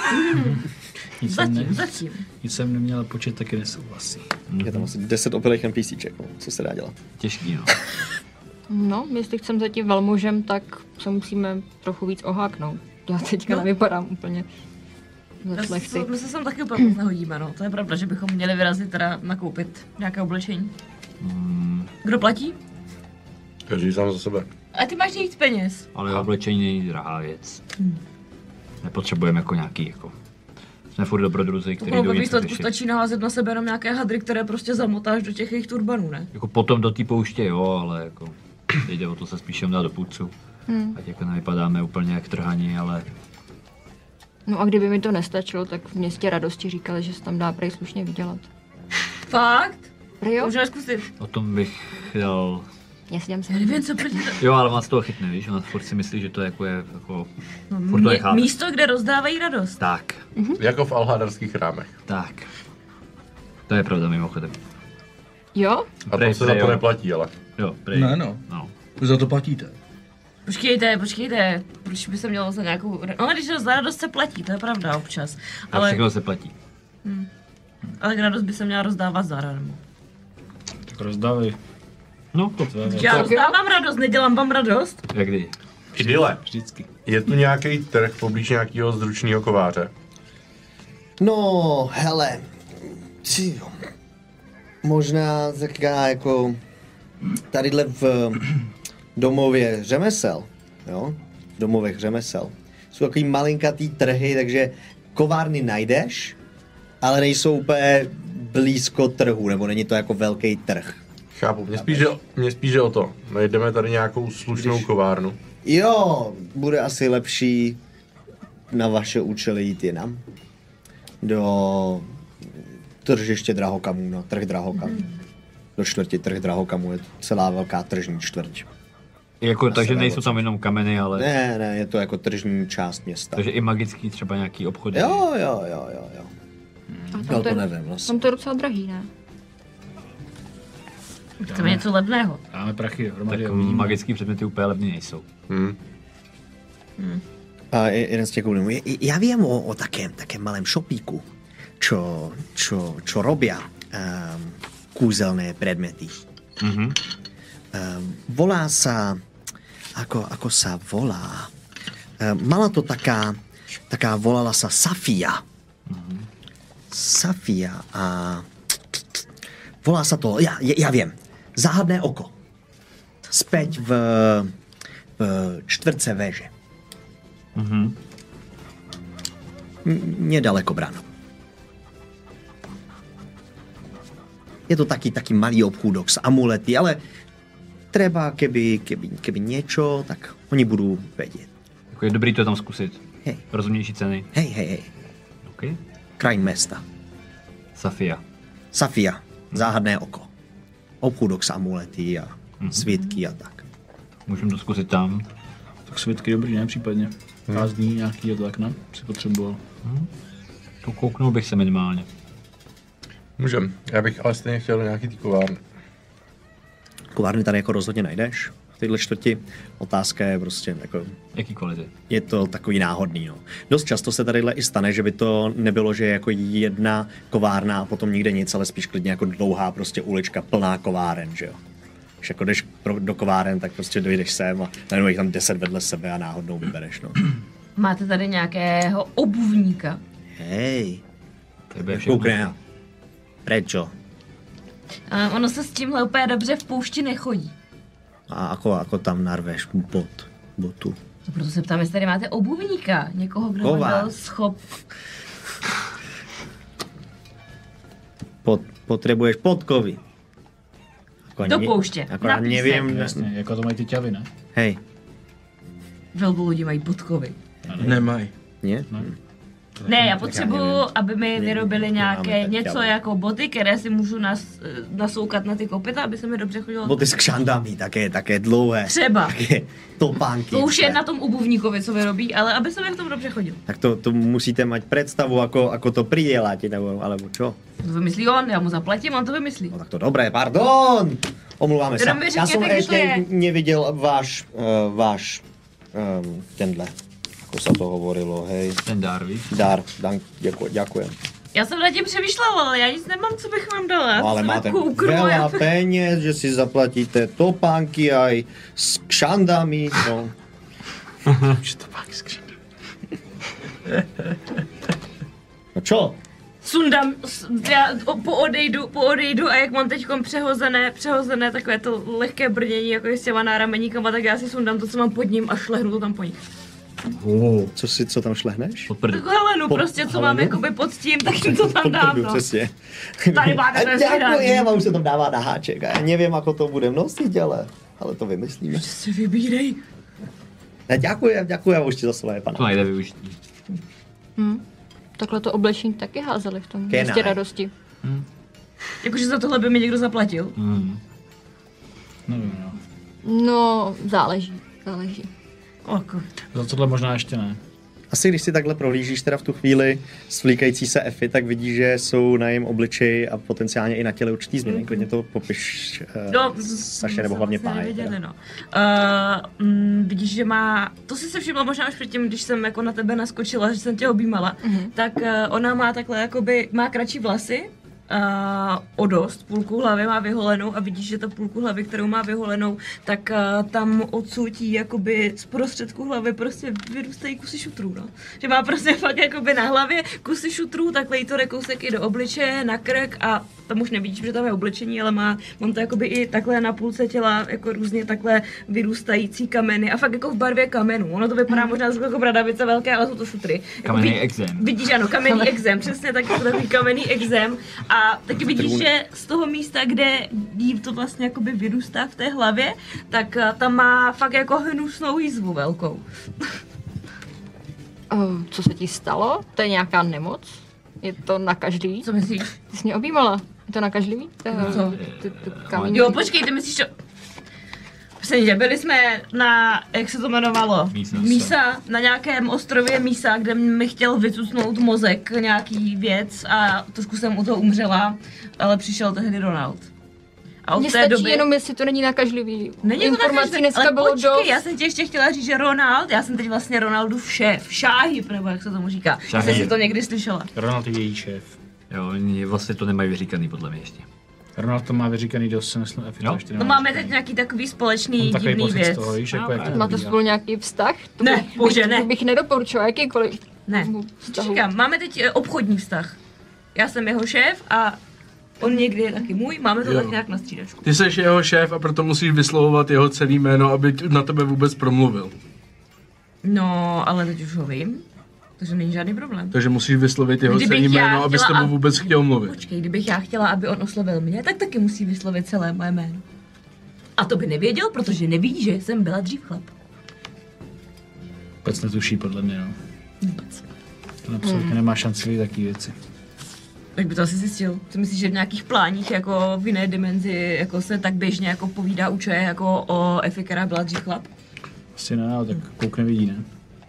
Nic jsem, ne, Zatím, zatím. nic jsem neměl, počet taky nesouhlasí. Je tam asi deset opilých NPCček, no. Co se dá dělat? Těžký, no. No, jestli chcem za tím velmožem, tak se musíme trochu víc oháknout. Já teďka No. nevypadám úplně za Já šlechty. se- My se sem taky úplně moc nehodíme, no. To je pravda, že bychom měli vyrazit teda nakoupit nějaké oblečení. Kdo platí? Každý sám za sebe. A ty máš nejvíc peněz. Ale oblečení není drahá věc. Nepotřebujeme jako nějaký, jako... Jsme furt dobrodruzi, který Pokud jdou ve něco výsledku řešit. stačí naházet na sebe jenom nějaké hadry, které prostě zamotáš do těch jejich turbanů, ne? Jako potom do té pouště, jo, ale jako... Jde o to se spíš jen dát do půdcu. Hmm. Ať jako nevypadáme úplně jak trhaní, ale... No a kdyby mi to nestačilo, tak v městě radosti říkali, že se tam dá prej slušně vydělat. Fakt? Prej jo? Můžeme zkusit. O tom bych chtěl... Já si dělám se. Nevím, co proti to... Jo, ale má z toho chytne, víš? Ona furt si myslí, že to jako je jako... No, Furt to mě, nechápe. místo, kde rozdávají radost. Tak, Jako v alhadarských rámech. tak. To je pravda mimochodem. Jo? A Prej, to se prej, za to jo. neplatí, ale. Jo, prej. Ne, no. No. Vy za to platíte. Počkejte, počkejte. Proč by se mělo za nějakou... No, když rozdá radost se platí, to je pravda občas. Ale Ale, všechno se platí. ale radost by se měla rozdávat zadarmo. Tak rozdávej. No, to To je Já rozdávám radost, nedělám vám radost. jak kdy. Idyle. vždycky. Je tu nějaký trh poblíž nějakého zručného kováře? No, hele, či jo. Možná taká jako tadyhle v domově řemesel, jo, v domovech řemesel. Jsou takový malinkatý trhy, takže kovárny najdeš, ale nejsou úplně blízko trhu, nebo není to jako velký trh. Chápu, mě spíš, jde- mě spíš jde o to. Najdeme tady nějakou slušnou Když- kovárnu. Jo, bude asi lepší na vaše účely jít jinam. Do tržiště drahokamů, no, trh drahokamů. Do čtvrti trh drahokamů je celá velká tržní čtvrť. Jako, takže severu nejsou odsud. tam jenom kameny, ale... Ne, ne, je to jako tržní část města. Takže i magický třeba nějaký obchody. Jo, jo, jo, jo, jo. A tam, No to to je, nevím, vlastně. tam to je docela drahý, ne? Chceme něco levného. Dáme prachy Tak dohromady a uvidíme. magický předměty úplně levný nejsou. Hm. A je- jeden z těch goblínů. Je- Já vím o, o takém, takém malém šopíku, čo, čo, čo robia um, kúzelné predmety. Mhm. Um, volá sa, ako, ako sa volá? Um, mala to taká, taká volala sa Safia. Safia a volá sa to, ja, ja, ja viem, Záhadné oko. Späť v, v čtvrtce veže. Mhm. N- Nedaleko bráno. je to taký, taký malý obchůdok s amulety, ale treba, keby, keby, keby niečo, tak oni budou vědět. Jako je dobrý to tam zkusit. Hej. Rozumnější ceny. Hej, hej, hej. OK. Kraj města. Safia. Safia. Záhadné oko. Obchůdok s amulety a mm-hmm. svitky a tak. Můžeme to zkusit tam. Tak svitky dobrý, ne? Případně. Prázdný nějaký a tak, ne? Si potřeboval. Hmm. To kouknul bych se minimálně. Můžem. Já bych ale stejně chtěl do nějaký tý kovárny. Kovárny tady jako rozhodně najdeš. V téhle čtvrti otázka je prostě jako... Jaký kvality? Je to takový náhodný, no. Dost často se tadyhle i stane, že by to nebylo, že je jako jedna kovárna a potom nikde nic, ale spíš klidně jako dlouhá prostě ulička plná kováren, že jo. Když jako jdeš pro, do kováren, tak prostě dojdeš sem a najednou jich tam deset vedle sebe a náhodnou vybereš, no. Máte tady nějakého obuvníka? Hej. To je všechno. Koukne. Prečo? A ono se s tímhle úplně dobře v poušti nechodí. A ako, ako tam narveš bot, botu? To proto se ptám, jestli tady máte obuvníka. Někoho, kdo by Ková. byl schop... Pot, potrebuješ podkovy. Ako Do ne- pouště, Ako na já písek. nevím. Jasně, jako to mají ty ťavy, ne? Hej, Velbloudi mají podkovy. Nemají. ne? No. Ne, já potřebuju, aby mi vyrobili nějaké nemáme tak něco ťavy. jako boty, které si můžu nas, nasoukat na ty kopyta, aby se mi dobře chodilo. Boty s kšandami, také, také dlouhé. Třeba. Také topánky. To už je na tom obuvníkovi, co vyrobí, ale aby se mi v tom dobře chodilo. Tak to, to musíte mať predstavu, ako, ako to pridelať, nebo, alebo čo? To vymyslí on, já mu zaplatím, on to vymyslí. No tak to dobré, pardon! Omluváme se. Jenom mi Já jsem řekněte, kdy to ještě je. neviděl váš, uh, váš, um, tenhle, ako sa to hovorilo, hej. Ten dár, víš? Dar, dank, děkuji, děkujem. Já jsem nad tím přemýšlela, ale já nic nemám, co bych vám dala. No, ale Jsem máte jako ukru, veľa já- peněz, že si zaplatíte topánky aj s kšandami, no. Že to pak skřendá. No čo? Sundám, s- já o- poodejdu, poodejdu a jak mám teď přehozené, přehozené takové to lehké brnění, jako je s těma nárameníkama, tak já si sundám to, co mám pod ním a šlehnu to tam po nich. Oh. Co si, co tam šlehneš? Pod prd. Tak helenu, Pod prostě, co helenu? mám jakoby pod tím, tak jim to tam Pod dám, prdu, no. přesně. Tady máte ten Ďakujem, svědání. a už se tam dává na háček. A já nevím, ako to budem nosit, ale, ale to vymyslíme. Si vybírej. Ne, ďakujem, ďakujem už ti za svoje, pana. To najde využití. Hm. Takhle to oblečení taky házeli v tom Kenaj. městě radosti. Jakože za tohle by mi někdo zaplatil. Mm. Nevím, no. No, záleží, záleží. Oko. Za tohle možná ještě ne. Asi když si takhle prohlížíš teda v tu chvíli svlíkající se Efy, tak vidíš, že jsou na jejím obličeji a potenciálně i na těle určitý změny. Klidně to popiš, uh, No, Saše, nebo hlavně vlastně Páj. nevěděli, no. Uh, mm, vidíš, že má, to jsi se všimla možná už předtím, když jsem jako na tebe naskočila, že jsem tě objímala, Mhm. tak uh, ona má takhle jakoby, má kratší vlasy, Uh, o dost, půlku hlavy má vyholenou a vidíš, že ta půlku hlavy, kterou má vyholenou, tak uh, tam odsutí jakoby z prostředku hlavy prostě vyrůstají kusy šutrů, no. Že má prostě fakt jakoby na hlavě kusy šutrů, takhle jí to jde kousek i do obličeje, na krk a tam už nevidíš, že tam je oblečení, ale má, mám to jakoby i takhle na půlce těla, jako různě takhle vyrůstající kameny a fakt jako v barvě kamenů. Ono to vypadá možná jako bradavice velké, ale jsou to šutry. Jako Kamenný vid- exém. Vidíš, ano, kamenný exém, přesně tak, jako takový kamenný exém. A taky vidíš, že z toho místa, kde jí to vlastně jakoby vyrůstá v té hlavě, tak uh, tam má fakt jako hnusnou jízvu velkou. Uh, co se ti stalo? To je nějaká nemoc? Je to nakažlivý? Co myslíš? Ty jsi mě objímala. Je to nakažlivý? To, Co? ty, ty kamení. Jo, počkej, ty myslíš, že... Přesně, byli jsme na, jak se to jmenovalo? Mísa. Mísa, na nějakém ostrově Mísa, kde mi chtěl vycucnout mozek nějaký věc a trošku jsem u toho umřela, ale přišel tehdy Ronald. A od Mně té stačí doby... jenom, jestli to není nakažlivý. Není to Informací nakažlivý, dneska ale bylo počkej, dost. já jsem ti ještě chtěla říct, že Ronald, já jsem teď vlastně Ronaldův šéf, šáhyb, nebo jak se tomu říká. Šáhyb. Jsi si to někdy slyšela. Ronald je její šéf. Jo, oni vlastně to nemají vyříkaný podle mě ještě. Ronald to má vyříkaný dost, se myslím, Efi to Jo. ještě No nemá máme vyříkaný. teď nějaký takový společný Mám takový divný pocit věc. z toho, víš, jako jak to Máte probíhá. spolu nějaký vztah? To Ne, bych, bože, bych, ne. To bych nedoporučoval jakýkoliv Ne, co vztahu. říkám, máme teď eh, obchodní vztah. Já jsem jeho šéf a on někdy je taky můj, máme to Jo. tak nějak na střídačku. Ty jsi jeho šéf a proto musíš vyslovovat jeho celý jméno, aby t- na tebe vůbec promluvil. No, ale teď už ho vím. Takže není žádný problém. Takže musíš vyslovit jeho Kdybych celé já jméno, abys chtěla tomu a- vůbec chtěl mluvit. Počkej, kdybych já chtěla, aby on oslovil mě, tak taky musí vyslovit celé moje jméno. A to by nevěděl, protože neví, že jsem byla dřív chlap. Vůbec netuší podle mě, no. Vůbec. Ten absolutně nemá šanci vidět takové věci. Jak by to asi zjistil? Co myslíš, že v nějakých pláních jako v jiné dimenzi jako se tak běžně jako povídá u čaje jako o Efi, která byla dřív chlap? Asi ne, ale tak koukne vidí, ne?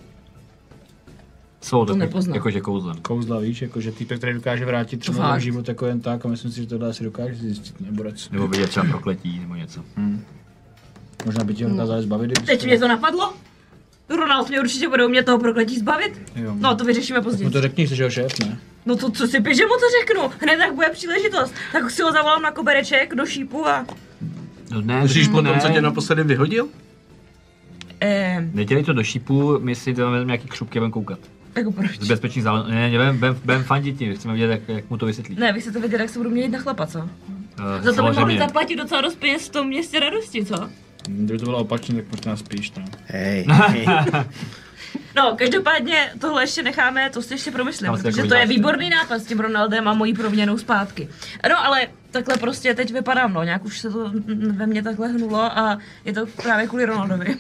Jsou To tak nepoznám. jakože kouzlem. Kouzla, víš, jako že týpek, který dokáže vrátit třeba fakt? ten život jako jen tak a myslím si, že tohle asi dokáže zjistit, neborec. Nebo vidět třeba prokletí nebo něco. Možná by tě ho dokázali zbavit. kdyby Teď to- mě to napadlo? Ronald mě určitě bude umět toho prokletí zbavit? Jo. No, to vyřešíme Tak později. mu to řekni, jsi jeho šéf, ne? No to co si píš, že mu to řeknu? Hned tak bude příležitost. Tak si ho zavolám na kobereček do šípu a... No ne, Myslíš to po tom, ne. co tě naposledy vyhodil? Ehm, Nedělej to do šípu, my si tam vezmeme nějaký křupky a budeme koukat. jako proč? Z bezpečných zále... Ne, ne, budeme budem, budem fandit tím, chceme vidět, jak, jak mu to vysvětlí. Ne, vy chcete vědět, jak se budu měnit na chlapa, co? Uh, Za to by mohli zaplatit docela dost peněz v tom městě radosti, co? Kdyby to bylo opačně, tak možná spíš, no. Hej. No, každopádně tohle ještě necháme, to si ještě promyslím, Tam si protože jako to je vydáš, výborný nápad s tím Ronaldem a mojí proměnou zpátky. No, ale takhle prostě teď vypadám, no, nějak už se to mm, ve mně takhle hnulo a je to právě kvůli Ronaldovi.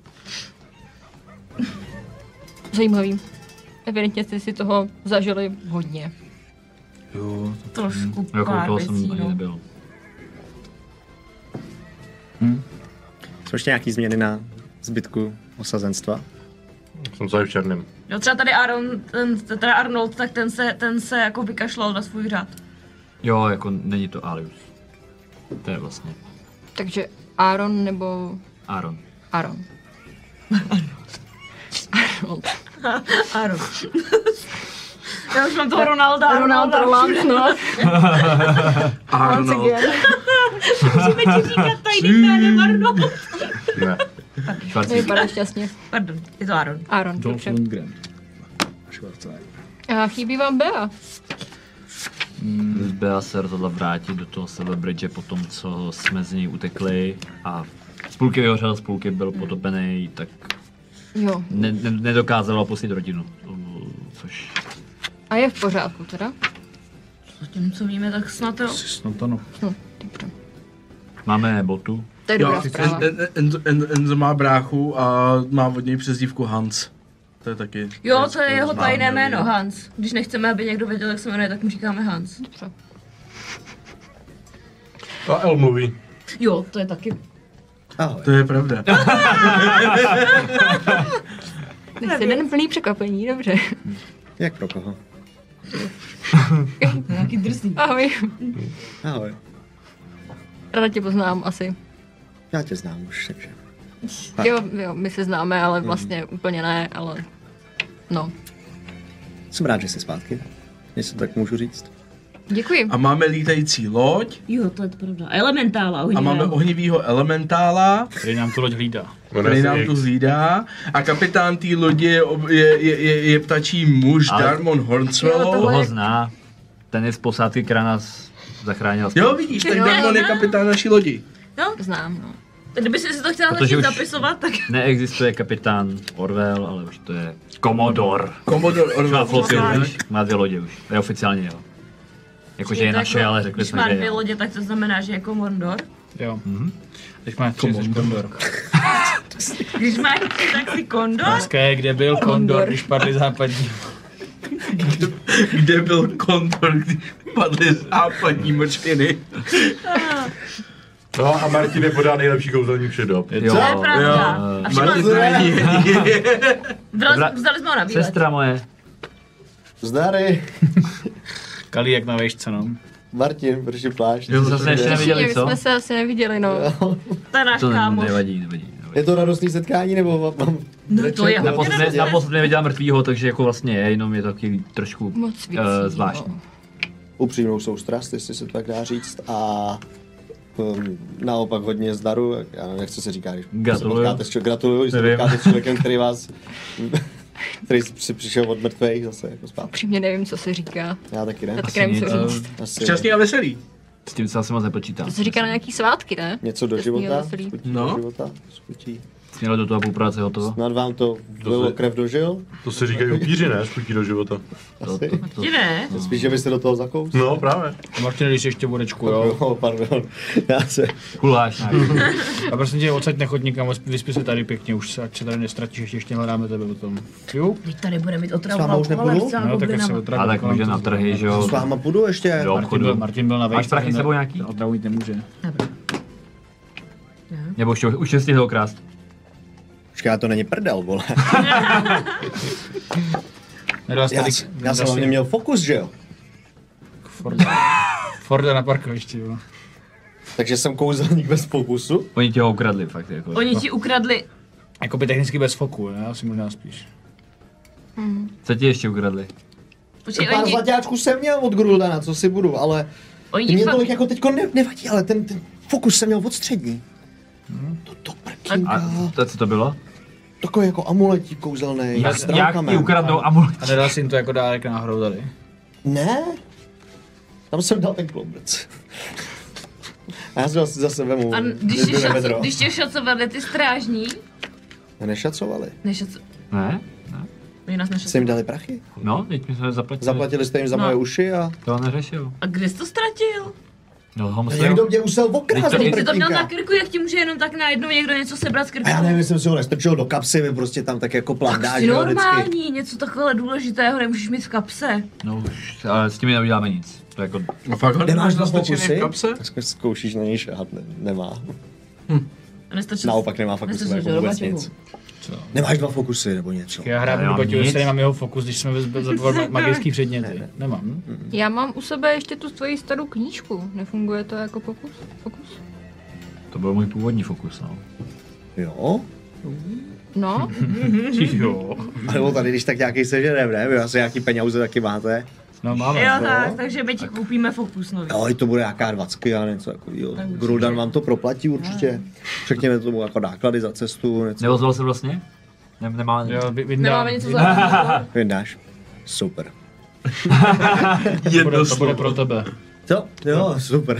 Zajímavý. Evidentně jste si toho zažili hodně. Jo, Trošku Jako pár toho jsem věcí, ani no. nebyl. Jsou ještě nějaký změny na zbytku osazenstva? Jsem tady v černém. Jo, třeba tady Aaron, ten, teda Arnold, tak ten se, ten se jako vykašlal na svůj řád. Jo, jako není to Alius. To je vlastně Takže Aaron nebo Aaron. Aaron? Arnold. Aaron. Já už mám toho Ronalda. Ronald Roland, no. Arnold. Musíme ti říkat tajným jménem Arnold. Ne. Schwarzenegger. Vypadá šťastně. Pardon, je to Aaron. Aaron, Dolph dobře. Lundgren. Schwarzenegger. A chybí vám Bea. Bea se rozhodla vrátit do toho Celebridge po tom, co jsme z něj utekli a z půlky vyhořel, z půlky byl potopený, tak Jo. ne, ne, nedokázala opustit rodinu. Což A je v pořádku teda? Zatím, co víme, tak snad jo. Jsi snad ano. Hm, dobře. máme botu. To je Jo, dobrá zpráva. En- En- Enzo, En- Enzo má bráchu a má od něj přezdívku Hans. To je taky... Jo, to je jeho znám, tajné nevím. jméno, Hans. Když nechceme, aby někdo věděl, jak se jmenuje, tak mu říkáme Hans. Dobře. A El mluví. Jo, to je taky. Ahoj. To je pravda. Nechci den plný překvapení, dobře. Jak pro koho? To je nějaký drsný. Ahoj. Ahoj. Rada tě poznám asi. Já tě znám už, takže. Jo, jo, my se známe, ale vlastně úplně ne, ale... No. Jsem rád, že jsi zpátky. Jestli tak můžu říct. Děkuji. A máme lítající loď Jo, to je pravda. Elementála, a máme ohnivýho elementála, Který nám tu loď hlídá. který nám tu hlídá. A kapitán té lodi je, ob- je, je, je, je ptačí muž Ale- Darmon Jo, Hornswell. tohle- Toho zná. Ten je z posádky, která nás zachránila. Jo, vidíš, tak Jo, Darmon je jo. kapitán naší lodi. No, Znám, no. kdyby si to chtěla Protože začít už- zapisovat, tak... Neexistuje kapitán Orwell, ale už to je Commodore. Commodore Má Orwell. flotilu, Fakt? víš? Má dvě lodě už. Je oficiálně, jo. Jakože je to naše, jako- ale řekli Když jsme, má že dvě jo. lodě, tak to znamená, že je Komondor. Jo. Teď máš tři, jsi Kondor. Když má tři, tak si Kondor. Dneska je, kde byl Kondor, když padli západní. Kde byl Kondor, když padly západní mlčiny. No a Martin je podá nejlepší kouzelník všech dob. Jo, To je pravda. A všimla Martin jsi- to není jediný. Vzali, Bra- vzali jsme ho na výlet. Sestra moje. Zdary. Kalí jak na vejšce, no. Martin, prší plášť. Jo, to zase ještě neviděli, My co? jsme se asi neviděli, no. To je náš To ne- kámoš. nevadí, nevadí. nevadí. Je to radostný setkání, nebo mám... No to je Naposled, hodně ne, naposled neviděla mrtvýho, takže jako vlastně je, jenom je to taky trošku Moc věcí, uh, zvláštní. no. Upřímnou soustrast, jestli se to tak dá říct. A um, naopak hodně zdaru. Já nevím, jak co se říká, když se Gratuluju. potkáte s, čo- gratuluju, když se Nevím. potkáte s člověkem, který vás... který si přišel od mrtvých zase jako zpátky. Upřímně nevím, co se říká. Já taky ne. Já taky nevím, co nic. říct. Asi Šťastný a veselý. S tím se asi moc nepočítá. To se říká na nějaký svátky, ne? něco do Šťastný a života, veselý. skutí No. do života, skutí. Mělo do toho půl práce hotovo. Snad vám to bylo krev dožil? To se říkají upíři, ne? Sputí do života. Asi. Ti ne? Spíš, že byste do toho zakous? No, právě. Martin, když ještě vodečku, jo. Jo, pardon. Já se... Kuláš nějaký. A prostě tě odsaď nechoď nikam, vyspí se tady pěkně, už se, ať se tady nestratíš, ještě, ještě hledáme tebe potom. Jo? Teď tady bude mít S váma otravu už nepůjdu? No, tak asi otravu. A tak může na trhy, že jo. S váma půjdu ještě? Do Martin obchodu. byl, Martin byl na vejce. Máš prachy s sebou nějaký? Otravovat nemůže. Nebo už, už je stihl okrást. Počkej, to není prdel, vole. Nedal jsi Já, tady... já jsem hlavně měl fokus, že jo? Forda. Forda na parkovišti, jo. Takže jsem kouzelník bez fokusu. Oni tě ho ukradli fakt jako. Oni ti ukradli. Jakoby technicky bez foku, já si možná spíš. Co ti ještě ukradli? Počkej, Pár oni, zlaťáčků jsem měl od Gruldana, co si budu, ale... oni Mě fakt... tolik jako teďko ne, nevadí, ale ten, ten fokus jsem měl od střední. To, to prkínka. A to, co to bylo? Takový jako amuletí kouzelnej. Jak, s jak drákama. ti ukradnou amulet? A nedal jsi jim to jako dárek náhodou tady? Ne? Tam jsem dal ten klobec. A já si ho zase vemu. A když jdu tě, na šaco, vedro. když tě šacovali ty strážní, Nešacovali. nešaco... Ne? Ne? Oni nás Jste jim nešacovali. dali prachy? No, teď mi jsme zaplatili. Zaplatili jste jim za No. moje uši a... To neřešil. A kde jsi to ztratil? No, ho musel... Někdo mě musel okrást do Teď Ty to měl na prkínka. krku, jak ti může jenom tak najednou někdo něco sebrat z krku? A já nevím, jsem si ho nestrčil do kapsy, vy prostě tam tak jako plandáš, Jsi jo, vždycky. normální, něco takového důležitého nemůžeš mít v kapse. No už, ale s tím neuděláme nic. To jako... A fakt ho Nemáš nemáš dva nastačený fokusy? v kapse? Tak zkoušíš na něj šahat, ne, nemá. A nestačil Naopak nemá fakt u sebe nestačil jako do vůbec baťohu. nic. Nemáš dva fokusy nebo něco? Já hrám Já do mám Baťovi, nic. jestli nemám jeho fokus, když jsme zapověděli magický předměty. Nemám. Já mám u sebe ještě tu tvoji starou knížku. Nefunguje to jako fokus? fokus? To byl můj původní fokus, no. Jo? No, Jo. Nebo tady, když tak nějaký sežerem, ne? Vy asi nějaký peněze taky máte. No máme. Jo, no. tak, takže my ti koupíme fokus nový. Jo, to bude nějaká dvacka a něco takového. Tak určitě. Gruldan vám to proplatí určitě. Řekněme tomu jako náklady za cestu, něco. Neozval se vlastně? Ne, nemá... Jo, vy, vy Nemáme něco za... Vydáš? Super. to, bude, to bude pro tebe. Jo, jo, super.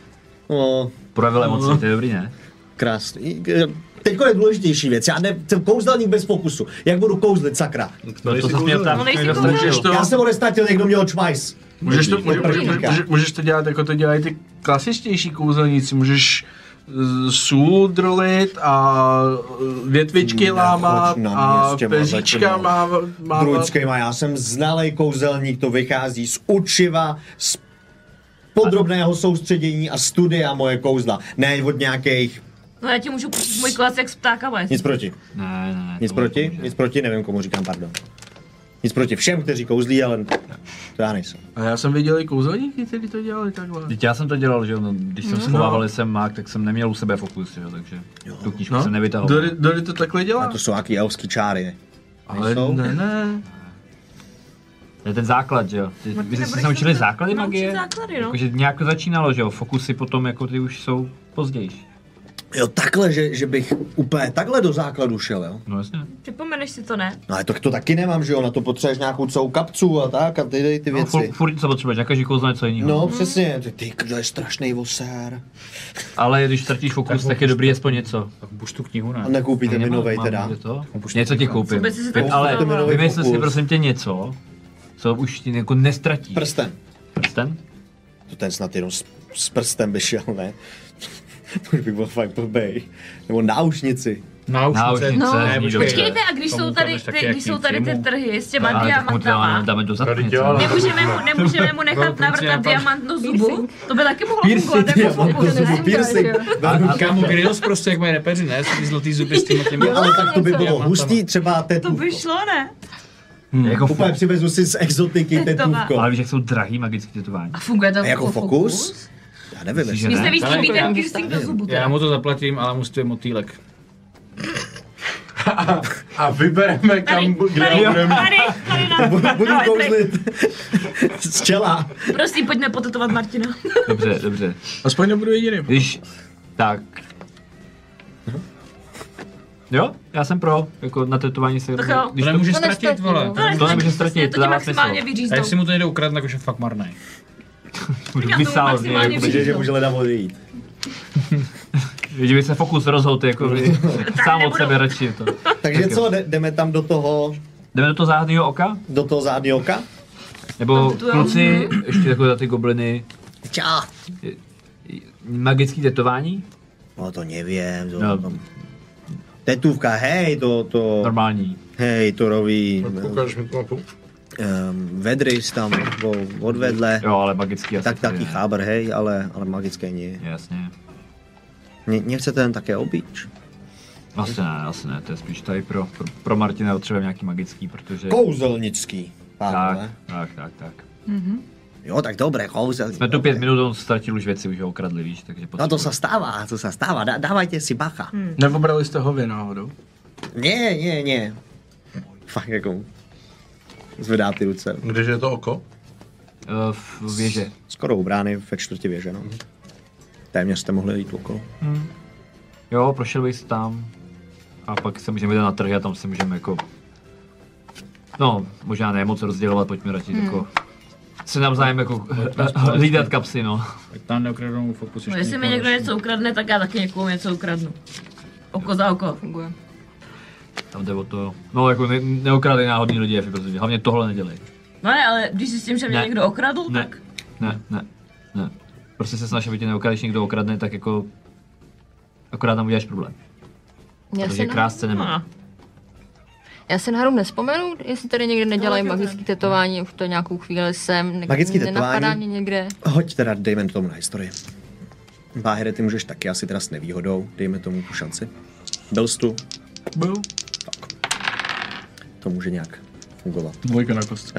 No, Projevil emoci, to je dobrý, ne? krásný. Teďko je důležitější věc. Já ne, jsem kouzelník bez fokusu. Jak budu kouzlit, sakra? To, to se směl ptát, No, nejsi někdo kouzelník. ztratil. To- Já jsem ho nestratil, někdo měl čmajs. Můžeš to, může, může, Prkínka. může, můžeš to dělat, jako to dělají ty klasičtější kouzelníci. Můžeš eh, sůl drolit a eh, větvičky Nechoď lámat na mě a s těma peříčka začínám. mávat. mávat. Druidskýma, já jsem znalej kouzelník, to vychází z učiva, z podrobného soustředění a studia moje kouzla. Ne od nějakých, No já ti můžu pustit můj klacek s ptákama. nic proti. Ne, ne, ne. Nic to proti, nepomůže. nic proti, nevím komu říkám pardon. Nic proti všem, kteří kouzlí, ale to já nejsem. A já jsem viděl i kouzelníky, kteří to dělali takhle. Teď já jsem to dělal, že jo, no, když jsem schovával jsem mák, tak jsem neměl u sebe fokus, že jo, takže tu knížku jsem nevytahoval. Dory, Dory to takhle A dělá. to jsou nějaký elfský čáry. Ale nejsou? ne, ne. To je ten základ, že jo. Ty, vy jste nebudeš se naučili se základy naučit magie? základy, no. Jakože nějak to začínalo, že jo, fokusy potom jako ty už jsou později. Jo, takhle, že, že bych úplně takhle do základu šel, jo? No jasně. Připomeneš si to, ne? No ale to, to taky nemám, že jo, na to potřebuješ nějakou celou kapcu a tak a ty, ty No, věci. furt, furt co potřebuješ, každý kouzlo něco jiného. No, přesně, ty, ty to je strašný vosér. Ale když ztratíš fokus, tak, Tak je dobrý aspoň něco. Tak buš tu knihu, ne? A nekoupíte mi Nemám- novej mám teda. kde to? Už Něco ti koupím. Vůbec jsi si Vy- tak Ale představoval. vymysl si Fokus. prosím tě něco, co už ti jako nestratíš. Prsten. Prsten? To ten snad jenom s, s prstem by šel, ne? To už bych byl fakt blbej. Nebo náušnici. Náušnice. Náušnice, No. ne, počkej. Počkejte, a když Tomu jsou tady, ukradneš taky ty, jak když jsou nic tady ty jemu. trhy s těma Ale tak mu to dáme, diamantama, dáme do zadku Tady něco. dělala. nemůžeme mu, nemůžeme mu nechat Velkou navrtat diamant. diamant do zubu? To by taky mohlo Piercing fungovat jako diamant do fokus, zubu. ne? Piercing. Kámo, Grills prostě, jak mají repeři, ne? Jsou ty zlatý zuby s těma těmi. Ale tak to by bylo Diamantama. hustý, třeba To tetůvko. by šlo, ne? Jako Úplně přivezu si z exotiky Tetová. tetůvko. Ale víš, jak jsou drahý magický tetování. A funguje to A jako fokus? Já nevím, Myslíš, jestli... že Mně se ne? víc Ale líbí to ten já- piercing do zubu. Já teda. mu to zaplatím, ale musí to je motýlek. A vybereme, kam, Tady, kde tady, ho budeme. tady, tady na Budu budu na letrech. kouzlit z čela. Prosím, pojďme potetovat Martina. Dobře, dobře. Aspoň nebudu jediný. Když, tak. Jo, já jsem pro, jako na tetování se... Tak jo. Když To to, nemůže To ztratit, nestratí, vole. no. To, To nemůže ztratit, to to tě dává maximálně smysl. A vyříznou. jestli mu to nejde ukradnout, tak už je fakt marný. budu Já tomu vysál, maximálně jako, Protože, že vyříznou. může leda odejít. Kdyby se Fokus rozhodl, jako by, sám od sebe radši to. Takže tak co, jdeme tam do toho... Jdeme do toho záhadného oka? Do toho záhadného oka? Nebo kluci, ještě takové za ty gobliny. Čá. Magický tetování? No to nevím, to, No. to, tetůvka, hej, to, to... Normální. Hej, to roví... Ukážeš mi tu mapu? Um, Vedrys tam o, odvedle. Jo, ale magický asi. Tak taky cháber, hej, ale, ale magické nie. Jasně. Ne, nechcete jen také obič? Asi ne, asi ne, to je spíš tady pro, pro, pro Martina potřebujeme nějaký magický, protože... Kouzelnický. Tak, Pánové. tak, tak, tak. Jo, tak dobré, kouzelnický. Jsme tu pět minut, on ztratil už věci, už ho okradli, víš, takže No to se stává, to se stává, Dá, dávajte si bacha. Hmm. Neobrali jste ho vy náhodou? Ne, ne, ne. Fakt jako... Zvedá ty ruce. Kdeže je to oko? Uh, v věže. Skoro u brány ve čtvrtě věže, no. Téměř jste mohli jít okolo. Hmm. Jo, prošel bych tam. A pak se můžeme jít na trhy a tam se můžeme jako... No, možná ne moc rozdělovat, pojďme radši hmm. jako... Se navzájem jako hlídat kapsy, no. Tak tam neukradnou Fokus No, ještě jestli mi někoho někdo dalšího. něco ukradne, tak já taky někomu něco ukradnu. Oko za oko. Funguje. Tam jde o to... No, jako ne, neokradej náhodný lidi, prostě. Hlavně tohle nedělej. No ne, ale když si s tím, že mě Ne. někdo okradl, Ne, tak... ne, ne, ne. Prostě se snaž, aby tě neokradl, když někdo okradne, tak jako... Akorát tam uděláš problém. Já Protože si, na, krásce nemá. No. já si náhodou nespomenu, jestli tady někde nedělají No, magické tetování, už to nějakou chvíli jsem. Ne, Magické nenapadá tetování? mě někde. Hoď teda, dejme tomu na historii. Váhere, ty můžeš taky asi teda s nevýhodou, dejme tomu tu šanci. Belstu, Byl. to může nějak fungovat. Dvojka na kostce. Jo.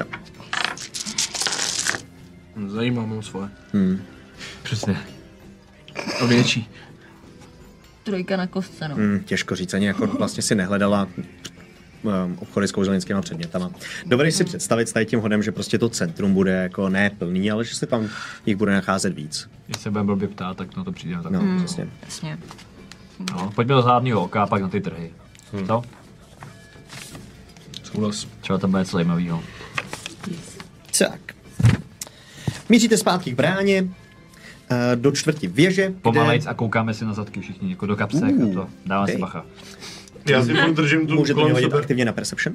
Zajímá, mám svoje. Hmm. Přesně. A větší. Trojka na kostce, no. Hmm, těžko říct, ani jako vlastně si nehledala um, obchody s kouzelnickými předmětama. Dovedeš si představit s tady tím hodem, že prostě to centrum bude jako ne plný, ale že se tam jich bude nacházet víc. Když se budeme blbě ptát, tak na to přijdeme tak. No, No. přesně. Jasně. No, pojďme do záhadného oka a pak na ty trhy. Hmm. Co? Souhlas. Třeba tam bude něco zajímavého. Tak. Míříte zpátky k bráně, eh, do čtvrti věže, Pomalejc a koukáme si na zadky všichni, jako do kapsek Uh, a to. Dáme si hej. bacha. Já si furt držím tu můžete mě kolem hodit sebe. aktivně na Perception.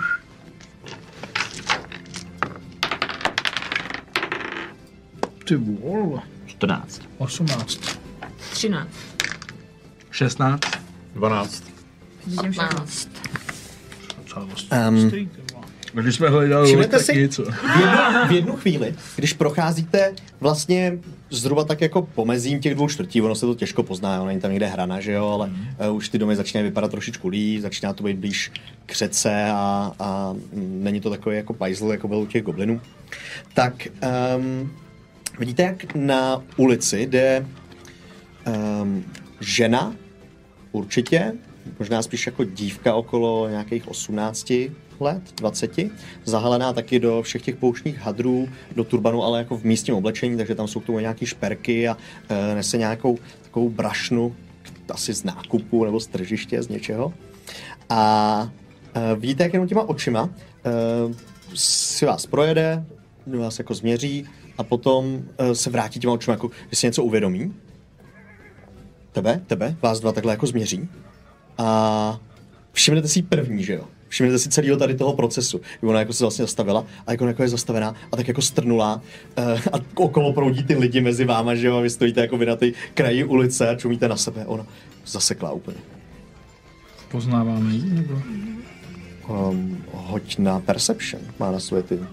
Ty vole. čtrnáct. osmnáct. třináct. šestnáct. dvanáct. Vidím všechno. patnáct. Docela dost. Um, Dobrý, ty vole. Když jsme hledali, Všimnete tak si? něco. V jednu, v jednu chvíli, když procházíte vlastně zhruba tak jako pomezím těch dvou čtvrtí, ono se to těžko pozná, ono není tam někde hrana, že jo, ale uh, už ty domy začínají vypadat trošičku líp, začíná to být blíž k řece a, a mm, není to takový jako pajzl, jako byl u těch goblinů. Tak um, vidíte, jak na ulici jde um, žena, určitě, možná spíš jako dívka okolo nějakých osmnácti let, dvaceti, zahalená taky do všech těch pouštních hadrů, do turbanu, ale jako v místním oblečení, takže tam jsou k tomu nějaký šperky a e, nese nějakou takovou brašnu, asi z nákupu nebo z tržiště, z něčeho. A e, vidíte, jak jenom těma očima e, si vás projede, vás jako změří a potom e, se vrátí těma očima, jako že si něco uvědomí. Tebe, tebe, vás dva takhle jako změří. A všimnete si první, že jo? Všimnete si celého tady toho procesu. Ona jako se vlastně zastavila a jako, jako je zastavená a tak jako strnula uh, a okolo proudí ty lidi mezi váma, že jo? A vy stojíte jako vy na té kraji ulice a čumíte na sebe. Ona zasekla úplně. Poznáváme ji, nebo? Um, hoď na Perception. Má na své ty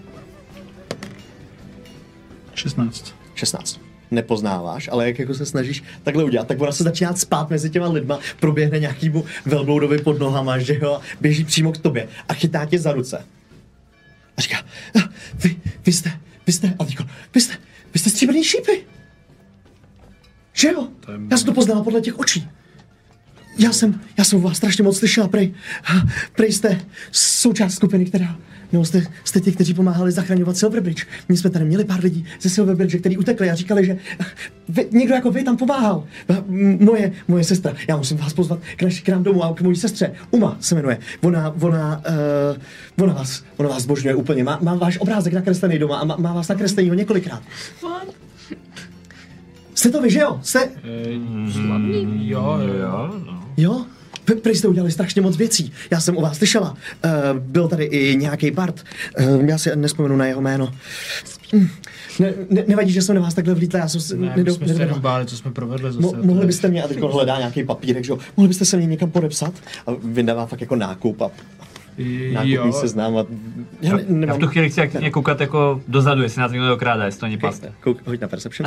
šestnáct. šestnáct. Nepoznáváš, ale jak jako se snažíš takhle udělat, tak ona se začíná spát mezi těma lidma, proběhne nějakýmu velbloudovi pod nohama, že jo, běží přímo k tobě a chytá tě za ruce. A říká, "Ah, vy, vy jste, vy jste, a říká, vy jste, vy jste stříbrný šípy. Že jo? Já jsem to poznala podle těch očí. Já jsem, já jsem u vás strašně moc slyšela, prej, prej jste součást skupiny, která, no jste, jste ti, kteří pomáhali zachraňovat Silverbridge. My jsme tady měli pár lidí ze Silverbridge, kteří utekli a říkali, že vy, někdo jako vy tam pomáhal. Moje, moje sestra, já musím vás pozvat k, naši, k nám domů a k mojí sestře. Uma se jmenuje. Ona, ona, uh, ona vás, ona vás zbožňuje úplně. Má, má váš obrázek nakreslený doma a má, má vás nakreslenýho několikrát. Jste to vy, že jo? Jste... Slavný? Jo, jo, Jo, no. Jo? Vy prý jste udělali strašně moc věcí. Já jsem o vás slyšela. Uh, byl tady i nějaký Bart. Uh, já si nespomenu na jeho jméno. Hm. Ne, ne, nevadí, že jsem na vás takhle vlítla, já jsem si Ne, my jsme se jenom báli, co jsme provedli zase. Mo- mohli byste mě, a teď hledá nějaký papírek, že jo? Mohli byste se mě někam podepsat? A vydává fakt jako nákup a nákupní seznam a... Já, ne, Já nemám... v tu chvíli chci aktivně koukat jako dozadu, jestli nás někdo dokrádá, jestli to není past. Kouk, hoď na perception.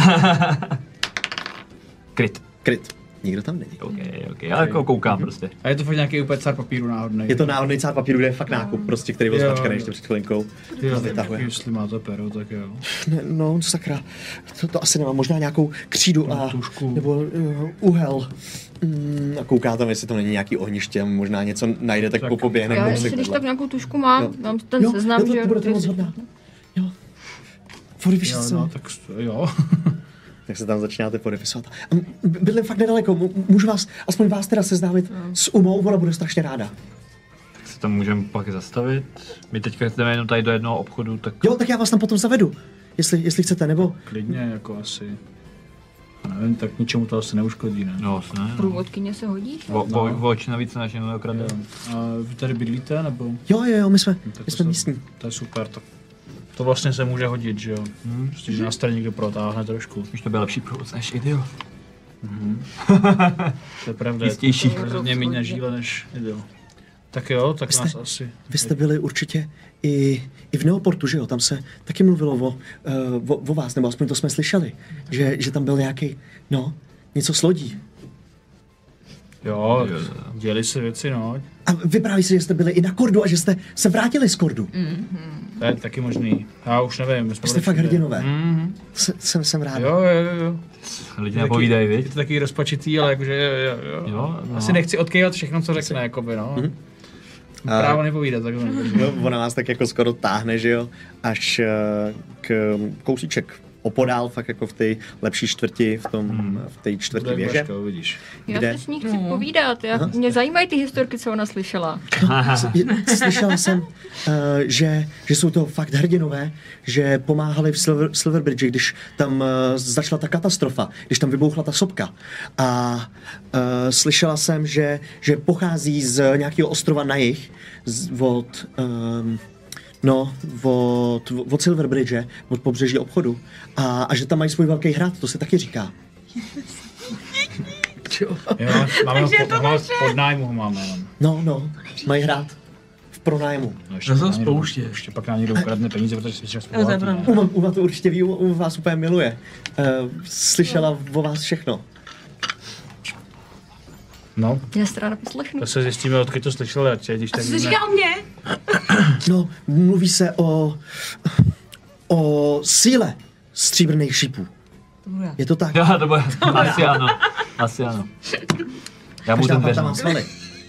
Kryt. Kryt. Nikdo tam není. OK, OK, já jako koukám prostě. A je to fakt nějaký úplně cár papíru náhodný. Je to náhodný cár papíru, kde je fakt nákup, prostě, který byl Jo, zmačkaný jo. ještě před chvilinkou. Jo, A vytahuje. jestli má to pero, tak jo. Ne, no, sakra, to, to asi nemám, možná nějakou křídu a, tužku. nebo uh, uhel. Mm, a kouká tam, jestli to není nějaký ohniště, možná něco najde, tak, Tak- po poběhne. Já kousek ještě když vedle. tak nějakou tušku mám, Jo. mám ten Jo, seznam, jo, to, že to budete moc jestli- hodná. Jo. Podepište Jo, se. no, tak s- jo. Tak se tam začínáte podepisovat. A m- bydlím fakt nedaleko, M- můžu vás, aspoň vás teda seznámit s Umou, ona bude strašně ráda. Tak se tam můžeme pak zastavit. My teďka jdeme jenom tady do jednoho obchodu, tak Jo, tak já vás tam potom zavedu, jestli, jestli chcete, nebo... Klidně, jako asi. Já nevím, tak ničemu to asi neuškodí, ne? no, ne. Průvodkyně se hodí? O, o, o oči navíc naš jenom neokradne. Jo. A vy tady bydlíte, nebo? Jo, jo, jo, my jsme, Tak my to jsme se- místní. To je super, to, to vlastně se může hodit, že jo? Hmm. Prostě, že nás tady někdo protáhne trošku. Už to byl lepší průvod než idiot. To je pravda. je Jistější. To rozhodně méně na žíle než idyl. Tak jo, tak Vy nás jste- asi... Vy jste byli určitě i, i v Neoportu, že jo? Tam se taky mluvilo o, uh, o, o vás, nebo aspoň to jsme slyšeli, že, že tam byl nějaký, no, něco s lodí. Jo, Jo, jo. děli se věci, no. A vypráví se, že jste byli i na Kordu a že jste se vrátili z Kordu. To je taky možný. Já už nevím. My jsme Jste byli fakt všude. hrdinové. Mhm. S, jsem, jsem rád. Jo, jo, jo. Lidi Je nepovídají, taky- viď? Je to taky rozpačitý, ale jakože jo, jo, jo. Jo, no. Asi nechci odkývat všechno, co řekne, jakoby, no. Mhm. Právo nepovídat, takhle. No, ona vás tak jako skoro táhne, že jo, až uh, k kousíček opodál, fakt jako v té lepší čtvrti, v tom, v té čtvrtí věže. Vidíš. Já Kde? se s ní chci povídat, já, mě zajímají ty historky, co ona slyšela. Je- Slyšela jsem, uh, že, že jsou to fakt hrdinové, že pomáhali v Silver, Silverbridge, když tam uh, začala ta katastrofa, když tam vybouchla ta sopka. A uh, slyšela jsem, že, že pochází z nějakého ostrova na jih, z, od... Um, No, od, od Silverbridge, od pobřeží obchodu. A, a že tam mají svůj velký hrad, to se taky říká. Jo, máme ho Takže pod, to máme ho naše. pod nájmu ho máme jenom. No, no, mají hrad v pronájmu. No, ještě Já pak jsem nám někdo- spouště. Ještě pak nám někdo ukradne peníze, protože jsme čas Jo, to je pravda. Uma, Uma to určitě ví, Uma vás úplně miluje. Uh, slyšela o vás všechno. No, Já se ráda poslechnu. to se zjistíme, odkud to slyšeli, ať když A tak co jsi víme. říkal mě? No, mluví se o... o síle stříbrných šípů. To budu já. Je to tak? Jo, to bude, asi ano, asi ano. Já mu Každá ten parta má věřím. svaly.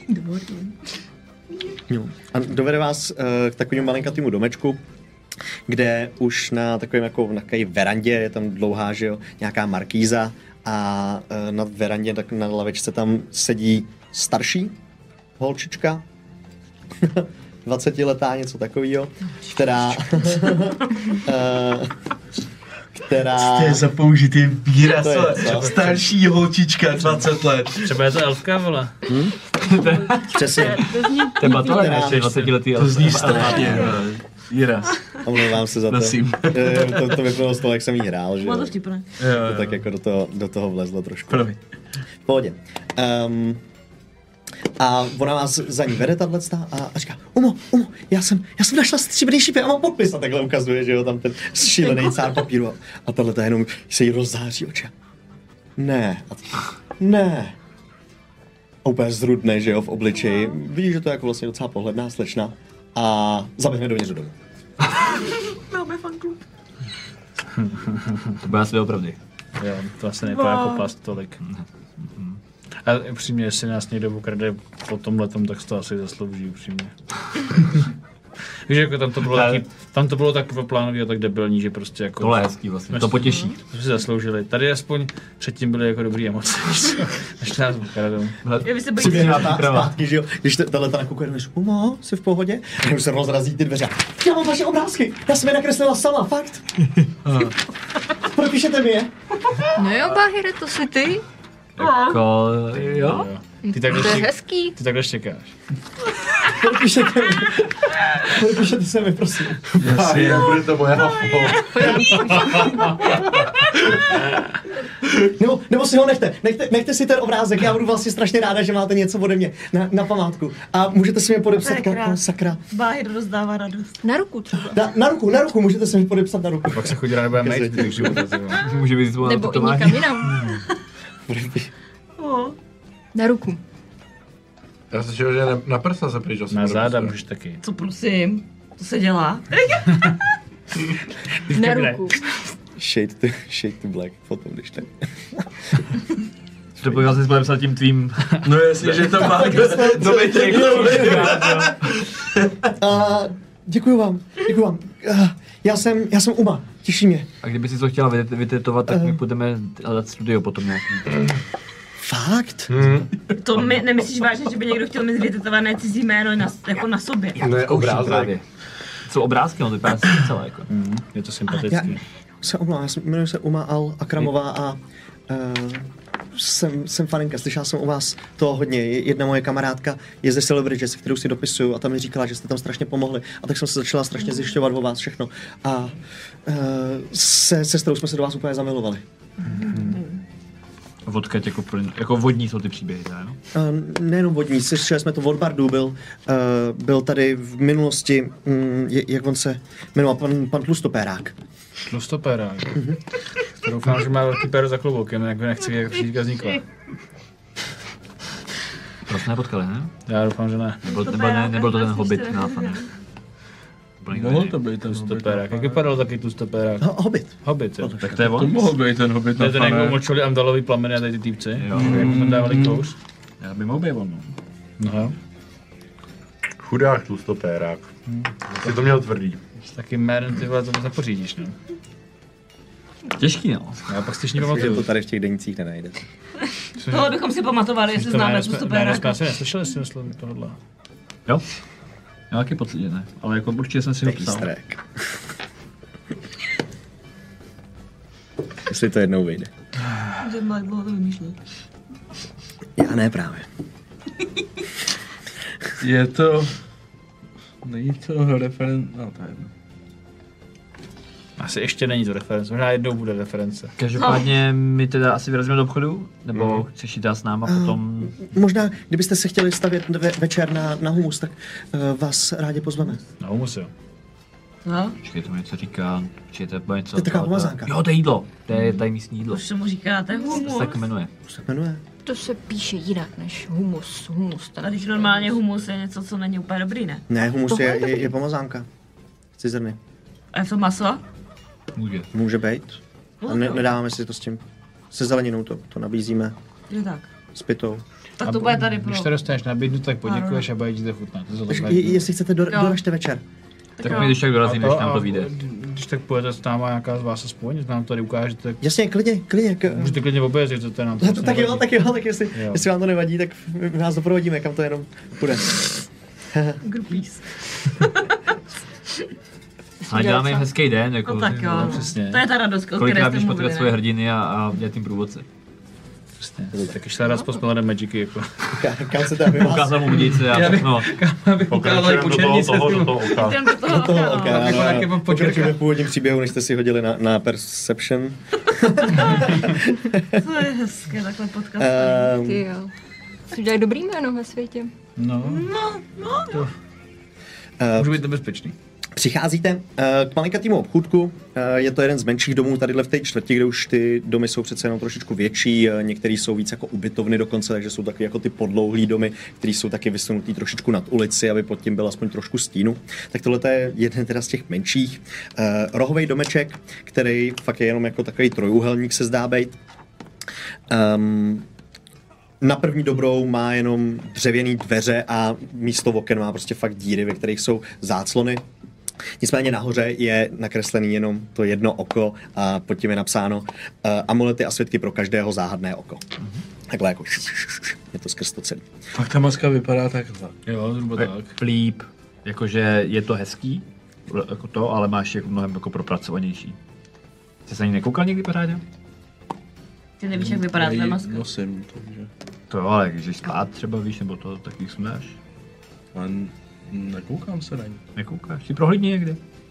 Jo. A dovede vás uh, k takovému malinkatému domečku, kde už na takovém jako na takové verandě je tam dlouhá, že jo, nějaká markýza a uh, na verandě tak na lavičce tam sedí starší holčička, dvacetiletá, něco takového, která... uh, která... To je za použitý výraz, To je, ale co? starší holčička, dvacet let. Třeba je to elfka, vole. Přesně. To je batoh, Která- ještě dvacetiletý. To zní strašně, výraz. Omlouvám se za to. Prosím. Eh, to, to vypnulo z toho, jak jsem jí hrál, že Bylo jo. to vtipné. Jo, To tak jako do toho, do toho vlezlo trošku. Promiň. V pohodě. Um, a ona vás za ní vede, tato a, a říká, Umo, Umo, já jsem, já jsem našla stříbrný šípy a mám podpis. A takhle ukazuje, že jo, tam ten šílený cár papíru. A, a tohle jenom se jí rozzáří oči. Ne. A t- ne. A úplně zrudne, že jo, v obličeji. Vidíš, že to je jako vlastně docela pohledná slečna. A zaběhne dovnitř do domu. Máme fanklub. To bude asi opravdu. Jo, to asi nejde jako past tolik. A upřímně, jestli nás někdo ukrade po tomhletom, tak se to asi zaslouží, upřímně. Víš, jako tam to bylo taky, tam to bylo tak prvoplánový a tak debilní, že prostě jako... Tohle je hezký vlastně, to potěší. To si zasloužili. Tady aspoň předtím byly jako dobrý emoce, víš co? Než nás ukradou. Já vy se Přiběhne bojíte. na tá- zpátky, že jo, když tahle ta nakukuje, než Umo, jsi v pohodě? A už se rozrazí ty dveře. Já mám vaše obrázky, já jsem je nakreslila sama, fakt. Propíšete mi je? No jo, Báhyre, to jsi ty. Jako, jo? Ty takhle To je štěk- hezký. Ty takhle štěkáš. Podepíšete mi. Podepíšete se mi, prosím. Jasně, bude to moje hafo. Nebo, nebo si ho nechte. nechte. Nechte si ten obrázek, já budu vlastně strašně ráda, že máte něco ode mě na, na památku. A můžete si mě podepsat, To je ka- krás. sakra. Báhyr rozdává radost. Na ruku třeba. Na, na ruku, na ruku, můžete si mi podepsat na ruku. Pak se chodí rád budeme mít ty života. Může být zvolená Nebo i tetování. někam jinam. Oh. Na ruku. Já slyšel, že na, na prsa se pryč. Na záda můžeš taky. Co prosím? To se dělá? Na ruku. Shade to, shade to black, potom když tak. To bych asi podepsat tím tvým. No jestli, že to má To by tě A děkuju vám, děkuju vám. Uh, já jsem, já jsem Uma, těší mě. A kdyby si to chtěla vytet- vytetovat, tak my budeme hledat studio potom nějaký. Fakt? To mi nemyslíš vážně, že by někdo chtěl mít vytetované cizí jméno na, jako na sobě? Ne, obrázek. Právě. Jsou obrázky, no to vypadá celé jako. Mm, je to Já sympatický. se omlouvám, já jsem, jmenuji se Uma Al Akramová a uh, jsem, jsem faninka, slyšela jsem u vás to hodně. Jedna moje kamarádka je ze Celebrity, se kterou si dopisuju a tam mi říkala, že jste tam strašně pomohli. A tak jsem se začala strašně zjišťovat o vás všechno. A uh, se sestrou jsme se do vás úplně zamilovali. Vodka jako, plyn, jako vodní jsou ty příběhy, jo? Uh, nejenom vodní, slyšeli jsme to od Bardu, byl, uh, byl tady v minulosti, um, jak on se jmenoval, pan, pan Tlustopérák. Tlustopérák. To doufám, že má velký péro za kloboukem, jak nechci, jak říká vznikla. To jsme nepotkali, ne? Já doufám, že ne. Nebyl, nebyl, ne, nebyl to ten hobbit na fane. Mohl to být ten Tlustopérák. Jak vypadal taky Tlustopérák? Ho, Hobbit. Hobbit, jo. Tak to je To on? mohl být ten hobbit To je na ten, jak mu fane. močili Amdalový plameny a tady ty týpci. Jo. Jak mu tam dávali kouř. Já by mohl být on, no. No jo. Chudák tlustopérák. Jsi to měl tvrdý. S takým jménem ty vole to nepořídíš, no. Těžký, no. Já pak si Že pamatuju. to tady v těch denících nenajde. Tohle bychom si pamatovali, jestli To známe ne, tu jsme, ne, stopéra. jsme asi neslyšeli si myslím tohle. Jo? Já taky pocit, že ne. Ale jako určitě jsem si ho psal. Easter egg. Jestli to jednou vyjde. Že má dlouho to vymýšlet. Já ne právě. Je to... Není to referent... No to je jedno. Asi ještě není to reference, možná jednou bude reference. Každopádně my teda asi vyrazíme do obchodu, nebo chceš jít dál s náma potom? Možná, kdybyste se chtěli stavět ve, večer na, na humus, tak uh, vás rádi pozveme. No, humus jo. No, Počkej, to mi něco říká, či to je něco... To je taková to- pomazánka. Jo, to je jídlo, to je tady místní jídlo. už se mu říkáte To se humus. tak jmenuje. Co se jmenuje? To se píše jinak než humus. Humus. A když normálně humus je něco, co není úplně dobrý, ne? Ne, humus Tohle je, je je, je pomazánka. Cizrny. A je to maso? Může. Může být. A ne, nedáváme si to s tím. Se zeleninou to, to nabízíme. Je tak. S pitou. Tak to bude tady pro... Když to dostaneš nabídnu, tak poděkuješ a bude ti to chutnat. To jsou Takže takové- i- jestli chcete, do, Jo. doražte večer. Tak jo. my když tak dorazíme, A než to- nám to a vyjde. Když tak půjdete s náma nějaká z vás aspoň, že nám to tady ukážete, tak Jasně, klidně, klidně. K, můžete klidně objezdit, to, to nám to to, vlastně tak jo, nevadí. tak jo, tak jestli, Jo. jestli vám to nevadí, tak my vás doprovodíme, kam to jenom půjde. Grupís. A děláme jim hezký den, jako... No tak jo. No, přesně. To je ta radost, o které Kolikrát jste budeš potkat mluvili, svoje ne? hrdiny a, a dělat jim průvodce. Přesně. Tak ještě raz pospěl Magicy, jako. Ka- Kam se tam vás? Ukázal mu udice a Já bych- všechno. Abych ukázal Pokračujeme do toho, toho, do toho oka. Jdem do toho toho oka, oka, no. ano, jako ano. taky počkej. Pokračujeme v původním příběhu, než jste si hodili na, na Perception. To je hezké, takhle potkat. Um, Ty jo. Jsi udělali dobrý jméno ve světě. No, uh, může být nebezpečný. Přicházíte uh, k malinkatýmu obchůdku, uh, je to jeden z menších domů tadyhle v té čtvrti, kde už ty domy jsou přece jenom trošičku větší, uh, některý jsou víc jako ubytovny dokonce, takže jsou taky jako ty podlouhlý domy, které jsou taky vysunutý trošičku nad ulici, aby pod tím byl aspoň trošku stínu. Tak tohle je jeden teda z těch menších. Uh, rohovej domeček, který fakt je jenom jako takový trojúhelník se zdá být. Um, Na první dobrou má jenom dřevěný dveře a místo oken má prostě fakt díry, ve kterých jsou záclony. Nicméně nahoře je nakreslený jenom to jedno oko a pod tím je napsáno uh, amulety a světky pro každého záhadné oko. Mm-hmm. Takhle jako je to skrz to celý. Fakt ta maska vypadá takhle. Jo, zhruba tak. Flíp, jakože je to hezký, jako to, ale máš jako mnohem jako propracovanější. Jsi se ani nekoukal někdy pořádně? Ty nevíš, jak vypadá tvoje maska. Nosím, takže... To jo, ale když spát třeba víš, nebo to taky směš. Ale nekoukám se na ní. Nekoukáš, si prohlídni někde.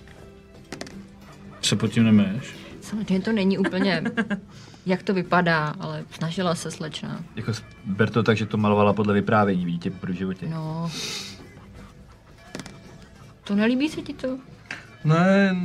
Se pod tím nemeš? Samozřejmě to není úplně, jak to vypadá, ale snažila se slečna. Jako ber to tak, že to malovala podle vyprávění, vidíte, pro životě. No. To nelíbí se ti to? Ne,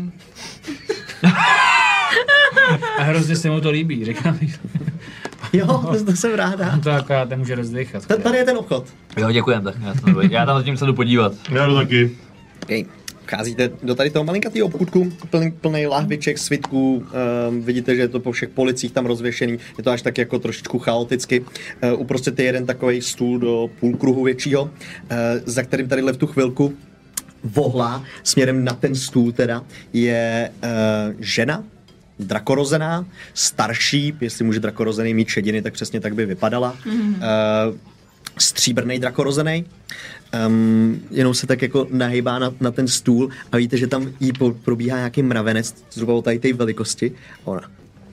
A hrozně se mu to líbí, říkám. Jo, to jsem ráda. To akorát nemůže rozdechat. T- Tady je ten obchod. Jo, děkujem, tak já, tam, já tam zatím se jdu podívat. Já jdu taky. Okay. Vcházíte do tady toho malinkatého obchůdku, plný, plný lahviček, svitků, um, vidíte, že je to po všech policích tam rozvěšený, je to až tak jako trošičku chaoticky. Uh, uprostřed je jeden takový stůl do půlkruhu většího, uh, za kterým tadyhle v tu chvilku vohlá směrem na ten stůl teda je uh, žena, drakorozená, starší, jestli může drakorozený mít šediny, tak přesně tak by vypadala. Mm-hmm. Uh, stříbrnej drakorozený. Um, jenom se tak jako nahybá na, na ten stůl a víte, že tam jí po, probíhá nějaký mravenec zhruba o tady té velikosti. Ona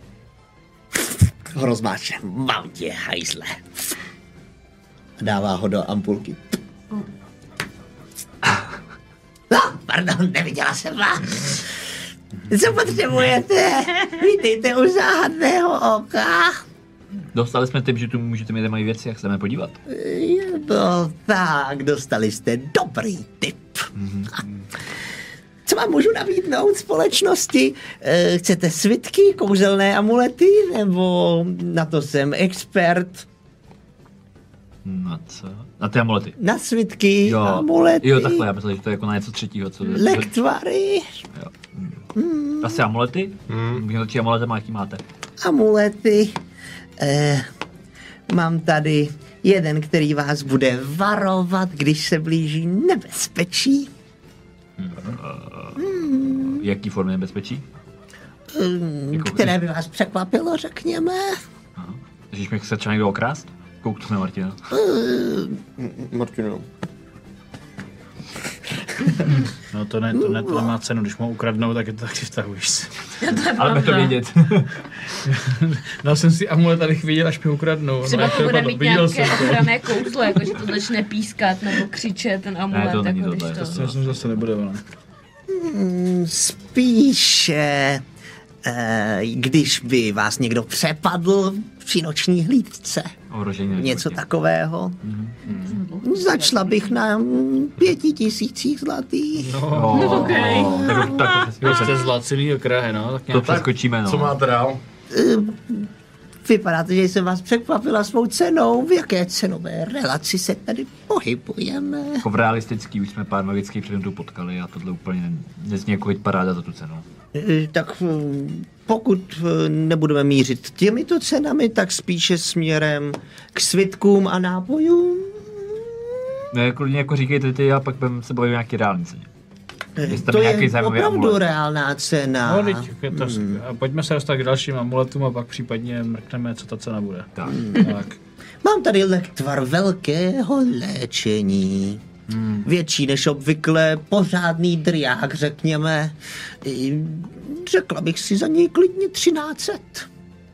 rozmáče. Mám tě, hajzle. Dává ho do ampulky. No, pardon, neviděla jsem vás. Co potřebujete? Vítejte u záhadného oka. Dostali jsme tip, že tu můžete mít mají věci, jak se jdeme podívat. No tak, dostali jste dobrý tip. Mm-hmm. Co vám můžu nabídnout společnosti? E, chcete svitky, kouzelné amulety, nebo na to jsem expert? Na co? Na ty amulety. Na svitky, Jo, amulety, jo takhle, já myslím, že to je jako na něco třetího. Co... lektvary, Jo. Mm. Asi amulety? Mm. Můžeme začít amuletem, jaký máte? amulety. E, mám tady jeden, který vás bude varovat, když se blíží nebezpečí. Mm. Jaký formy nebezpečí? Mm, Jako- které by vás překvapilo, řekněme. Když mě chce třeba někdo okrást? Koukneme, Martina. Martino. No to ne, to ne, to nemá cenu, když mu ukradnou, tak je to taky vtahuješ se. Ale bych to vědět. Dal jsem si amulet, abych viděl, až mi ukradnou. Třeba No, to bude dopadlo. mít Viděl nějaké jsem to. ochranné kouzlo, jako že to začne pískat nebo křičet ten amulet, to není jako tohle, když to to... Já jsem, že zase nebude ono. Mm, spíše, eh, když by vás někdo přepadl při noční hlídce. Ohrožení na Něco životě. takového. Začala bych na mm, pěti tisících zlatých. No, okej. tak, tak, Jo, tak, jste zlacený okraje, no, tak to nějak. přeskočíme, no. Co máte dál? Vypadá to, že jsem vás překvapila svou cenou. V jaké cenové relaci se tady pohybujeme? Jako v realistický, už jsme pár magických předmětů potkali a tohle úplně ne- nezní jako hit paráda za tu cenu. Eh, Tak mm, pokud eh, nebudeme mířit těmito cenami, tak spíše směrem k svitkům a nápojům. Ne, klidně jako říkejte ty a pak budeme se bavit o nějaký reální ceně. Eh, Jestli tam To je nějaký je zajímavý opravdu amulet. reálná cena. No, teď, je to, a pojďme se dostat k dalším amuletům a pak případně mrkneme, co ta cena bude. Tak. Tak. Mám tady lektvar velkého léčení. Hmm. Větší než obvykle, pořádný driák, řekněme. I, řekla bych si za něj klidně třináct set.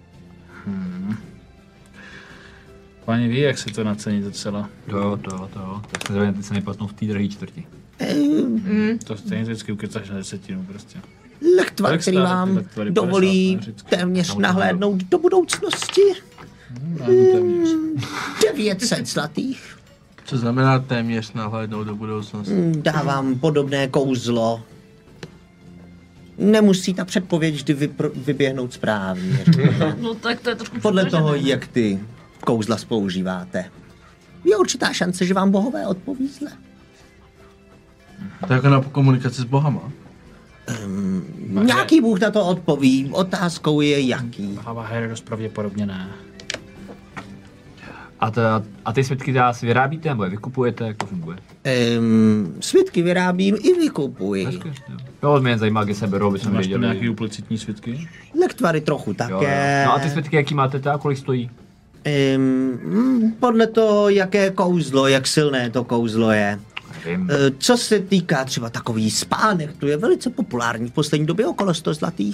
Pani ví, jak se to nacení docela. To jo, to jo, to jo. Tak se zrovna ty ceny platnou v té druhé čtvrti. To stejně vždycky ukecáš na desetinu prostě. Lektvar, Kolik který stále ty vám lektvary? dovolí padesát, ne, vždycky. téměř Tam nahlédnout do budoucnosti. No, téměř. devět set zlatých. Co znamená téměř nahlédnout do budoucnosti? Mm, Dávám podobné kouzlo. Nemusí ta předpověď vždy vypr- vyběhnout správně. No tak to je trošku Podle přitažené. toho, jak ty kouzla spoužíváte. Je určitá šance, že vám bohové odpoví zle. To je jako na komunikaci s bohama. Nějaký bůh na to odpoví. Otázkou je jaký. Havaher dost pravděpodobně ne. A, ta, a ty svědky teda si vyrábíte nebo je vykupujete, jak to funguje? Um, svitky vyrábím i vykupuji. Jo, jo mě zajímá, kde se berou, aby jsme Máš tu věděli. nějaký duplicitní svitky? Lektvary trochu Jo, také. jo. No a ty svědky, jaký máte teda, kolik stojí? Um, podle toho, jaké kouzlo, jak silné to kouzlo je. Nevím. E, Co se týká třeba takový spánek, to je velice populární v poslední době, okolo sto zlatých.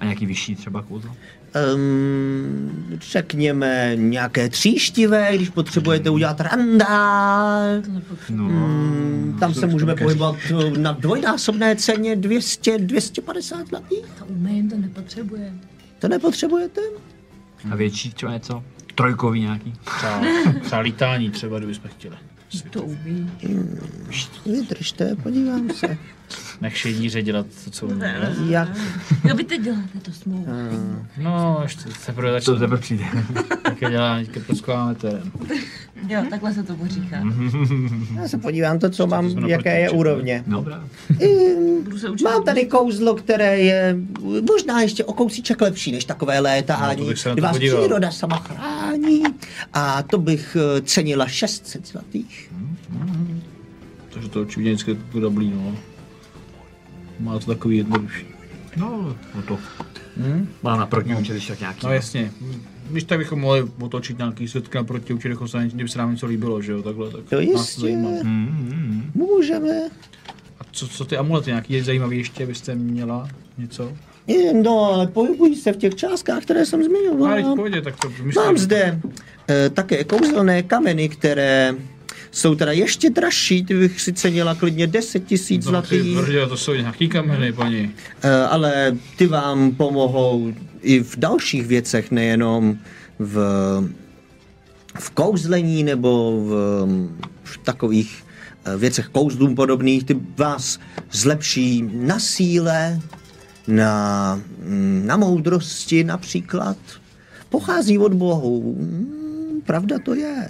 A nějaký vyšší třeba kouzlo? Um, řekněme nějaké tříštivé, když potřebujete udělat randa. No. Um, tam se můžeme pohybovat na dvojnásobné ceně dvě stě, dvě stě padesát zlatých. To umím, to nepotřebujeme. To nepotřebujete? A větší třeba něco? Trojkový nějaký? Třeba, třeba lítání třeba, kdybychom chtěli. To umí. Vydržte, podívám se. Nech šedíře dělat to, co umí. Jak? Jo, vy teď děláte to smlouvu. No, ještě se prvé To začne. tebe přijde. Také dělá, teďka proskoumáme terén. Jo, takhle se to říká. Já se podívám to, co mám, jsme jaké je naproti úrovně. Dobrá. Um, Budu se učit. mám tady kouzlo, které je možná ještě o kousíček lepší než takové No, létání, to bych se na kdy to vás podíval. příroda sama chrání. A to bych eh, cenila šest set zlatých. Takže to určitě vždycky bude blí, no. Má to takový jednodušší. No, no to. Hm? Má na protiúčet ještě tak nějaký. No jasně. Když tak bychom mohli otočit nějaký světky na protiúčet, jako se kdyby se nám něco líbilo, že jo, takhle. Tak To nás jistě. zajímalo. Mm, mm, Můžeme. A co, co ty amulety, nějaký je zajímavý ještě, byste měla něco? Je, No, ale pohybují se v těch částkách, které jsem No, ale v zmiňoval. pohodě, tak to myslím. Mám zde eh, také kouzelné kameny, které jsou teda ještě dražší, ty bych si cenila klidně deset tisíc No, ty zlatých. brdě, to jsou nějaký kameny, paní. Eh, ale ty vám pomohou i v dalších věcech, nejenom v, v kouzlení nebo v, v takových eh, věcech kouzlům podobných. Ty vás zlepší na síle, na, mm, na moudrosti například. Pochází od bohů. Mm, pravda to je.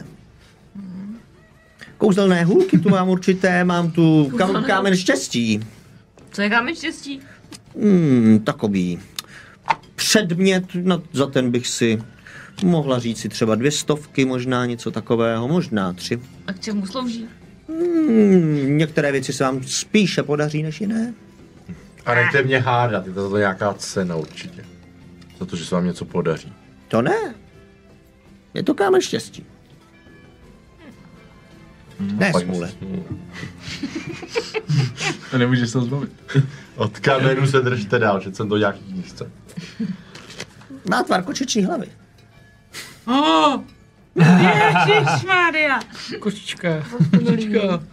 Kouzelné hůlky tu mám určité, mám tu kam, kámen štěstí. Co je kámen štěstí? Hmm, takový předmět, no, za ten bych si mohla říct si třeba dvě stovky, možná něco takového, možná tři. A k čemu slouží? Hmm, některé věci se vám spíše podaří než jiné. A nechte mě hádat, je to, to nějaká cena určitě. Za to, že se vám něco podaří. To ne. Je to kámen štěstí. Ne, Pak- smůle. A nemůžeš se ho zbavit. Od kamenu se držte dál, že jsem to nějaký knížce. Má tvar kočičí hlavy. Oh! Ježišmarja! Kočička. mm.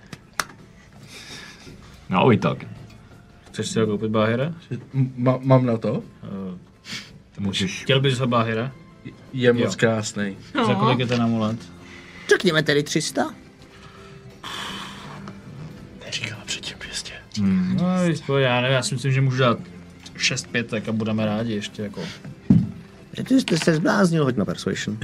No, we talking. Chceš si ho koupit Báhira? Ma, mám na to? Uh, Můžeš. chtěl bys za Báhira? Je moc Jo. krásný. Za kolik je ten amulet? Řekněme tedy tři sta. Neříkala předtím dvě stě. Mm. No, víš, to já nevím, já si myslím, že můžu dát šest pětek a budeme rádi ještě jako. Že ty jste se zbláznil, hoď na persuasion.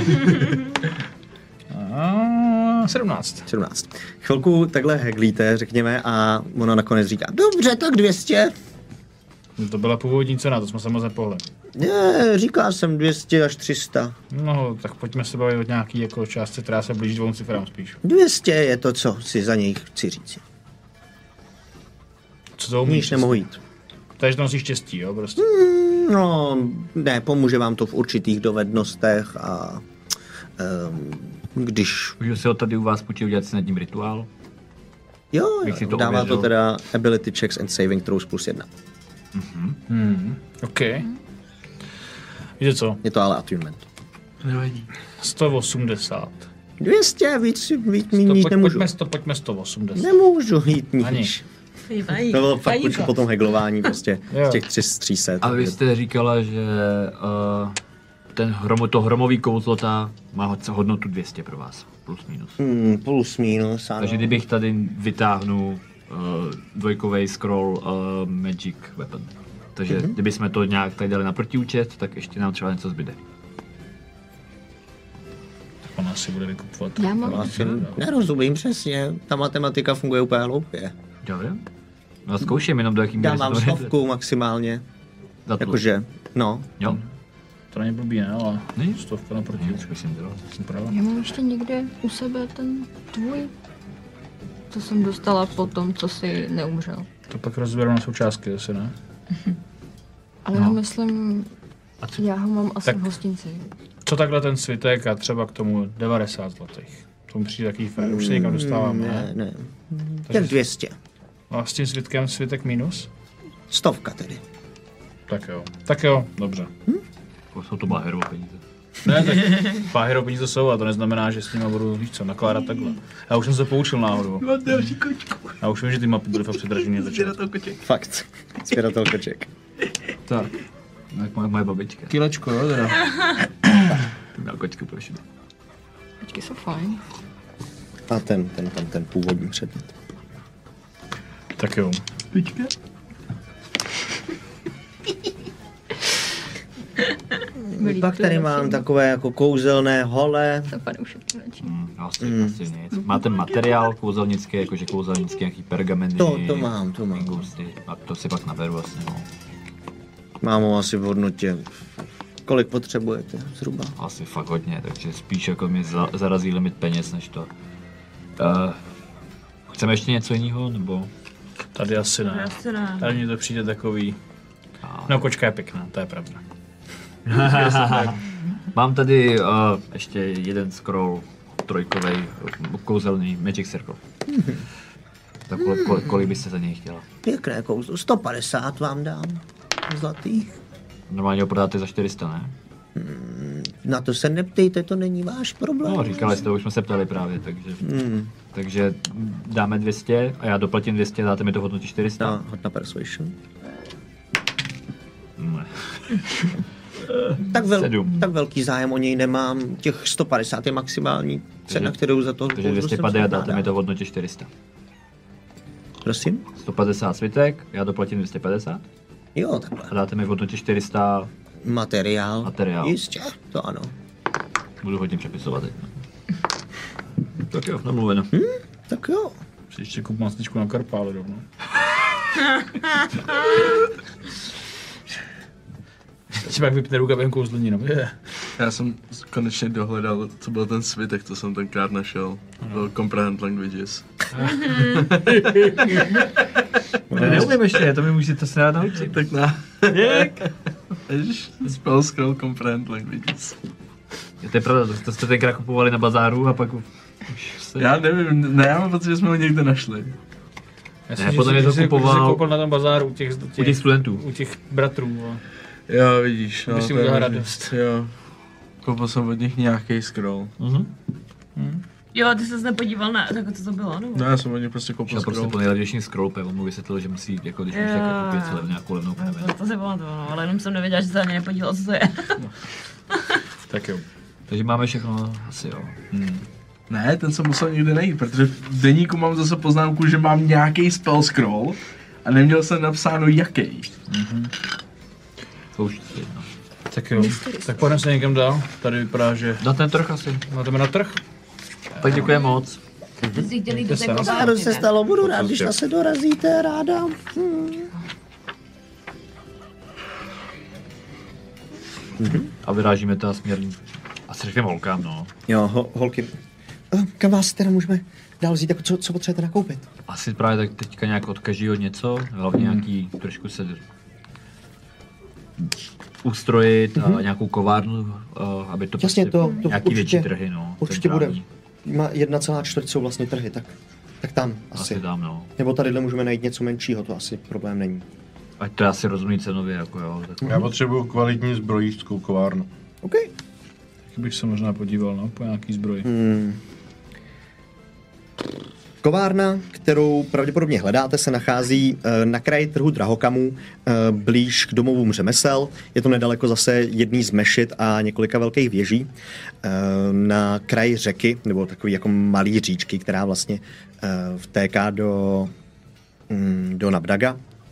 A sedmnáct. sedmnáct. Chvilku takhle heglíte, řekněme, a ona nakonec říká, dobře, tak dvě stě. No, to byla původní cena, to jsme se moc nepohli. Ne, říkal jsem dvě stě až tři sta. No, tak pojďme se bavit o nějaký jako částce, která se blíží dvou cifrám spíš. dvě stě je to, co si za něj chci říct. Co to umíš? Níž nemohu jít. Takže to nosíš štěstí, jo, prostě. Mm, no, ne, pomůže vám to v určitých dovednostech a um, když... Můžu si ho tady u vás počít udělat si nad ním rituál? Jo, Bych si jo to dává ověřil. to teda ability checks and saving throws plus jedna. Hmm. OK. Víte co? Je to ale attunement. Nevadí. sto osmdesát. dvě stě, víc, víc To, níž pojď, nemůžu. pojďme, sto, pojďme sto osmdesát. Nemůžu jít Ani. níž. Fajn, To bylo fakt fajn. už po tom heglování prostě Jo. z těch tři, tří set. Ale vy jste říkala, že uh, ten hrom, to hromový kouzlo ta má hodnotu dvě stě pro vás, plus minus. Hmm, plus minus, ano. Takže kdybych tady vytáhnul uh, dvojkový scroll uh, magic weapon. Takže mm-hmm. kdybychom to nějak tady dali na protiúčet, tak ještě nám třeba něco zbyde. Tak ona si bude vykupovat. Já mám- Asi nerozumím přesně, ta matematika funguje úplně hloupě. Dobře. No zkouším jenom do jaký Já míry mám se to stovku maximálně, za to. jakože, no. Jo. To není blbý, ne? Ale Není? stovka na proti. Počkej, jsem to dal. Jsem pravá. Já mám ještě někde u sebe ten tvůj, co jsem dostala po tom, co jsi neumřel. To pak rozberu na součástky zase, ne? Ale No. já myslím, A co? já ho mám asi Tak- v hostinci. Co takhle ten svitek a třeba k tomu devadesát zlatých. To mi přijde takový fér. Už se někam dostávám, Ne, ne? ne. Takže Tak dvě stě. a s tím svitkem svitek minus? Stovka tedy. Tak jo, tak jo, dobře. Hm? Jsou to Baherovo peníze. Ne, tak Baherovo peníze jsou a to neznamená, že s nimi budu, víš co, nakládat takhle. Já už jsem se poučil náhodou. Mám další kočku. Já už vím, že ty mapy byly fakt předraženě začát. Sběratel koček. Fakt. Sběratel koček. Tak. Jak moje, moje babička. Kilečko, jo, teda. Měl kočku pro všude. Počkej, jsou fajn. A ten, ten, ten, ten původní předmět. Tak jo. Kočka? Pak tady mám takové jako kouzelné hole. To pane už radši. Hmm, asi, mm. asi nic. Máte materiál kouzelnický, jakože kouzelnický, nějaký pergameny. To, to mám, to mám. Gusty, a to si pak naberu asi, no. Mám ho asi v hodnotě. Kolik potřebujete zhruba? Asi fakt hodně, takže spíš jako mi za, zarazí limit peněz, než to. Uh, chceme ještě něco jiného, nebo? Tady asi ne. Asi ne. Tady mi to přijde takový... A... No, kočka je pěkná, to je pravda. Mám tady uh, ještě jeden scroll trojkovej, kouzelný Magic Circle. Tak kolik, kolik, kolik byste za něj chtěla? Pěkné kouzlo, sto padesát vám dám. Zlatých. Normálně ho prodáte za čtyři sta, ne? Hmm, na to se neptejte, to není váš problém. No, říkali jste, už jsme se ptali právě, takže... Hmm. Takže dáme dvě stě a já doplatím dvě stě, dáte mi to v hodnotě čtyři sta? No, hod na persuasion. Ne. Tak, vel, tak velký zájem o něj nemám, těch sto padesát je maximální cena, kterou za to... Takže dvě stě padesát, dáte mi to v hodnotě čtyři sta. Prosím? sto padesát svitek, já doplatím dvě stě padesát. Jo, takhle. A dáte mi v hodnotě čtyři sta materiál. Materiál. Jistě, to ano. Budu hodně přepisovat teď. Tak jo, namluveno. Hm, tak jo. Příště kup masličku na Karpále rovnou. Si pak vypne ruka během kouzlení, je. Já jsem konečně dohledal, co byl ten svitek, co jsem tenkrát našel. Byl Comprehend Languages. To neumím ještě, to mi můžete se rád naučit. Tak na. Jak? Ježiš, spell scroll Comprehend Languages. Je to je pravda, to jste tenkrát kupovali na bazáru a pak už se... Já nevím, ne, já mám pocit, že jsme ho někde našli. Já si, Ne, že podle jsi- mě to že jsi- že jsi kupoval- koupil na tom bazáru u těch, U těch studentů. u těch bratrů. vole. Jo, vidíš, no, Aby si to je udělal možný. radost. Jo. Koupil jsem od nich nějaký scroll. Mhm. Jo, ty ses nepodíval na, tak co to bylo, nebo? No, já jsem od nich prostě koupil Šel prostě scroll. po nejlevnějším scrollpe, on mu vysvětlil, že musí, jako když už Jo. tak koupit si lev, nějakou levnou No, kávu. to, to si pamatuju, no, ale jenom jsem nevěděla, že se ani nepodíval, co to je. Tak jo. Takže máme všechno, asi jo. Hmm. Ne, ten jsem musel někde najít, protože v deníku mám zase poznámku, že mám nějaký spell scroll a neměl jsem napsáno jaký. To už je jedno. Tak jo. Tak pojďme se někam dál. Tady vypadá, že Na ten trh asi. jdeme na trh. Tak děkuji moc. Ty jsi chtěli do té se. kovárny, Rádo se ne? stalo, budu rád, když zase dorazíte, ráda. Hm. A vyrážíme ta směrný. Asi řekneme holkám, no. Jo, ho, holky. Eh, Kam vás teda můžeme dál vzít, jako co, co potřebujete nakoupit? Asi právě tak teďka nějak od každého něco, hlavně nějaký trošku se ustrojit Mhm. a nějakou kovárnu, uh, aby to Jasně, prostě to- to nějaký určitě- větší trhy, no. Určitě bude. centrální. Má jedna celá čtvrť jsou vlastně trhy, tak, tak tam asi. Asi dám, no. Nebo tadyhle můžeme najít něco menšího, to asi problém není. Ať to je asi rozumný cenově, jako jo. Tak... Já potřebuju kvalitní zbrojířskou kovárnu. OK. Tak bych se možná podíval, no, po nějaký zbroji. Hmm. Kovárna, kterou pravděpodobně hledáte, se nachází eh, na kraji trhu drahokamů, eh, blíž k domovům řemesel. Je to nedaleko zase jedný z mešit a několika velkých věží. Eh, Na kraji řeky, nebo takový jako malý říčky, která vlastně eh, vtéká do, mm, do Nabdaga.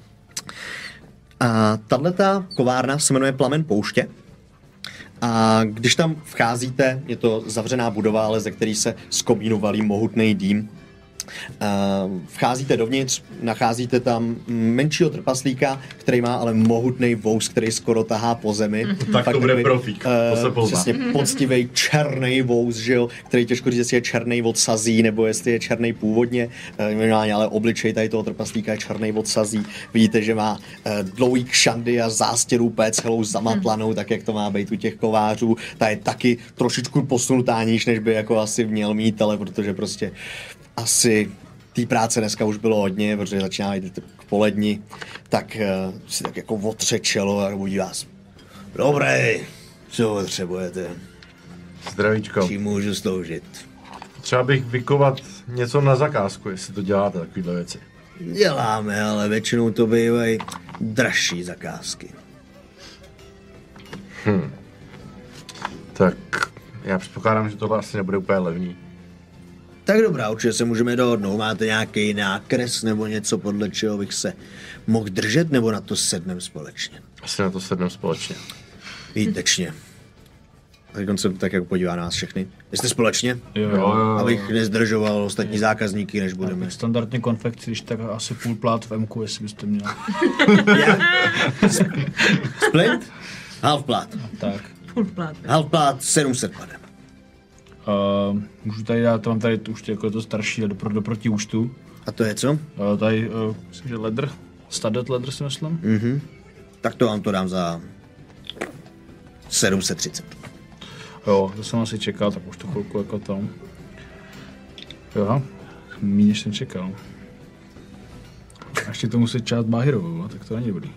A tato kovárna se jmenuje Plamen pouště. A když tam vcházíte, je to zavřená budova, ale ze který se z komínu valí mohutný dým. Uh, vcházíte dovnitř, nacházíte tam menšího trpaslíka, který má ale mohutný vous, který skoro tahá po zemi. Tak Fakt to bude takový, profík, to se Uh, pozná. přesně poctivý černý vous, že jo, který těžko říct, jestli je černý od sazí, nebo jestli je černý původně. Uh, minimálně, ale obličej tady toho trpaslíka je černý od sazí. Vidíte, že má uh, dlouhý kšandy a zástěru úplně celou zamatlanou, tak jak to má být u těch kovářů. Ta je taky trošičku posunutá níž, než by jako asi měl mít, ale protože prostě asi té práce dneska už bylo hodně, protože začíná jít k poledni, tak uh, si tak jako otře čelo a budí vás. Dobrý, co potřebujete? Zdravíčko. Čím můžu sloužit? Třeba bych vykovat něco na zakázku, jestli to děláte, takovýhle věci. Děláme, ale většinou to bývají dražší zakázky. Hm. Tak já předpokládám, že tohle asi nebude úplně levný. Tak dobrá, určitě se můžeme dohodnout. Máte nějaký nákres nebo něco, podle čeho bych se mohl držet, nebo na to sednem společně? Asi na to sednem společně. Výtečně. Teď on se tak jako podívá na nás všechny. Jste společně? Jo, jo. Abych nezdržoval ostatní zákazníky, než budeme. Standardní konfekci, když tak asi půl plát v M Ku, jestli byste měl. Split? Half plát. Tak. Full plát. Half plát, sedm set padem. Uh, můžu tady dát, mám tady už jako to starší do, do protiúčtu. A to je co? Uh, tady, uh, myslím, že ledr. Studded ledr si myslím. Mhm. Tak to vám to dám za sedm set třicet. Jo, to jsem asi čekal, tak už to chvilku jako tam. Jo, méně než jsem čekal. A ještě to musí čát Báhirovou, tak to není dobrý.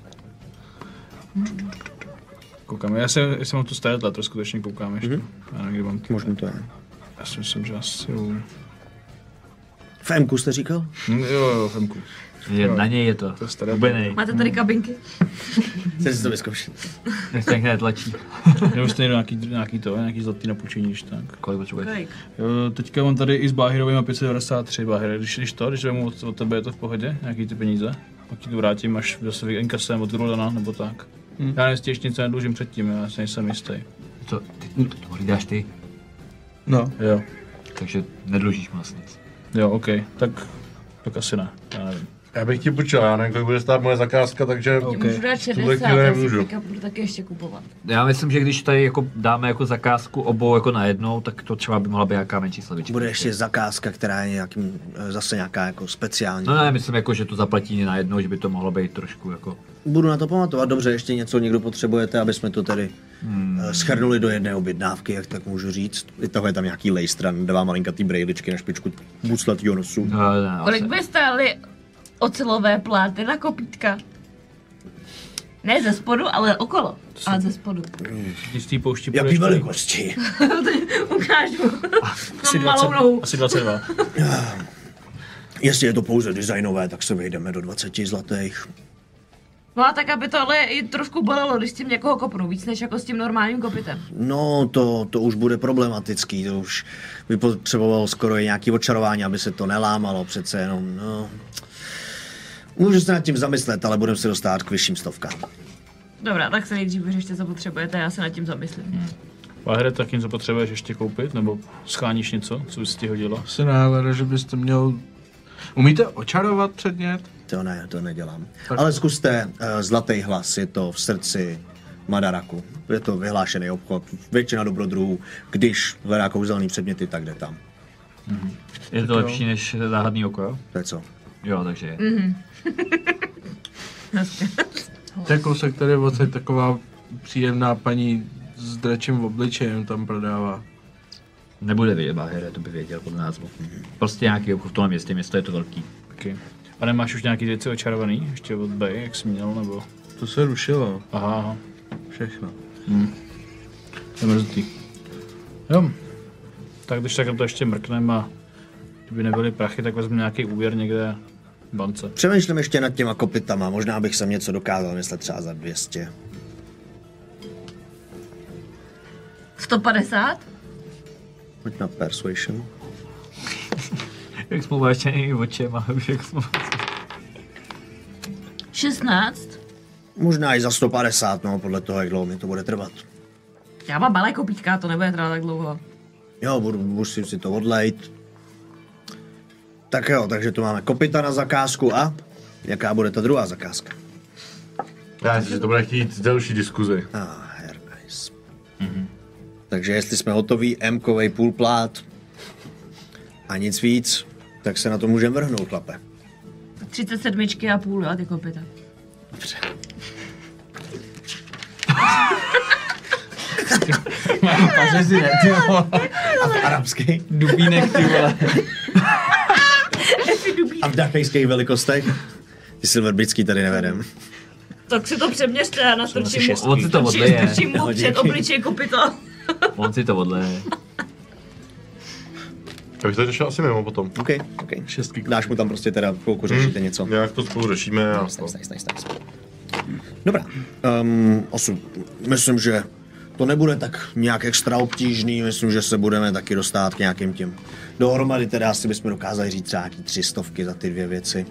Koukám, já si, jestli mám tu Studded ledr, skutečně koukám ještě. Mm-hmm. Já nevím, kde mám to. Možná to je. Já si myslím, že asi jo. V M Ku jste říkal? Hm, jo, jo, v M Ku. Je, na něj je to. To je staré. Hubenej. Máte tady kabinky? Chcete si to vyzkoušet? Nech se někde netlačí. Nebo jste někdo nějaký, nějaký to, nějaký zlatý napučení, když tak. Kolik potřebuješ? Kolik? Jo, teďka mám tady i s Báhirovým pět set devadesát tři Báhire. Když, když to, když vemu od, od tebe, je to v pohodě? Nějaký ty peníze? Pak ti to vrátím, až zase inkasem od Grudana, nebo tak. Hmm. Já nevím, jestli ještě něco nedlužím předtím, já si nejsem jistý. To, ty, to, to hlídáš ty, No. Jo. takže nedlužíš mu vlastně nic. Jo, OK, tak, tak asi ne, já nevím. Já bych ti půjčil, já nevím, kolik bude stát moje zakázka, takže Ok. Můžu dát tuhle šedesát, chvíli já nemůžu. si teďka budu taky ještě kupovat. Já myslím, že když tady jako dáme jako zakázku obou jako najednou, tak to třeba by mohla být nějaká menší slevička. Bude ještě zakázka, která je nějakým, zase nějaká jako speciální. No ne, myslím jako, že to zaplatí najednou, že by to mohlo být trošku jako... Budu na to pamatovat. Dobře, ještě něco někdo potřebujete, aby jsme to tedy hmm. schrnuli do jedné objednávky, jak tak můžu říct. Vytahuje tam nějaký lejstran, dva malinkatý brejličky na špičku buclatýho nosu. No, ne, Kolik by stály ocelové pláty na kopítka? Ne ze spodu, ale okolo. Ale ze spodu. Když z té poušti Jaký půjdeš tady- velikosti? Ukážu. asi Mám malou nohu. asi dvacet dva. Jestli je to pouze designové, tak se vejdeme do dvacet zlatých. No a tak, aby to ale i trošku bolelo, když s tím někoho kopnu, víc než jako s tím normálním kopitem. No, to, to už bude problematický, to už by potřebovalo skoro i nějaký očarování, aby se to nelámalo, přece jenom, no... Můžu se nad tím zamyslet, ale budeme se dostat k vyšším stovkám. Dobrá, tak se nejdřív vyřešte, co potřebujete, já se nad tím zamyslím. Hmm. Báhire, tak něco potřebuješ ještě koupit, nebo scháníš něco, co by se ti hodilo? Asi ne, ale že byste měl... Umíte očarovat předmět? To ne, to nedělám. Ale zkuste uh, Zlatý hlas, je to v srdci Madaraku. Je to vyhlášený obchod, většina dobrodruhů, když hledá kouzelný předměty, tak jde tam. Mm-hmm. Je to lepší než záhadný oko, jo? To je co? Jo, takže je. Mhm. To je kousek tady odsaď taková příjemná paní s dračím obličejem tam prodává. Nebude vědět, Báhire, to by věděl pod názvu. Prostě nějaký obchod v tom městě, město je to velký. Okay. A nemáš už nějaký věci očarovaný, ještě od B, jak jsi měl, nebo? To se rušilo, Aha, aha. všechno. Hmm. To je mrzutý. Jo. Tak když tak to ještě mrkneme a kdyby nebyly prachy, tak vezmu nějaký úvěr někde v bance. Přemýšlím ještě nad těma kopytama, možná bych sem něco dokázal myslet třeba za dvě stě. sto padesát? Pojď na persuasion. Jak jsme uvážení očem a už jak jsme... šestnáct? Možná i za sto padesát, no, podle toho, jak dlouho mi to bude trvat. Já mám malé kopítka, to nebude trvat tak dlouho. Jo, budu, musím si to odlejt. Tak jo, takže tu máme kopyta na zakázku a jaká bude ta druhá zakázka? Já myslím, že to bude chtít delší diskuzi. Ah, her nice. Mm-hmm. Takže jestli jsme hotoví, M-kovej půlplát a nic víc, tak se na to můžeme vrhnout, chlape. třicet sedm a půl, jo, ty kopita. Dobře. Paře si ne, ty vole. A v arabský? Dubínek, ty vole. Efi dubínek. A v dakejských velikostech? Ty silverbritský tady nevedem. Tak si to přeměřte a nastrčím mu, On si to odleje. nastrčím mu před obličej kopyta. On si to odleje. Tak to řešil asi mimo potom. OK, OK. Šestky. Dáš mu tam prostě teda chvilku řešíte něco. Nějak to spolu řešíme a... Nice, nice, nice, nice, nice. Dobrá. Um, asi myslím, že to nebude tak nějak extra obtížný. Myslím, že se budeme taky dostat k nějakým těm. Dohromady teda asi bychom dokázali říct třeba nějaký tři stovky za ty dvě věci.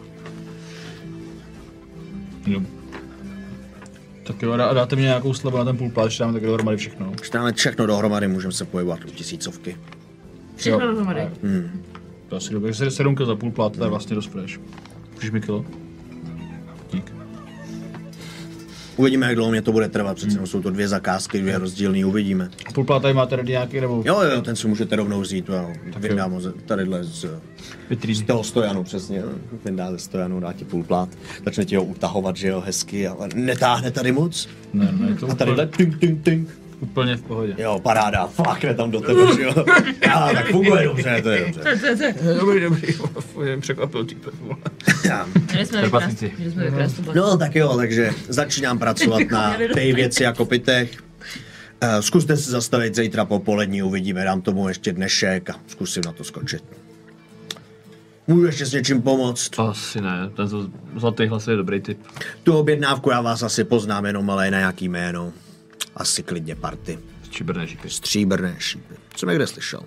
Jo. Tak jo, a dáte mě nějakou slevu na ten půlplát, když dáme tak dohromady všechno. Když dáme všechno dohromady, můžeme se pohybovat u tisícovky. Všechno dohromady. Hmm. To asi dobré, sedm kil za půlplát, to je vlastně dost fresh. Můžeš mi kilo? Dík. Uvidíme, jak dlouho mě to bude trvat, přece hmm. jsou to dvě zakázky, dvě rozdílný, uvidíme. Půlplát tady máte tady nějaký, nebo? Jo, jo, ten si můžete rovnou vzít, jo. Vyndám ho tadyhle z, z toho stojanu, přesně, vyndá ze stojanu, dá ti půlplát, začne ti ho utahovat, že jo, hezky, ale netáhne tady moc. Ne, ne, to a tadyhle tink, tink, tink. Úplně v pohodě. Jo, paráda, fakne tam do tebe, že jo. Já, tak funguje dobře, to je dobře. Dobrý, dobrý, jsem překvapil týpek. Měli jsme vykrást, měli jsme vykrást tu No tak jo, takže začínám pracovat na té věci jako pitech. Uh, zkuste se zastavit zítra popolední, uvidíme, dám tomu ještě dnešek a zkusím na to skočit. Můžu ještě s něčím pomoct? Asi ne, ten zlatý hlas je dobrý tip. Tu objednávku já vás asi poznám jenom, ale na nějaký jméno. Asi klidně party. Stříbrné šípy. Stříbrné šípy. Co jsem někde slyšel?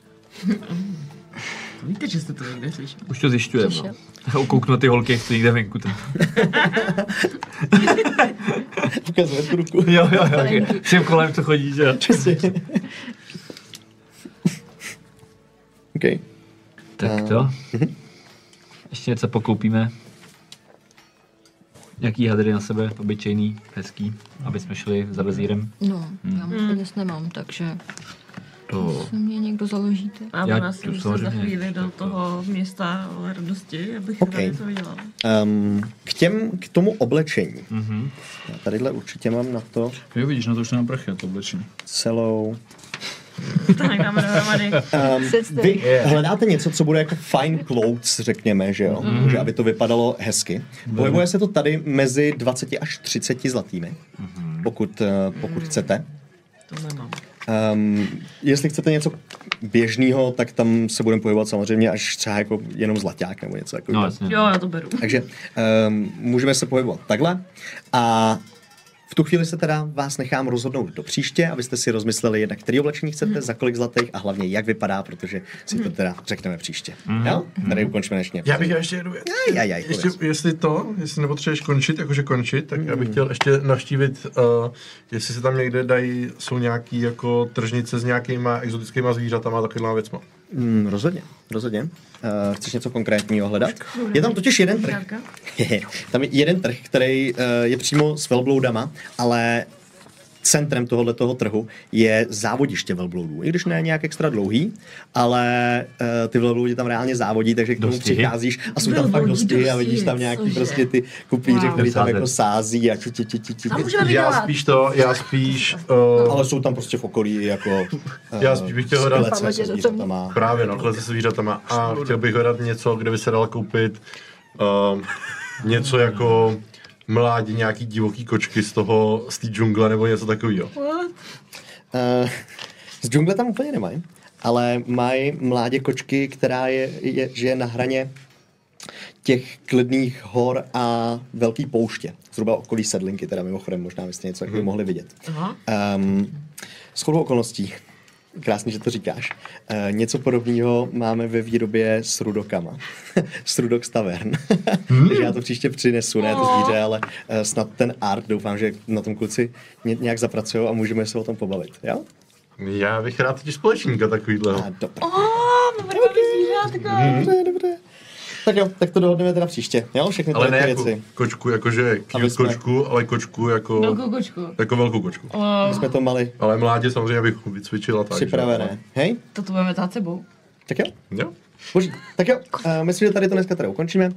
Víte, že jste to někde slyšel? Už to zjišťujeme, no. Já ukouknu na ty holky, jak to někde venku. Ukazuje tu ruku. Jo, jo, jo. Všem kolem to chodí, že jo. OK. Tak to. Ještě něco pokoupíme. Nějaký hadry na sebe, obyčejný, hezký, aby jsme šli za vezírem. No, já moc peněz nemám, takže To... se mě někdo založíte. A Já ona tu jsem se za samozřejmě chvíli do to- toho města radosti, abych OK. okay. to viděla. Um, k, těm, k tomu oblečení. Mhm. Já tadyhle určitě mám na to Jo, vidíš, na to už nemám prachy, to oblečení. celou... To necháme dohromady. Um, vy hledáte něco, co bude jako fine clothes, řekněme, že jo? Mm. Že aby to vypadalo hezky. Pohybuje se to tady mezi dvacet až třicet zlatými, mm. pokud, uh, pokud chcete. To nemám. Um, jestli chcete něco běžného, tak tam se budeme pohybovat samozřejmě až třeba jako jenom zlaťák nebo něco No takového. jasně. Jo, já to beru. Takže um, můžeme se pohybovat takhle a v tu chvíli se teda vás nechám rozhodnout do příště, abyste si rozmysleli jednak, který oblečení chcete, za kolik zlatých a hlavně jak vypadá, protože si to teda řekneme příště. Jo? Tady ukončíme dnešně. Já bych ještě jednu věc. Aj, aj, aj, Ještě, jestli to, jestli nepotřebuješ končit, jakože končit, tak já bych chtěl ještě navštívit, uh, jestli se tam někde dají, jsou nějaký jako tržnice s nějakýma exotickýma zvířatama a takovýma věcma. Mm, rozhodně, rozhodně. Uh, chceš něco konkrétního hledat? Je tam totiž jeden trh. Tam je jeden trh, který uh, je přímo s velbloudama, ale centrem tohoto trhu je závodiště velbloudů. I když ne nějak extra dlouhý, ale uh, ty velbloudy tam reálně závodí, takže k tomu Dostihy? přicházíš a jsou tam fakt dosti a vidíš tam nějaký prostě ty kupíře, Wow. který tam Sázet. jako sází a ču, ču, ču, ču, ču. A můžeme Já vydělat. spíš to, já spíš, uh, Ale jsou tam prostě v okolí jako uh, Já spíš bych chtěl hledat- sklece se zvířatama. právě no, klece se zvířatama a chtěl bych hledat něco, kde by se dalo koupit uh, něco jako mládí nějaký divoký kočky z toho, z té džungle nebo něco takového. Uh, z džungle tam úplně nemají, ale mají mládě kočky, která je, je, žije na hraně těch klidných hor a velký pouště. Zhruba okolí Sedlinky, teda mimochodem, možná byste něco takového mohli vidět. Aha. Um, shodou okolností, krásně, že to říkáš, uh, něco podobného máme ve výrobě s rudokama. S rudok z tavern. Takže já to příště přinesu, ne to zvíře, ale uh, snad ten art, doufám, že na tom kluci ně, nějak zapracují a můžeme se o tom pobavit, jo? Já bych rád totiž společníka takovýhleho. A dobré. Oh, máme okay. zvířátka. Dobře, dobře. Tak jo, tak to dohodneme teda příště, jo? Všechny Ale tyhle ne ty jako věci. kočku, jakože cute Aby jsme- kočku, ale kočku jako, Velkou kočku. jako velkou kočku. Oh, My jsme to mali Ale mládě samozřejmě bych vycvičila tak. připravené. Hej? to to budeme tát sebou. Tak jo? že? Jo. Boží. Tak jo, uh, myslím, že tady to dneska teda ukončíme.